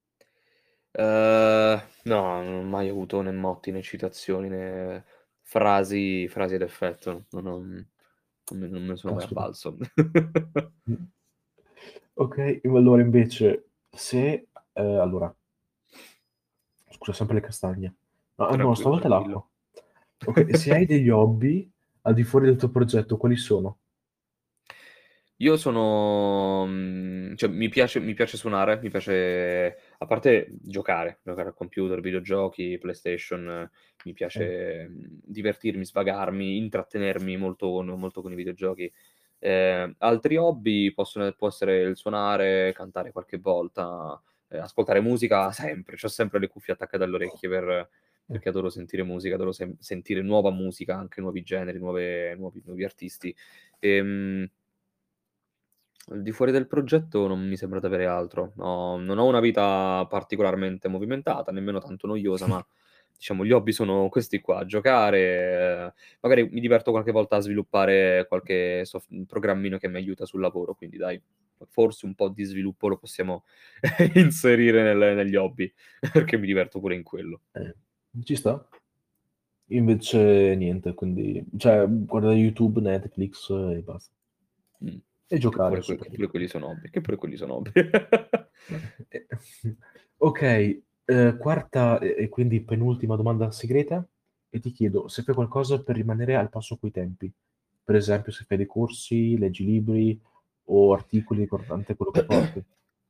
Uhm, no, non ho mai avuto né motti, né citazioni, né frasi frasi ad effetto. Non ho mhmm, non me non me ne sono mai Caspita. avvalso. Mh. Okay, io allora invece se ehm, allora scusa, sempre le castagne. Ah no, Tranquillo, stavolta è tranquillo. l'acqua. Okay, se hai degli hobby al di fuori del tuo progetto, quali sono? Io sono mhmm, cioè mi piace mi piace suonare, mi piace a parte giocare, giocare al computer, videogiochi, PlayStation, mi Eh. piace, mhmm, divertirmi, svagarmi, intrattenermi molto con molto con i videogiochi. Ehm, altri hobby possono può essere il suonare, cantare qualche volta, ehm, ascoltare musica sempre, c'ho sempre le cuffie attaccate alle orecchie per Mh. perché adoro sentire musica, adoro sem sentire nuova musica, anche nuovi generi, nuove nuovi nuovi artisti. Ehm al di fuori del progetto non mi sembra di avere altro. No, non ho una vita particolarmente movimentata, nemmeno tanto noiosa, ma diciamo gli hobby sono questi qua: giocare, magari mi diverto qualche volta a sviluppare qualche soft mhmm, programmino che mi aiuta sul lavoro, quindi dai, forse un po' di sviluppo lo possiamo inserire nel negli hobby, perché mi diverto pure in quello. Eh, ci sta. Io invece niente, quindi cioè guardare YouTube, Netflix e basta. Mh. E Che giocare pure que che pure soprattutto. quelli sono hobby, che pure quelli sono hobby. Eh, okay, ehm, quarta e e quindi penultima domanda segreta, e ti chiedo se fai qualcosa per rimanere al passo coi tempi. Per esempio se fai dei corsi, leggi libri o articoli riguardante quello che porti.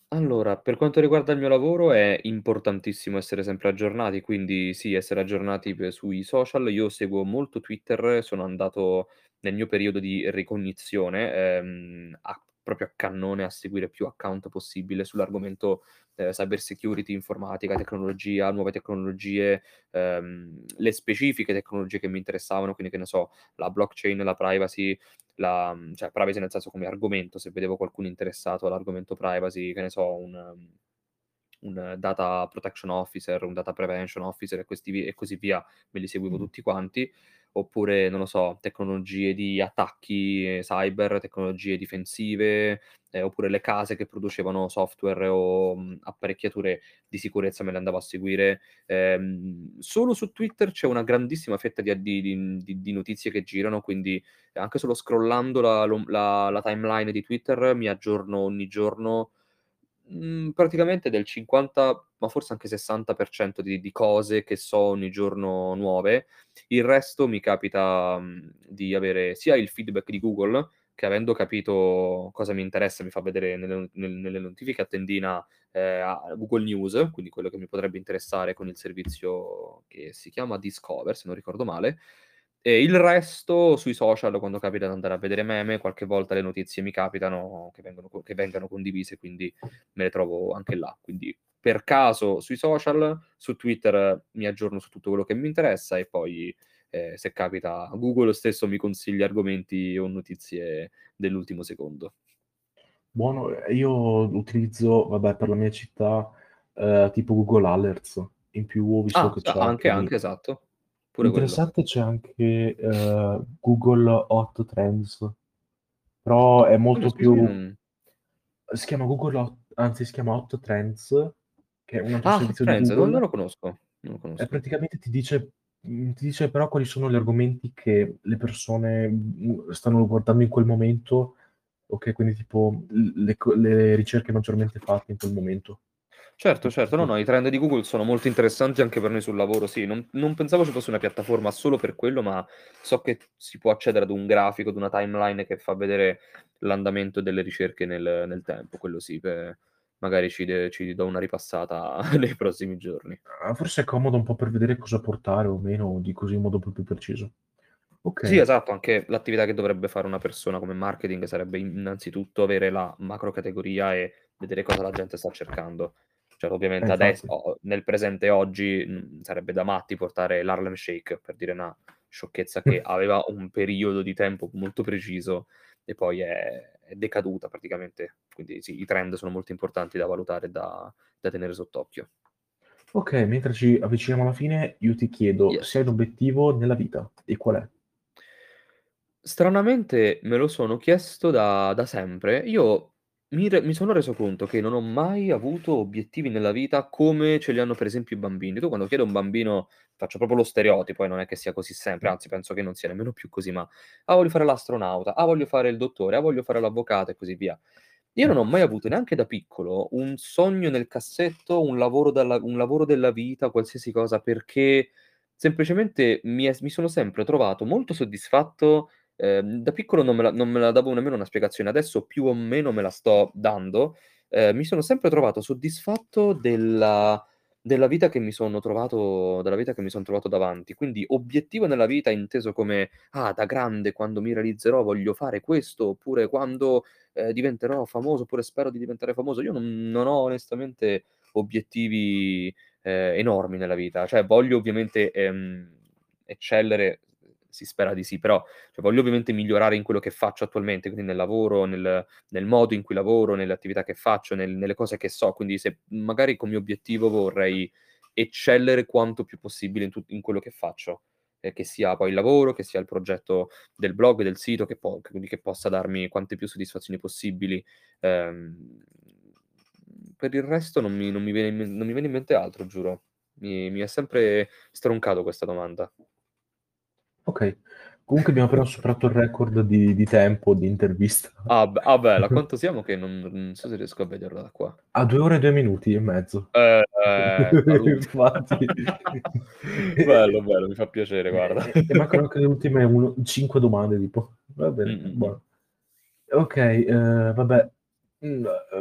Allora, per quanto riguarda il mio lavoro è importantissimo essere sempre aggiornati, quindi sì, essere aggiornati pe sui social. Io seguo molto Twitter, sono andato nel mio periodo di ricognizione, ehm, a proprio a cannone a seguire più account possibile sull'argomento, ehm, cyber security, informatica, tecnologia, nuove tecnologie, ehm, le specifiche tecnologie che mi interessavano, quindi che ne so, la blockchain, la privacy, la mhmm, cioè privacy nel senso come argomento, se vedevo qualcuno interessato all'argomento privacy, che ne so, un mhmm, un data protection officer, un data prevention officer e questi vi e così via, me li seguivo Mh. tutti quanti. Oppure, non lo so, tecnologie di attacchi eh, cyber, tecnologie difensive, ehm, oppure le case che producevano software o, mhmm, apparecchiature di sicurezza me le andavo a seguire. Ehm, solo su Twitter c'è una grandissima fetta di a di di mhmm, di di notizie che girano, quindi anche solo scrollando la l'om la la timeline di Twitter mi aggiorno ogni giorno, mhmm, praticamente del cinquanta, ma forse anche sessanta per cento di di cose che so ogni giorno nuove. Il resto mi capita, mhmm, di avere sia il feedback di Google, che avendo capito cosa mi interessa mi fa vedere nelle no nel nelle notifiche a tendina, ehm, a Google News, quindi quello che mi potrebbe interessare con il servizio che si chiama Discover, se non ricordo male. E il resto sui social, quando capita di andare a vedere meme, qualche volta le notizie mi capitano che vengono co che vengano condivise, quindi me le trovo anche là. Quindi per caso sui social, su Twitter mi aggiorno su tutto quello che mi interessa e poi, ehm, se capita Google stesso mi consiglia argomenti o notizie dell'ultimo secondo. Buono, ehm, io utilizzo, vabbè, per la mia città, ehm, tipo Google Alerts. In più ho visto Ah, che s c'è anche, anche di anche, esatto. Pure quello. interessante c'è anche, ehm, Google Hot Trends, però è Come molto scusi? più Non si chiama Google Hot anzi si chiama Hot Trends, che è un altro ah, Hot servizio di Trends, non non Google, lo conosco, non lo e conosco. praticamente ti dice mhmm, ti dice però quali sono gli argomenti che le persone, mhmm, stanno guardando in quel momento. Okay, quindi tipo l le co le ricerche maggiormente fatte in quel momento. Certo, Tipo certo. No, tipo no, i trend di Google sono molto interessanti anche per noi sul lavoro, sì. Non non pensavo ci fosse una piattaforma solo per quello, ma so che si può accedere ad un grafico, ad una timeline che fa vedere l'andamento delle ricerche nel nel tempo. Quello sì, pe magari ci de ci do una ripassata nei prossimi giorni. ah, forse è comodo un po' per vedere cosa portare o meno di così in modo un po' più preciso. Sì, Okay, esatto, anche l'attività che dovrebbe fare una persona come marketing sarebbe innanzitutto avere la macro categoria e vedere cosa la gente sta cercando. Cioè, eh ovviamente ades infatti. o nel presente oggi, mhmm, sarebbe da matti portare l'Harlem Shake, per dire una sciocchezza che aveva un periodo di tempo molto preciso e poi è è decaduta praticamente. Quindi sì, i trend sono molto importanti da valutare e da da tenere sott'occhio. Okay, mentre ci avviciniamo alla fine, io ti chiedo se Yes. hai un obiettivo nella vita e qual è? Stranamente me lo sono chiesto da da sempre. Io mi re mi sono reso conto che non ho mai avuto obiettivi nella vita come ce li hanno per esempio i bambini. Tu quando chiedi a un bambino faccio proprio lo stereotipo e non è che sia così sempre, anzi penso che non sia nemmeno più così, ma: "Ah, voglio fare l'astronauta, ah, voglio fare il dottore, ah, voglio fare l'avvocato" e così via. Io Eh, non ho mai avuto, neanche da piccolo, un sogno nel cassetto, un lavoro dalla un lavoro della vita, qualsiasi cosa, perché semplicemente mi è s mi sono sempre trovato molto soddisfatto. Ehm, da piccolo non me la non me la davo nemmeno una spiegazione, adesso più o meno me la sto dando. Ehm, mi sono sempre trovato soddisfatto della della vita che mi sono trovato della vita che mi son trovato davanti. Quindi obiettivo nella vita inteso come: "Ah, da grande quando mi realizzerò voglio fare questo", oppure "Quando, ehm, diventerò famoso", oppure "Spero di diventare famoso". Io non non ho onestamente obiettivi, ehm, enormi nella vita. Cioè voglio ovviamente, ehm, eccellere, si spera di sì, però cioè voglio ovviamente migliorare in quello che faccio attualmente, quindi nel lavoro, nel nel modo in cui lavoro, nelle attività che faccio, nel nelle cose che so. Quindi se magari come obiettivo vorrei eccellere quanto più possibile in tut in quello che faccio, e che sia poi il lavoro, che sia il progetto del blog, del sito, che po quindi che possa darmi quante più soddisfazioni possibili. Ehm, per il resto non mi non mi viene in men non mi viene in mente altro, giuro. Mi mi ha sempre stroncato questa domanda. okay. Comunque abbiamo appena superato il record di di tempo di intervista. Ah b ah bella, quanto siamo che non non so se riesco a vederlo da qua. A due ore e due minuti e mezzo. Eh, eh, salute. Infatti. Bello, bello, mi fa piacere guarda. E e mancano anche le ultime uno cinque domande tipo. Va Mh, bene, mh, mh. buono. Okay, ehm, vabbè, mhmm, uhm,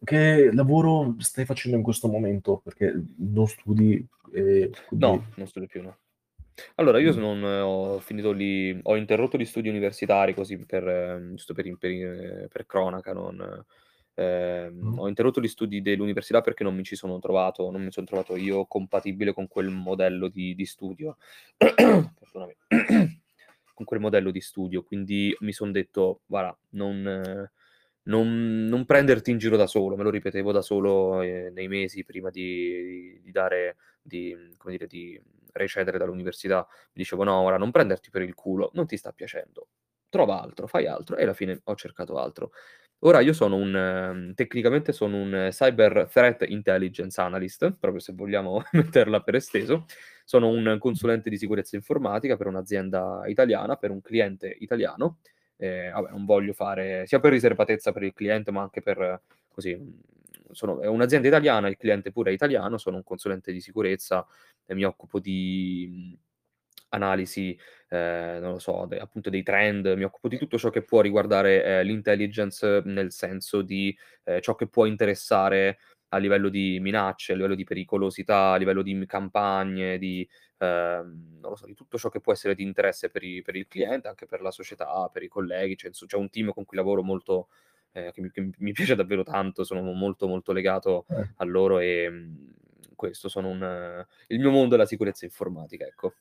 Che lavoro stai facendo in questo momento? Perché non studi e quindi No, non studio più, no. Allora io Mh. sono un ho finito lì ho interrotto gli studi universitari così per giusto per impe per cronaca, non ehm, Mh. ho interrotto gli studi dell'università perché non mi ci sono trovato non mi son trovato io compatibile con quel modello di di studio. Perdonami. Con quel modello di studio, quindi mi son detto: "guara, non non non prenderti in giro da solo." Me lo ripetevo da solo, ehm, nei mesi prima di di dare di mhmm, come dire, di recedere dall'università. Dicevo: "No, ora non prenderti per il culo, non ti sta piacendo. Trova altro, fai altro." E alla fine ho cercato altro. Ora io sono un tecnicamente sono un Cyber Threat Intelligence Analyst, proprio se vogliamo metterla per esteso. Sono un Mh. consulente di sicurezza informatica per un'azienda italiana, per un cliente italiano. Ehm, vabbè, non voglio fare sia per riservatezza per il cliente, ma anche per così, mhmm, sono è un'azienda italiana, il cliente pure è italiano, sono un consulente di sicurezza e mi occupo di, mhmm, analisi, ehm, non lo so, de appunto dei trend, mi occupo di tutto ciò che può riguardare, ehm, l'intelligence nel senso di, ehm, ciò che può interessare a livello di minacce, a livello di pericolosità, a livello di m campagne, di ehm, non lo so, di tutto ciò che può essere di interesse per i per il cliente, anche per la società, per i colleghi. C'è inso c'è un team con cui lavoro molto ehm, che mi che mi piace davvero tanto, sono molto, molto legato Eh. a loro, ehm, questo sono un il mio mondo è la sicurezza informatica, ecco.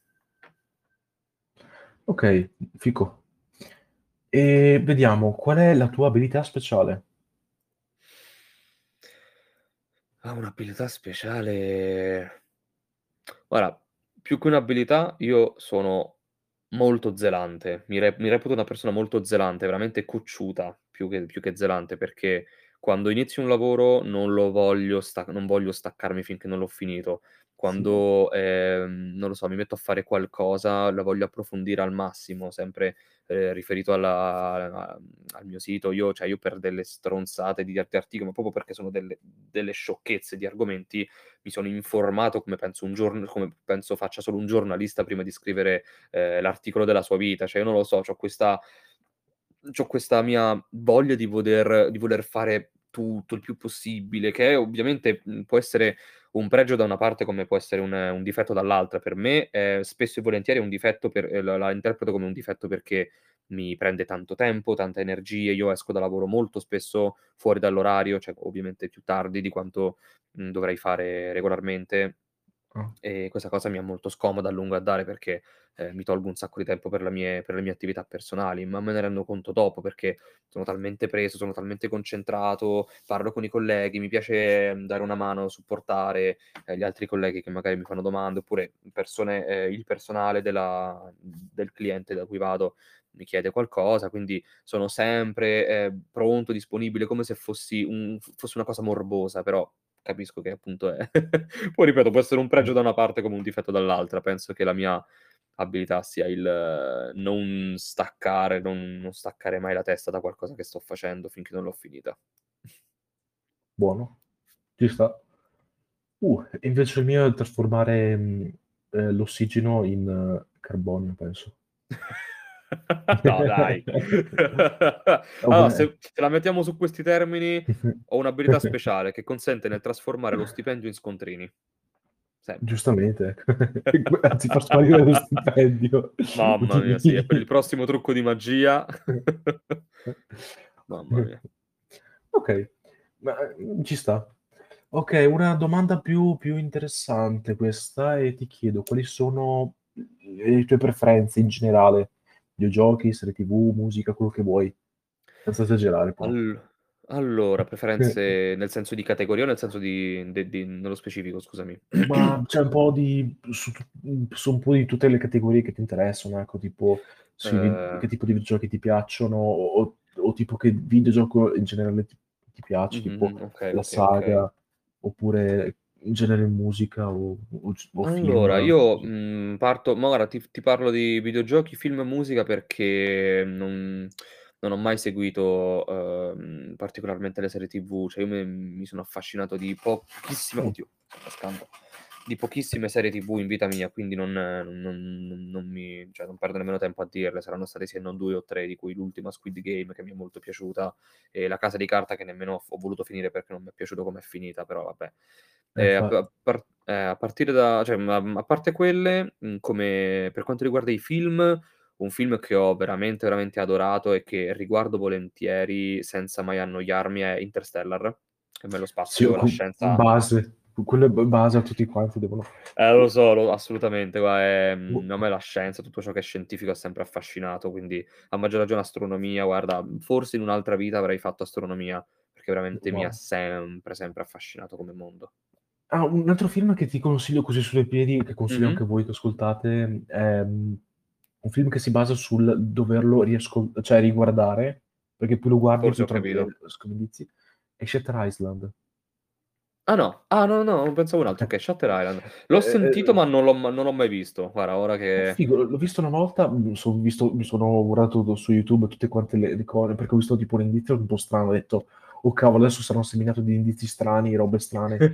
Okay, fico. E vediamo, qual è la tua abilità speciale? Ah, un'abilità speciale guara, più che un'abilità io sono molto zelante. Mi re mi reputo una persona molto zelante, veramente cocciuta, più che più che zelante, perché quando inizio un lavoro non lo voglio sta non voglio staccarmi finché non l'ho finito. Sì. Quando, ehm, non lo so, mi metto a fare qualcosa, la voglio approfondire al massimo, sempre, ehm, riferito alla a mhmm, al mio sito. Io cioè io per delle stronzate di art articoli, ma proprio perché sono delle delle sciocchezze di argomenti, mi sono informato come penso un giorn come penso faccia solo un giornalista prima di scrivere, ehm, l'articolo della sua vita. Cioè io non lo so, c'ho questa c'ho questa mia voglia di voler di voler fare tutto, il più possibile, che ovviamente, mhmm, può essere un pregio da una parte come può essere un un difetto dall'altra. Per me, ehm, spesso e volentieri è un difetto per ehm, la la interpreto come un difetto perché mi prende tanto tempo, tanta energie. Io esco da lavoro molto spesso fuori dall'orario, cioè ovviamente più tardi di quanto, mhmm, dovrei fare regolarmente. Ah. E questa cosa mi è molto scomoda a lungo andare perché, ehm, mi tolgo un sacco di tempo per la mie per le mie attività personali, ma me ne rendo conto dopo perché sono talmente preso, sono talmente concentrato, parlo con i colleghi, mi piace dare una mano, supportare, ehm, gli altri colleghi che magari mi fanno domande, oppure persone ehm, il personale della del cliente da cui vado mi chiede qualcosa, quindi sono sempre, ehm, pronto, disponibile, come se fossi un f fossi una cosa morbosa, però capisco che appunto è poi ripeto, può essere un pregio Eh. da una parte come un difetto dall'altra. Penso che la mia abilità sia il non staccare, non non staccare mai la testa da qualcosa che sto facendo finché non l'ho finita. Buono, ci sta. Uh, e invece il mio è trasformare, mhmm, ehm, l'ossigeno in carbonio, penso. No dai. Allora Vabbè. se se la mettiamo su questi termini, ho un'abilità speciale che consente nel trasformare lo stipendio in scontrini. Sempre. Giustamente, ecco. E que anzi fa sparire lo stipendio. Mamma mia, sì. E per il prossimo trucco di magia Mamma mia. Okay, ma, ehm, ci sta. Okay, una domanda più più interessante questa e ti chiedo quali sono le tue preferenze in generale? Videogiochi, serie T V, musica, quello che vuoi. Senza esagerare però. All allora, preferenze nel senso di categoria o nel senso di de di nello specifico, scusami? Ma c'è un po' di su tu mhmm, su un po' di tutte le categorie che ti interessano, ecco, tipo sui vi Ehm che tipo di videogiochi ti piacciono o o o tipo che videogioco in generale ti ti piace, tipo Mh-mh, okay, la okay, okay. saga, oppure in genere musica o o c o Allora, film, io, così. mhmm, parto ma guarda, ti f ti parlo di videogiochi, film e musica perché non non ho mai seguito, uhm, particolarmente le serie T V. Cioè io me mi sono affascinato di pochissima Mh. oddio, sto cascando. di pochissime serie T V in vita mia, quindi non non non non mi cioè non perdo nemmeno tempo a dirle. Saranno state sì e non due o tre, di cui l'ultima Squid Game che mi è molto piaciuta, e La Casa di Carta che nemmeno ho f ho voluto finire perché non mi è piaciuto come è finita, però vabbè. Eh, Ehm, a p infatti. a par eh, a partire da cioè, ma, mhmm, a parte quelle, mhmm, come per quanto riguarda i film, un film che ho veramente, veramente adorato e che riguardo volentieri senza mai annoiarmi è Interstellar. A me lo Sì, o spazio, la cu scienza base. Quello è b base a tutti quanti devono Eh, lo so, lo assolutamente. Gua U ehm, a me la scienza, tutto ciò che è scientifico ha sempre affascinato, quindi a maggior ragione astronomia, guarda, mhmm, forse in un'altra vita avrei fatto astronomia, perché veramente mi ha Wow. sempre, sempre affascinato come mondo. Ah, un altro film che ti consiglio così su due piedi, che consiglio Mh-mh. anche a voi che ascoltate, è, mhmm, un film che si basa sul doverlo riascol cioè riguardare, perché più lo guardi Forse più ho trovi, capito. ehm, scomdizi, è Shutter Island. Ah no, ah no, no, no, pensavo un altro. Okay, Shutter Island. L'ho Eh, eh, sentito ehm ma non l'ho ma non l'ho mai visto. Guarda, ora È che figo, l l'ho visto una volta, mhmm, son visto mi sono guardato do su YouTube tutte quante le le cose, perché ho visto tipo un indizio un po' strano, ho detto: "Oh cavolo, adesso sarò seminato di indizi strani, robe strane."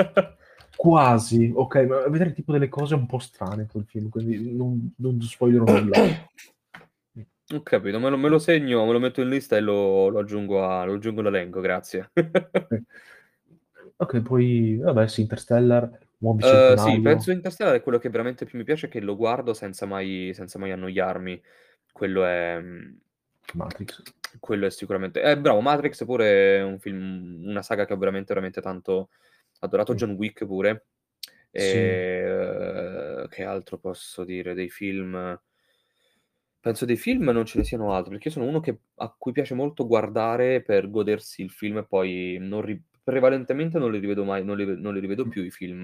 Quasi, okay, ma a vedere tipo delle cose un po' strane in quel film, quindi non non spoilerò nulla. Mh. Ho capito, me lo me lo segno, me lo metto in lista e lo lo aggiungo a lo aggiungo all'elenco, grazie. Sì. Okay, poi vabbè sì, Interstellar, Uomo Uhm, sì, bicentenario. penso Interstellar è quello che veramente più mi piace, che lo guardo senza mai senza mai annoiarmi. Quello è mhmm, Matrix. quello è sicuramente eh, bravo, Matrix pure è un film una saga che ho veramente, veramente tanto adorato. Mh. John Wick pure. Sì. Ehm, che altro posso dire dei film? Penso dei film non ce ne siano altri, perché io sono uno che a cui piace molto guardare per godersi il film e poi non ri prevalentemente non li rivedo mai, non li ve non li rivedo Mh. più i film.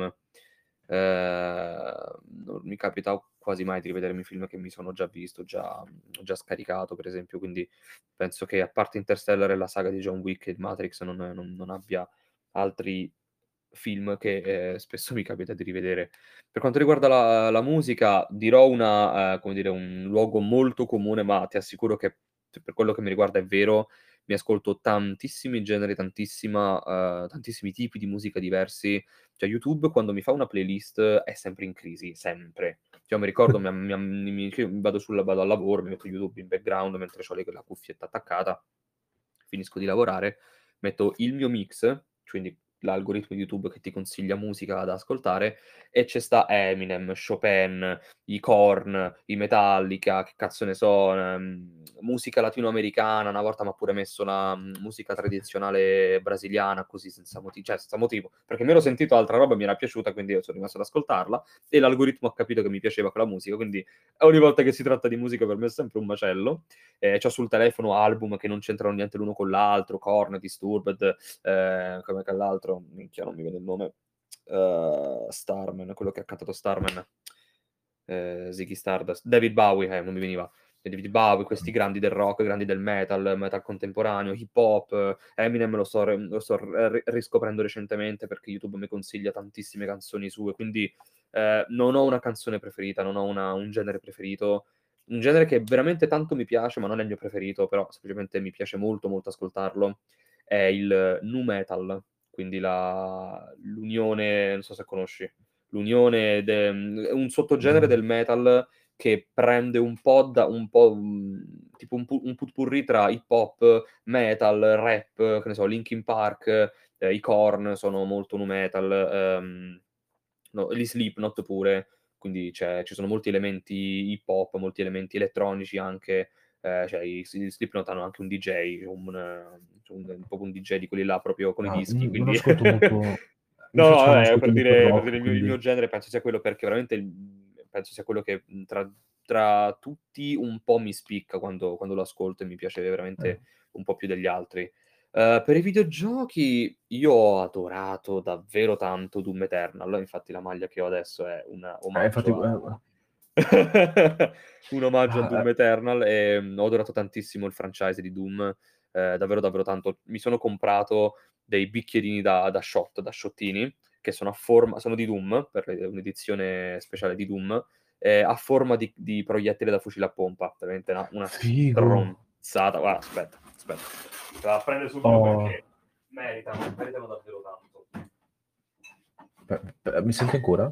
Ehm, non mi capita quasi mai di rivedermi film che mi sono già visto, già già scaricato per esempio, quindi penso che a parte Interstellar e la saga di John Wick e Matrix non non non abbia altri film che, ehm, spesso mi capita di rivedere. Per quanto riguarda la la musica, dirò una ehm, come dire, un luogo molto comune, ma ti assicuro che t per quello che mi riguarda è vero. Mi ascolto tantissimi generi, tantissima uhm, tantissimi tipi di musica diversi. Cioè YouTube quando mi fa una playlist è sempre in crisi, sempre. Cioè mi ricordo mi am mi am mi che vado sul vado al lavoro, mi metto YouTube in background mentre c'ho le la cuffietta attaccata, finisco di lavorare, metto il mio mix, quindi l'algoritmo di YouTube che ti consiglia musica da ascoltare, e ce sta Eminem, Chopin, i Korn, i Metallica, che cazzo ne so, ehm, musica latinoamericana. Una volta m'ha pure messo la, mhmm, musica tradizionale brasiliana così senza moti cioè senza motivo, perché mi ero sentito altra roba e mi era piaciuta, quindi io son rimasto ad ascoltarla e l'algoritmo ha capito che mi piaceva quella musica, quindi ogni volta che si tratta di musica per me è sempre un macello. Ehm, c'ho sul telefono album che non c'entrano niente l'uno con l'altro, Korn, Disturbed, ehm, come quell'altro, minchia non mi viene il nome, uhm, Starman, quello che ha cantato Starman, ehm, Ziggy Stardust, David Bowie, eh, non mi veniva. David Bowie, questi grandi del rock, grandi del metal, metal contemporaneo, hip hop, Eminem lo sto re lo sto r riscoprendo recentemente perché YouTube mi consiglia tantissime canzoni sue, quindi, ehm, non ho una canzone preferita, non ho una un genere preferito. Un genere che veramente tanto mi piace, ma non è il mio preferito, però semplicemente mi piace molto, molto ascoltarlo, è il nu metal, quindi la l'unione, non so se conosci, l'unione de mhmm, è un sottogenere Mh. del metal che prende un po' da un po', mhmm, tipo un pu un pot-pourri tra hip hop, metal, rap, che ne so, Linkin Park, ehm, i Korn sono molto nu metal, ehm, no, gli Slipknot pure, quindi c'è ci sono molti elementi hip hop, molti elementi elettronici anche, ehm, cioè i s gli Slipknot hanno anche un D J, un un proprio un D J di quelli là proprio con i Ah, dischi, n non quindi ascolto molto no, no, difatti non vabbè, ascolto per molto il dire per dire rock, il mio il mio quindi genere penso sia quello perché veramente il mhmm, penso sia quello che, mhmm, tra tra tutti un po' mi spicca quando quando lo ascolto e mi piace Eh. veramente un po' più degli altri. Uhm, per i videogiochi io ho adorato davvero tanto Doom Eternal, infatti la maglia che ho adesso è un Eh, infatti omaggio eh, a eh. un omaggio a Ah, Doom eh. Eternal, ehm, ho adorato tantissimo il franchise di Doom, ehm, davvero, davvero tanto. Mi sono comprato dei bicchierini da da shot, da shottini, che sono a forma sono di Doom, per le un'edizione speciale di Doom, ehm, a forma di di proiettile da fucile a pompa, veramente una una Figo. stronzata. Guarda, aspetta, aspetta, te la prendo subito Oh. perché meritano, meritano davvero tanto. Pe pe mi senti ancora?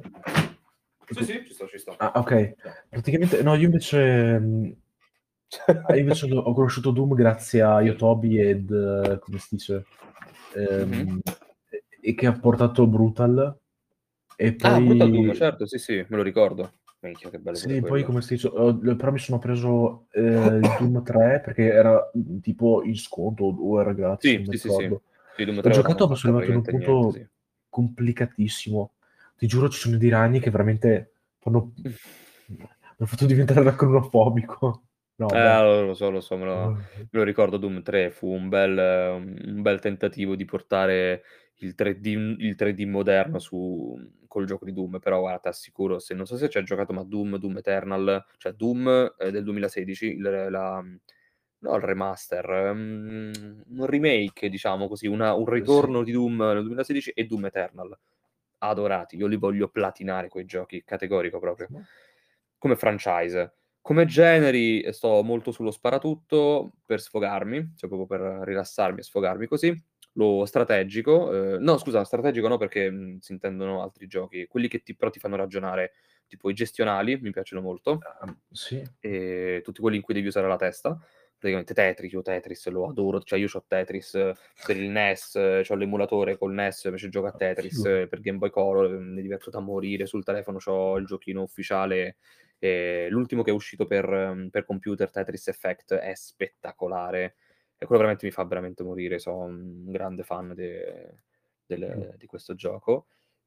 Sì, sì, ci sto, ci sto. Ah, okay. Ci sto. Praticamente no, io invece mhmm, ah, io invece l'ho ho conosciuto Doom grazie a Yotobi ed come si dice, Mh-mh. ehm, e e che ha portato Brutal e Ah, Brutal Doom, poi certo, sì, sì, me lo ricordo. Minchia, che bello pure sì, poi quello. come si dice, ho l però mi sono preso, ehm, il Doom tre perché era, mhmm, tipo in sconto o era gratis, Sì, non mi sì, sì, sì. ricordo. Sì, Doom L'ho tre ora non giocato ma sono costa arrivato in un praticamente niente, punto sì. complicatissimo. Ti giuro ci sono dei ragni che veramente fanno m'han fatto diventare aracnofobico. No, vabbè. Eh, lo so, lo so, me lo me lo ricordo Doom tre fu un bel un bel tentativo di portare il tre D mhmm, il tre D moderno su col gioco di Doom, però guarda, t'assicuro, se non so se ci hai giocato, ma Doom, Doom Eternal, cioè Doom, ehm, del duemilasedici, il la no il remaster, mhmm, un remake diciamo così, una un Eh sì. ritorno di Doom nel duemilasedici e Doom Eternal. Adorati, io li voglio platinare quei giochi, categorico proprio. Come franchise. Come generi, ehm, sto molto sullo sparatutto per sfogarmi, cioè proprio per rilassarmi e sfogarmi così. Lo strategico, ehm no scusa, strategico no perché, mhmm, si intendono altri giochi, quelli che ti però ti fanno ragionare, tipo i gestionali mi piacciono molto. Uhm, sì. Ehm, tutti quelli in cui devi usare la testa. Praticamente Tetris, io Tetris lo adoro, cioè io c'ho Tetris per il N E S, c'ho l'emulatore col N E S, invece gioco a Ah, Tetris figo. per Game Boy Color, mi diverto da morire. Sul telefono c'ho il giochino ufficiale, ehm, l'ultimo che è uscito per per computer, Tetris Effect, è spettacolare e quello veramente mi fa veramente morire. So' un grande fan de Figo. del di questo gioco.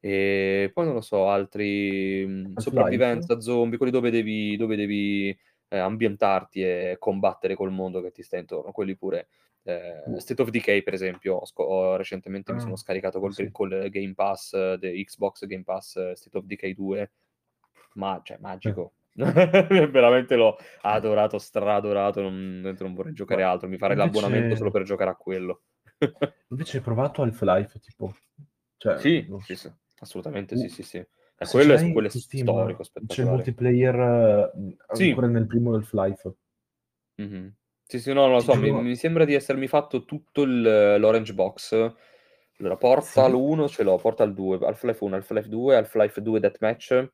E poi non lo so, altri, mhmm, Half-Life? sopravvivenza, zombie, quelli dove devi dove devi, ehm, ambientarti e combattere col mondo che ti sta intorno, quelli pure. Ehm, Uh. State of Decay per esempio, ho sco ho recentemente mi sono Ah, scaricato col g sì. col Game Pass de Xbox Game Pass State of Decay due, ma cioè Eh. magico. Veramente l'ho adorato, stra-adorato, non non vorrei giocare Ma altro, mi farei l'abbonamento solo invece per giocare a quello. invece hai provato Half-Life tipo? Cioè, Sì, non sì, so. sì, assolutamente sì, U sì, sì. E se ce quello è s l'hai quello è su s Steam storico, c'è il spettacolare. multiplayer, mhmm, Sì. ancora nel primo Half-Life. Mh-mh. Sì, sì, no, non lo Ti so, mi giuro mi sembra di essermi fatto tutto il l'Orange Box. Allora, Portal sì? uno ce l'ho, Portal due, Half-Life uno, Half-Life due, Half-Life due Deathmatch,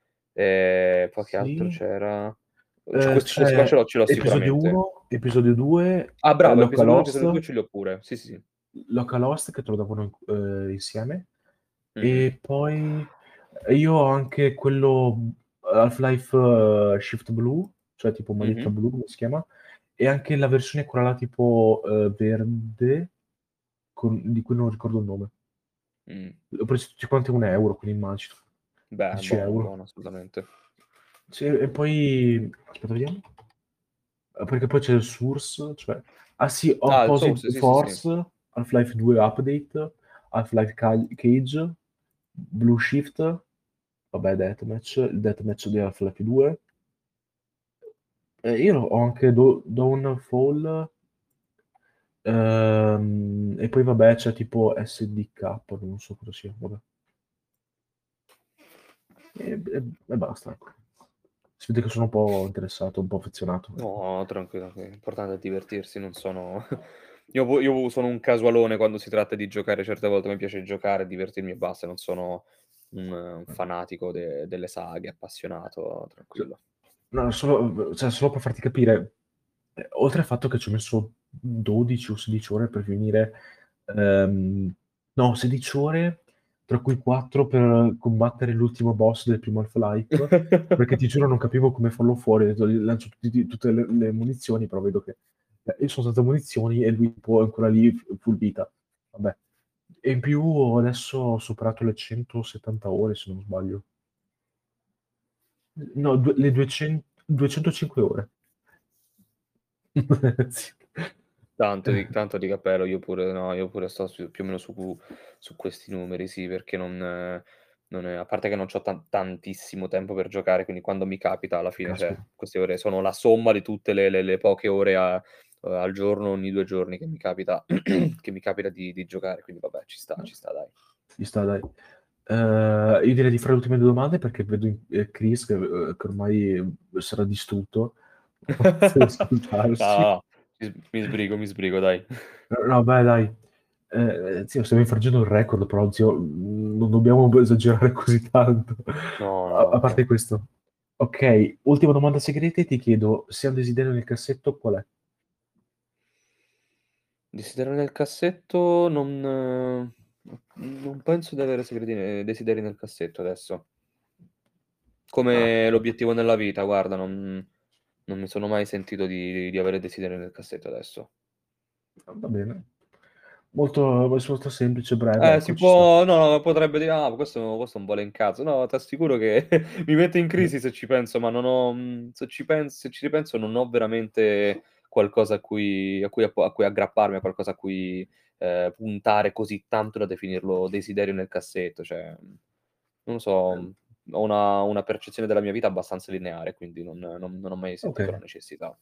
ehm, poi che altro Sì. c'era? Uhm, cioè Ehm, questi questi qua ce c'è l'ho ce l'ho episodio sicuramente. uno, episodio due, Ah ehm, bravo, episodio uno, episodio due Localhost ce li ho pure. Sì, sì, sì. Localhost che te lo davano, uhm, insieme. Mh-mh. E poi io ho anche quello, mhmm, Half-Life Shift Blue, cioè tipo maglietta Mh-mh. blu, come si chiama, e anche la versione quella là tipo, uhm, verde con di cui non ricordo il nome. Mh. L'ho preso tutti quanti a un euro, quindi immagino. Beh, dieci buono, euro. buono, assolutamente. Sì, e poi aspetta vediamo. Uhm, perché poi c'è il Source, cioè ah sì, Ah, il Opposite Source, sì, sì, sì. Force, Half-Life due Update, Half-Life Ca Cage, Blue Shift, vabbè Deathmatch, il Deathmatch di Half-Life due. E io ho anche Do Dawnfall ehm, e poi vabbè c'è tipo S D K, non so cosa sia, vabbè. E b e e basta, ecco. Si vede che sono un po' interessato, un po' affezionato, ecco. No, tranquillo, che l'importante è divertirsi, non sono io pu io sono un casualone quando si tratta di giocare, certe volte mi piace giocare, divertirmi e basta, non sono un un Mh. fanatico de delle saghe, appassionato, S tranquillo. no, solo uhm, cioè solo per farti capire, ehm, oltre al fatto che ci ho messo dodici o sedici ore per finire, ehm, no sedici ore, tra cui quattro per combattere l'ultimo boss del primo Half-Life, perché ti giuro non capivo come farlo fuori, ho detto: "Gli lancio tutti ti tutte le le munizioni", però vedo che eh, io sono senza munizioni e lui tipo è ancora lì f full vita. Vabbè. E in più adesso ho superato le centosettanta ore se non sbaglio. No, due le duecen duecentocinque ore. Sì. Tanto di Eh. tanto di cappello, io pure no, io pure sto su più o meno su su questi numeri, sì, perché non non è a parte che non c'ho tan tantissimo tempo per giocare, quindi quando mi capita alla fine, cioè, Caspita. queste ore sono la somma di tutte le le le poche ore a uhm, al giorno, ogni due giorni che mi capita che mi capita di di giocare, quindi vabbè, ci sta, ci sta dai. Ci sta dai. Ehm, io direi di fare le ultime due domande perché vedo in ehm, Chris che uhm, che ormai sarà distrutto di No, ascoltarci. no, mi s mi sbrigo, mi sbrigo, dai. No, no, beh dai. Ehm, zio, stiamo infrangendo il record, però zio, mhmm, non dobbiamo b esagerare così tanto. No, A a no, parte no. questo. Okay, ultima domanda segreta e ti chiedo: se hai un desiderio nel cassetto, qual è? Desiderio nel cassetto non n non penso di avere segreti ne desideri nel cassetto adesso. Ah, Come perfetto. l'obiettivo nella vita, guarda, non non mi sono mai sentito di di avere desideri nel cassetto adesso. Ah, va bene. Molto risposta semplice, breve, Eh, ecco, si ci sta. può no, no, potrebbe dire: "Ah, questo questo è un volencazzo." No, t'assicuro che mi mette in Mh. crisi se ci penso, ma non ho mhmm, se ci pens se ci ripenso non ho veramente qualcosa a cui a cui appo a cui aggrapparmi, a qualcosa a cui, ehm, puntare così tanto da definirlo desiderio nel cassetto, cioè, mhmm, non lo so, Ehm mhmm, ho una una percezione della mia vita abbastanza lineare, quindi non non non ho mai sentito la Okay. necessità.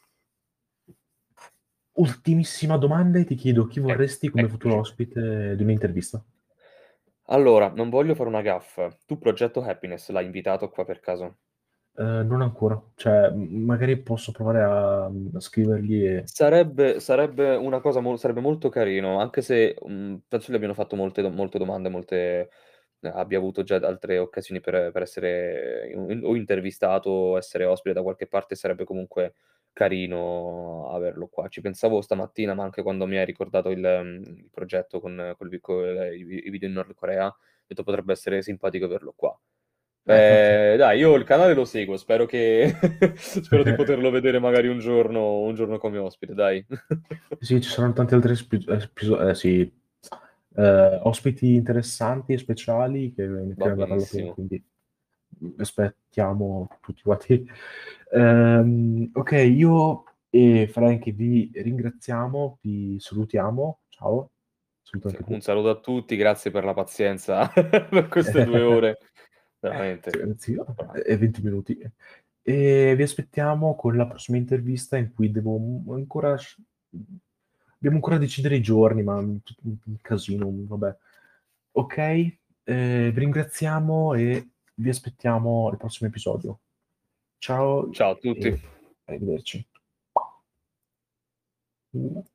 Ultimissima domanda e ti chiedo chi Ec vorresti come futuro eccoci. ospite di un'intervista? Allora, non voglio fare una gaffe. Tu Progetto Happiness l'hai invitato qua per caso? Ehm, non ancora. Cioè, m magari posso provare a mhmm, a scrivergli e Sarebbe sarebbe una cosa mol sarebbe molto carino, anche se, mhmm, penso gli abbiano fatto molte do molte domande, molte abbia avuto già altre occasioni per per essere o in o intervistato o essere ospite da qualche parte, sarebbe comunque carino averlo qua. Ci pensavo stamattina, ma anche quando mi hai ricordato il mhmm, il progetto con col vi co i vi i video in Nord Corea, ho detto potrebbe essere simpatico averlo qua. eh, infatti. Ehm, dai, io il canale lo seguo, spero che spero di poterlo vedere magari un giorno un giorno come ospite, dai. Sì, ci saranno tanti altri espi espiso eh sì, ehm, ospiti interessanti e speciali che che Va ne varrà la pena, benissimo. quindi, mhmm, aspettiamo tutti quanti. Ehm, okay, io e Frank vi ringraziamo, vi salutiamo. Ciao. Saluta Sì, anche tu. un saluto a tutti, grazie per la pazienza per queste due ore, Sì, veramente. anzi, e venti minuti. E vi aspettiamo con la prossima intervista in cui devo, mhmm, ancora sc mhmm, dobbiamo ancora decidere i giorni, ma un t un un casino, un vabbè. Okay, ehm, vi ringraziamo e vi aspettiamo al prossimo episodio. Ciao Ciao a tutti. e arrivederci. Mh.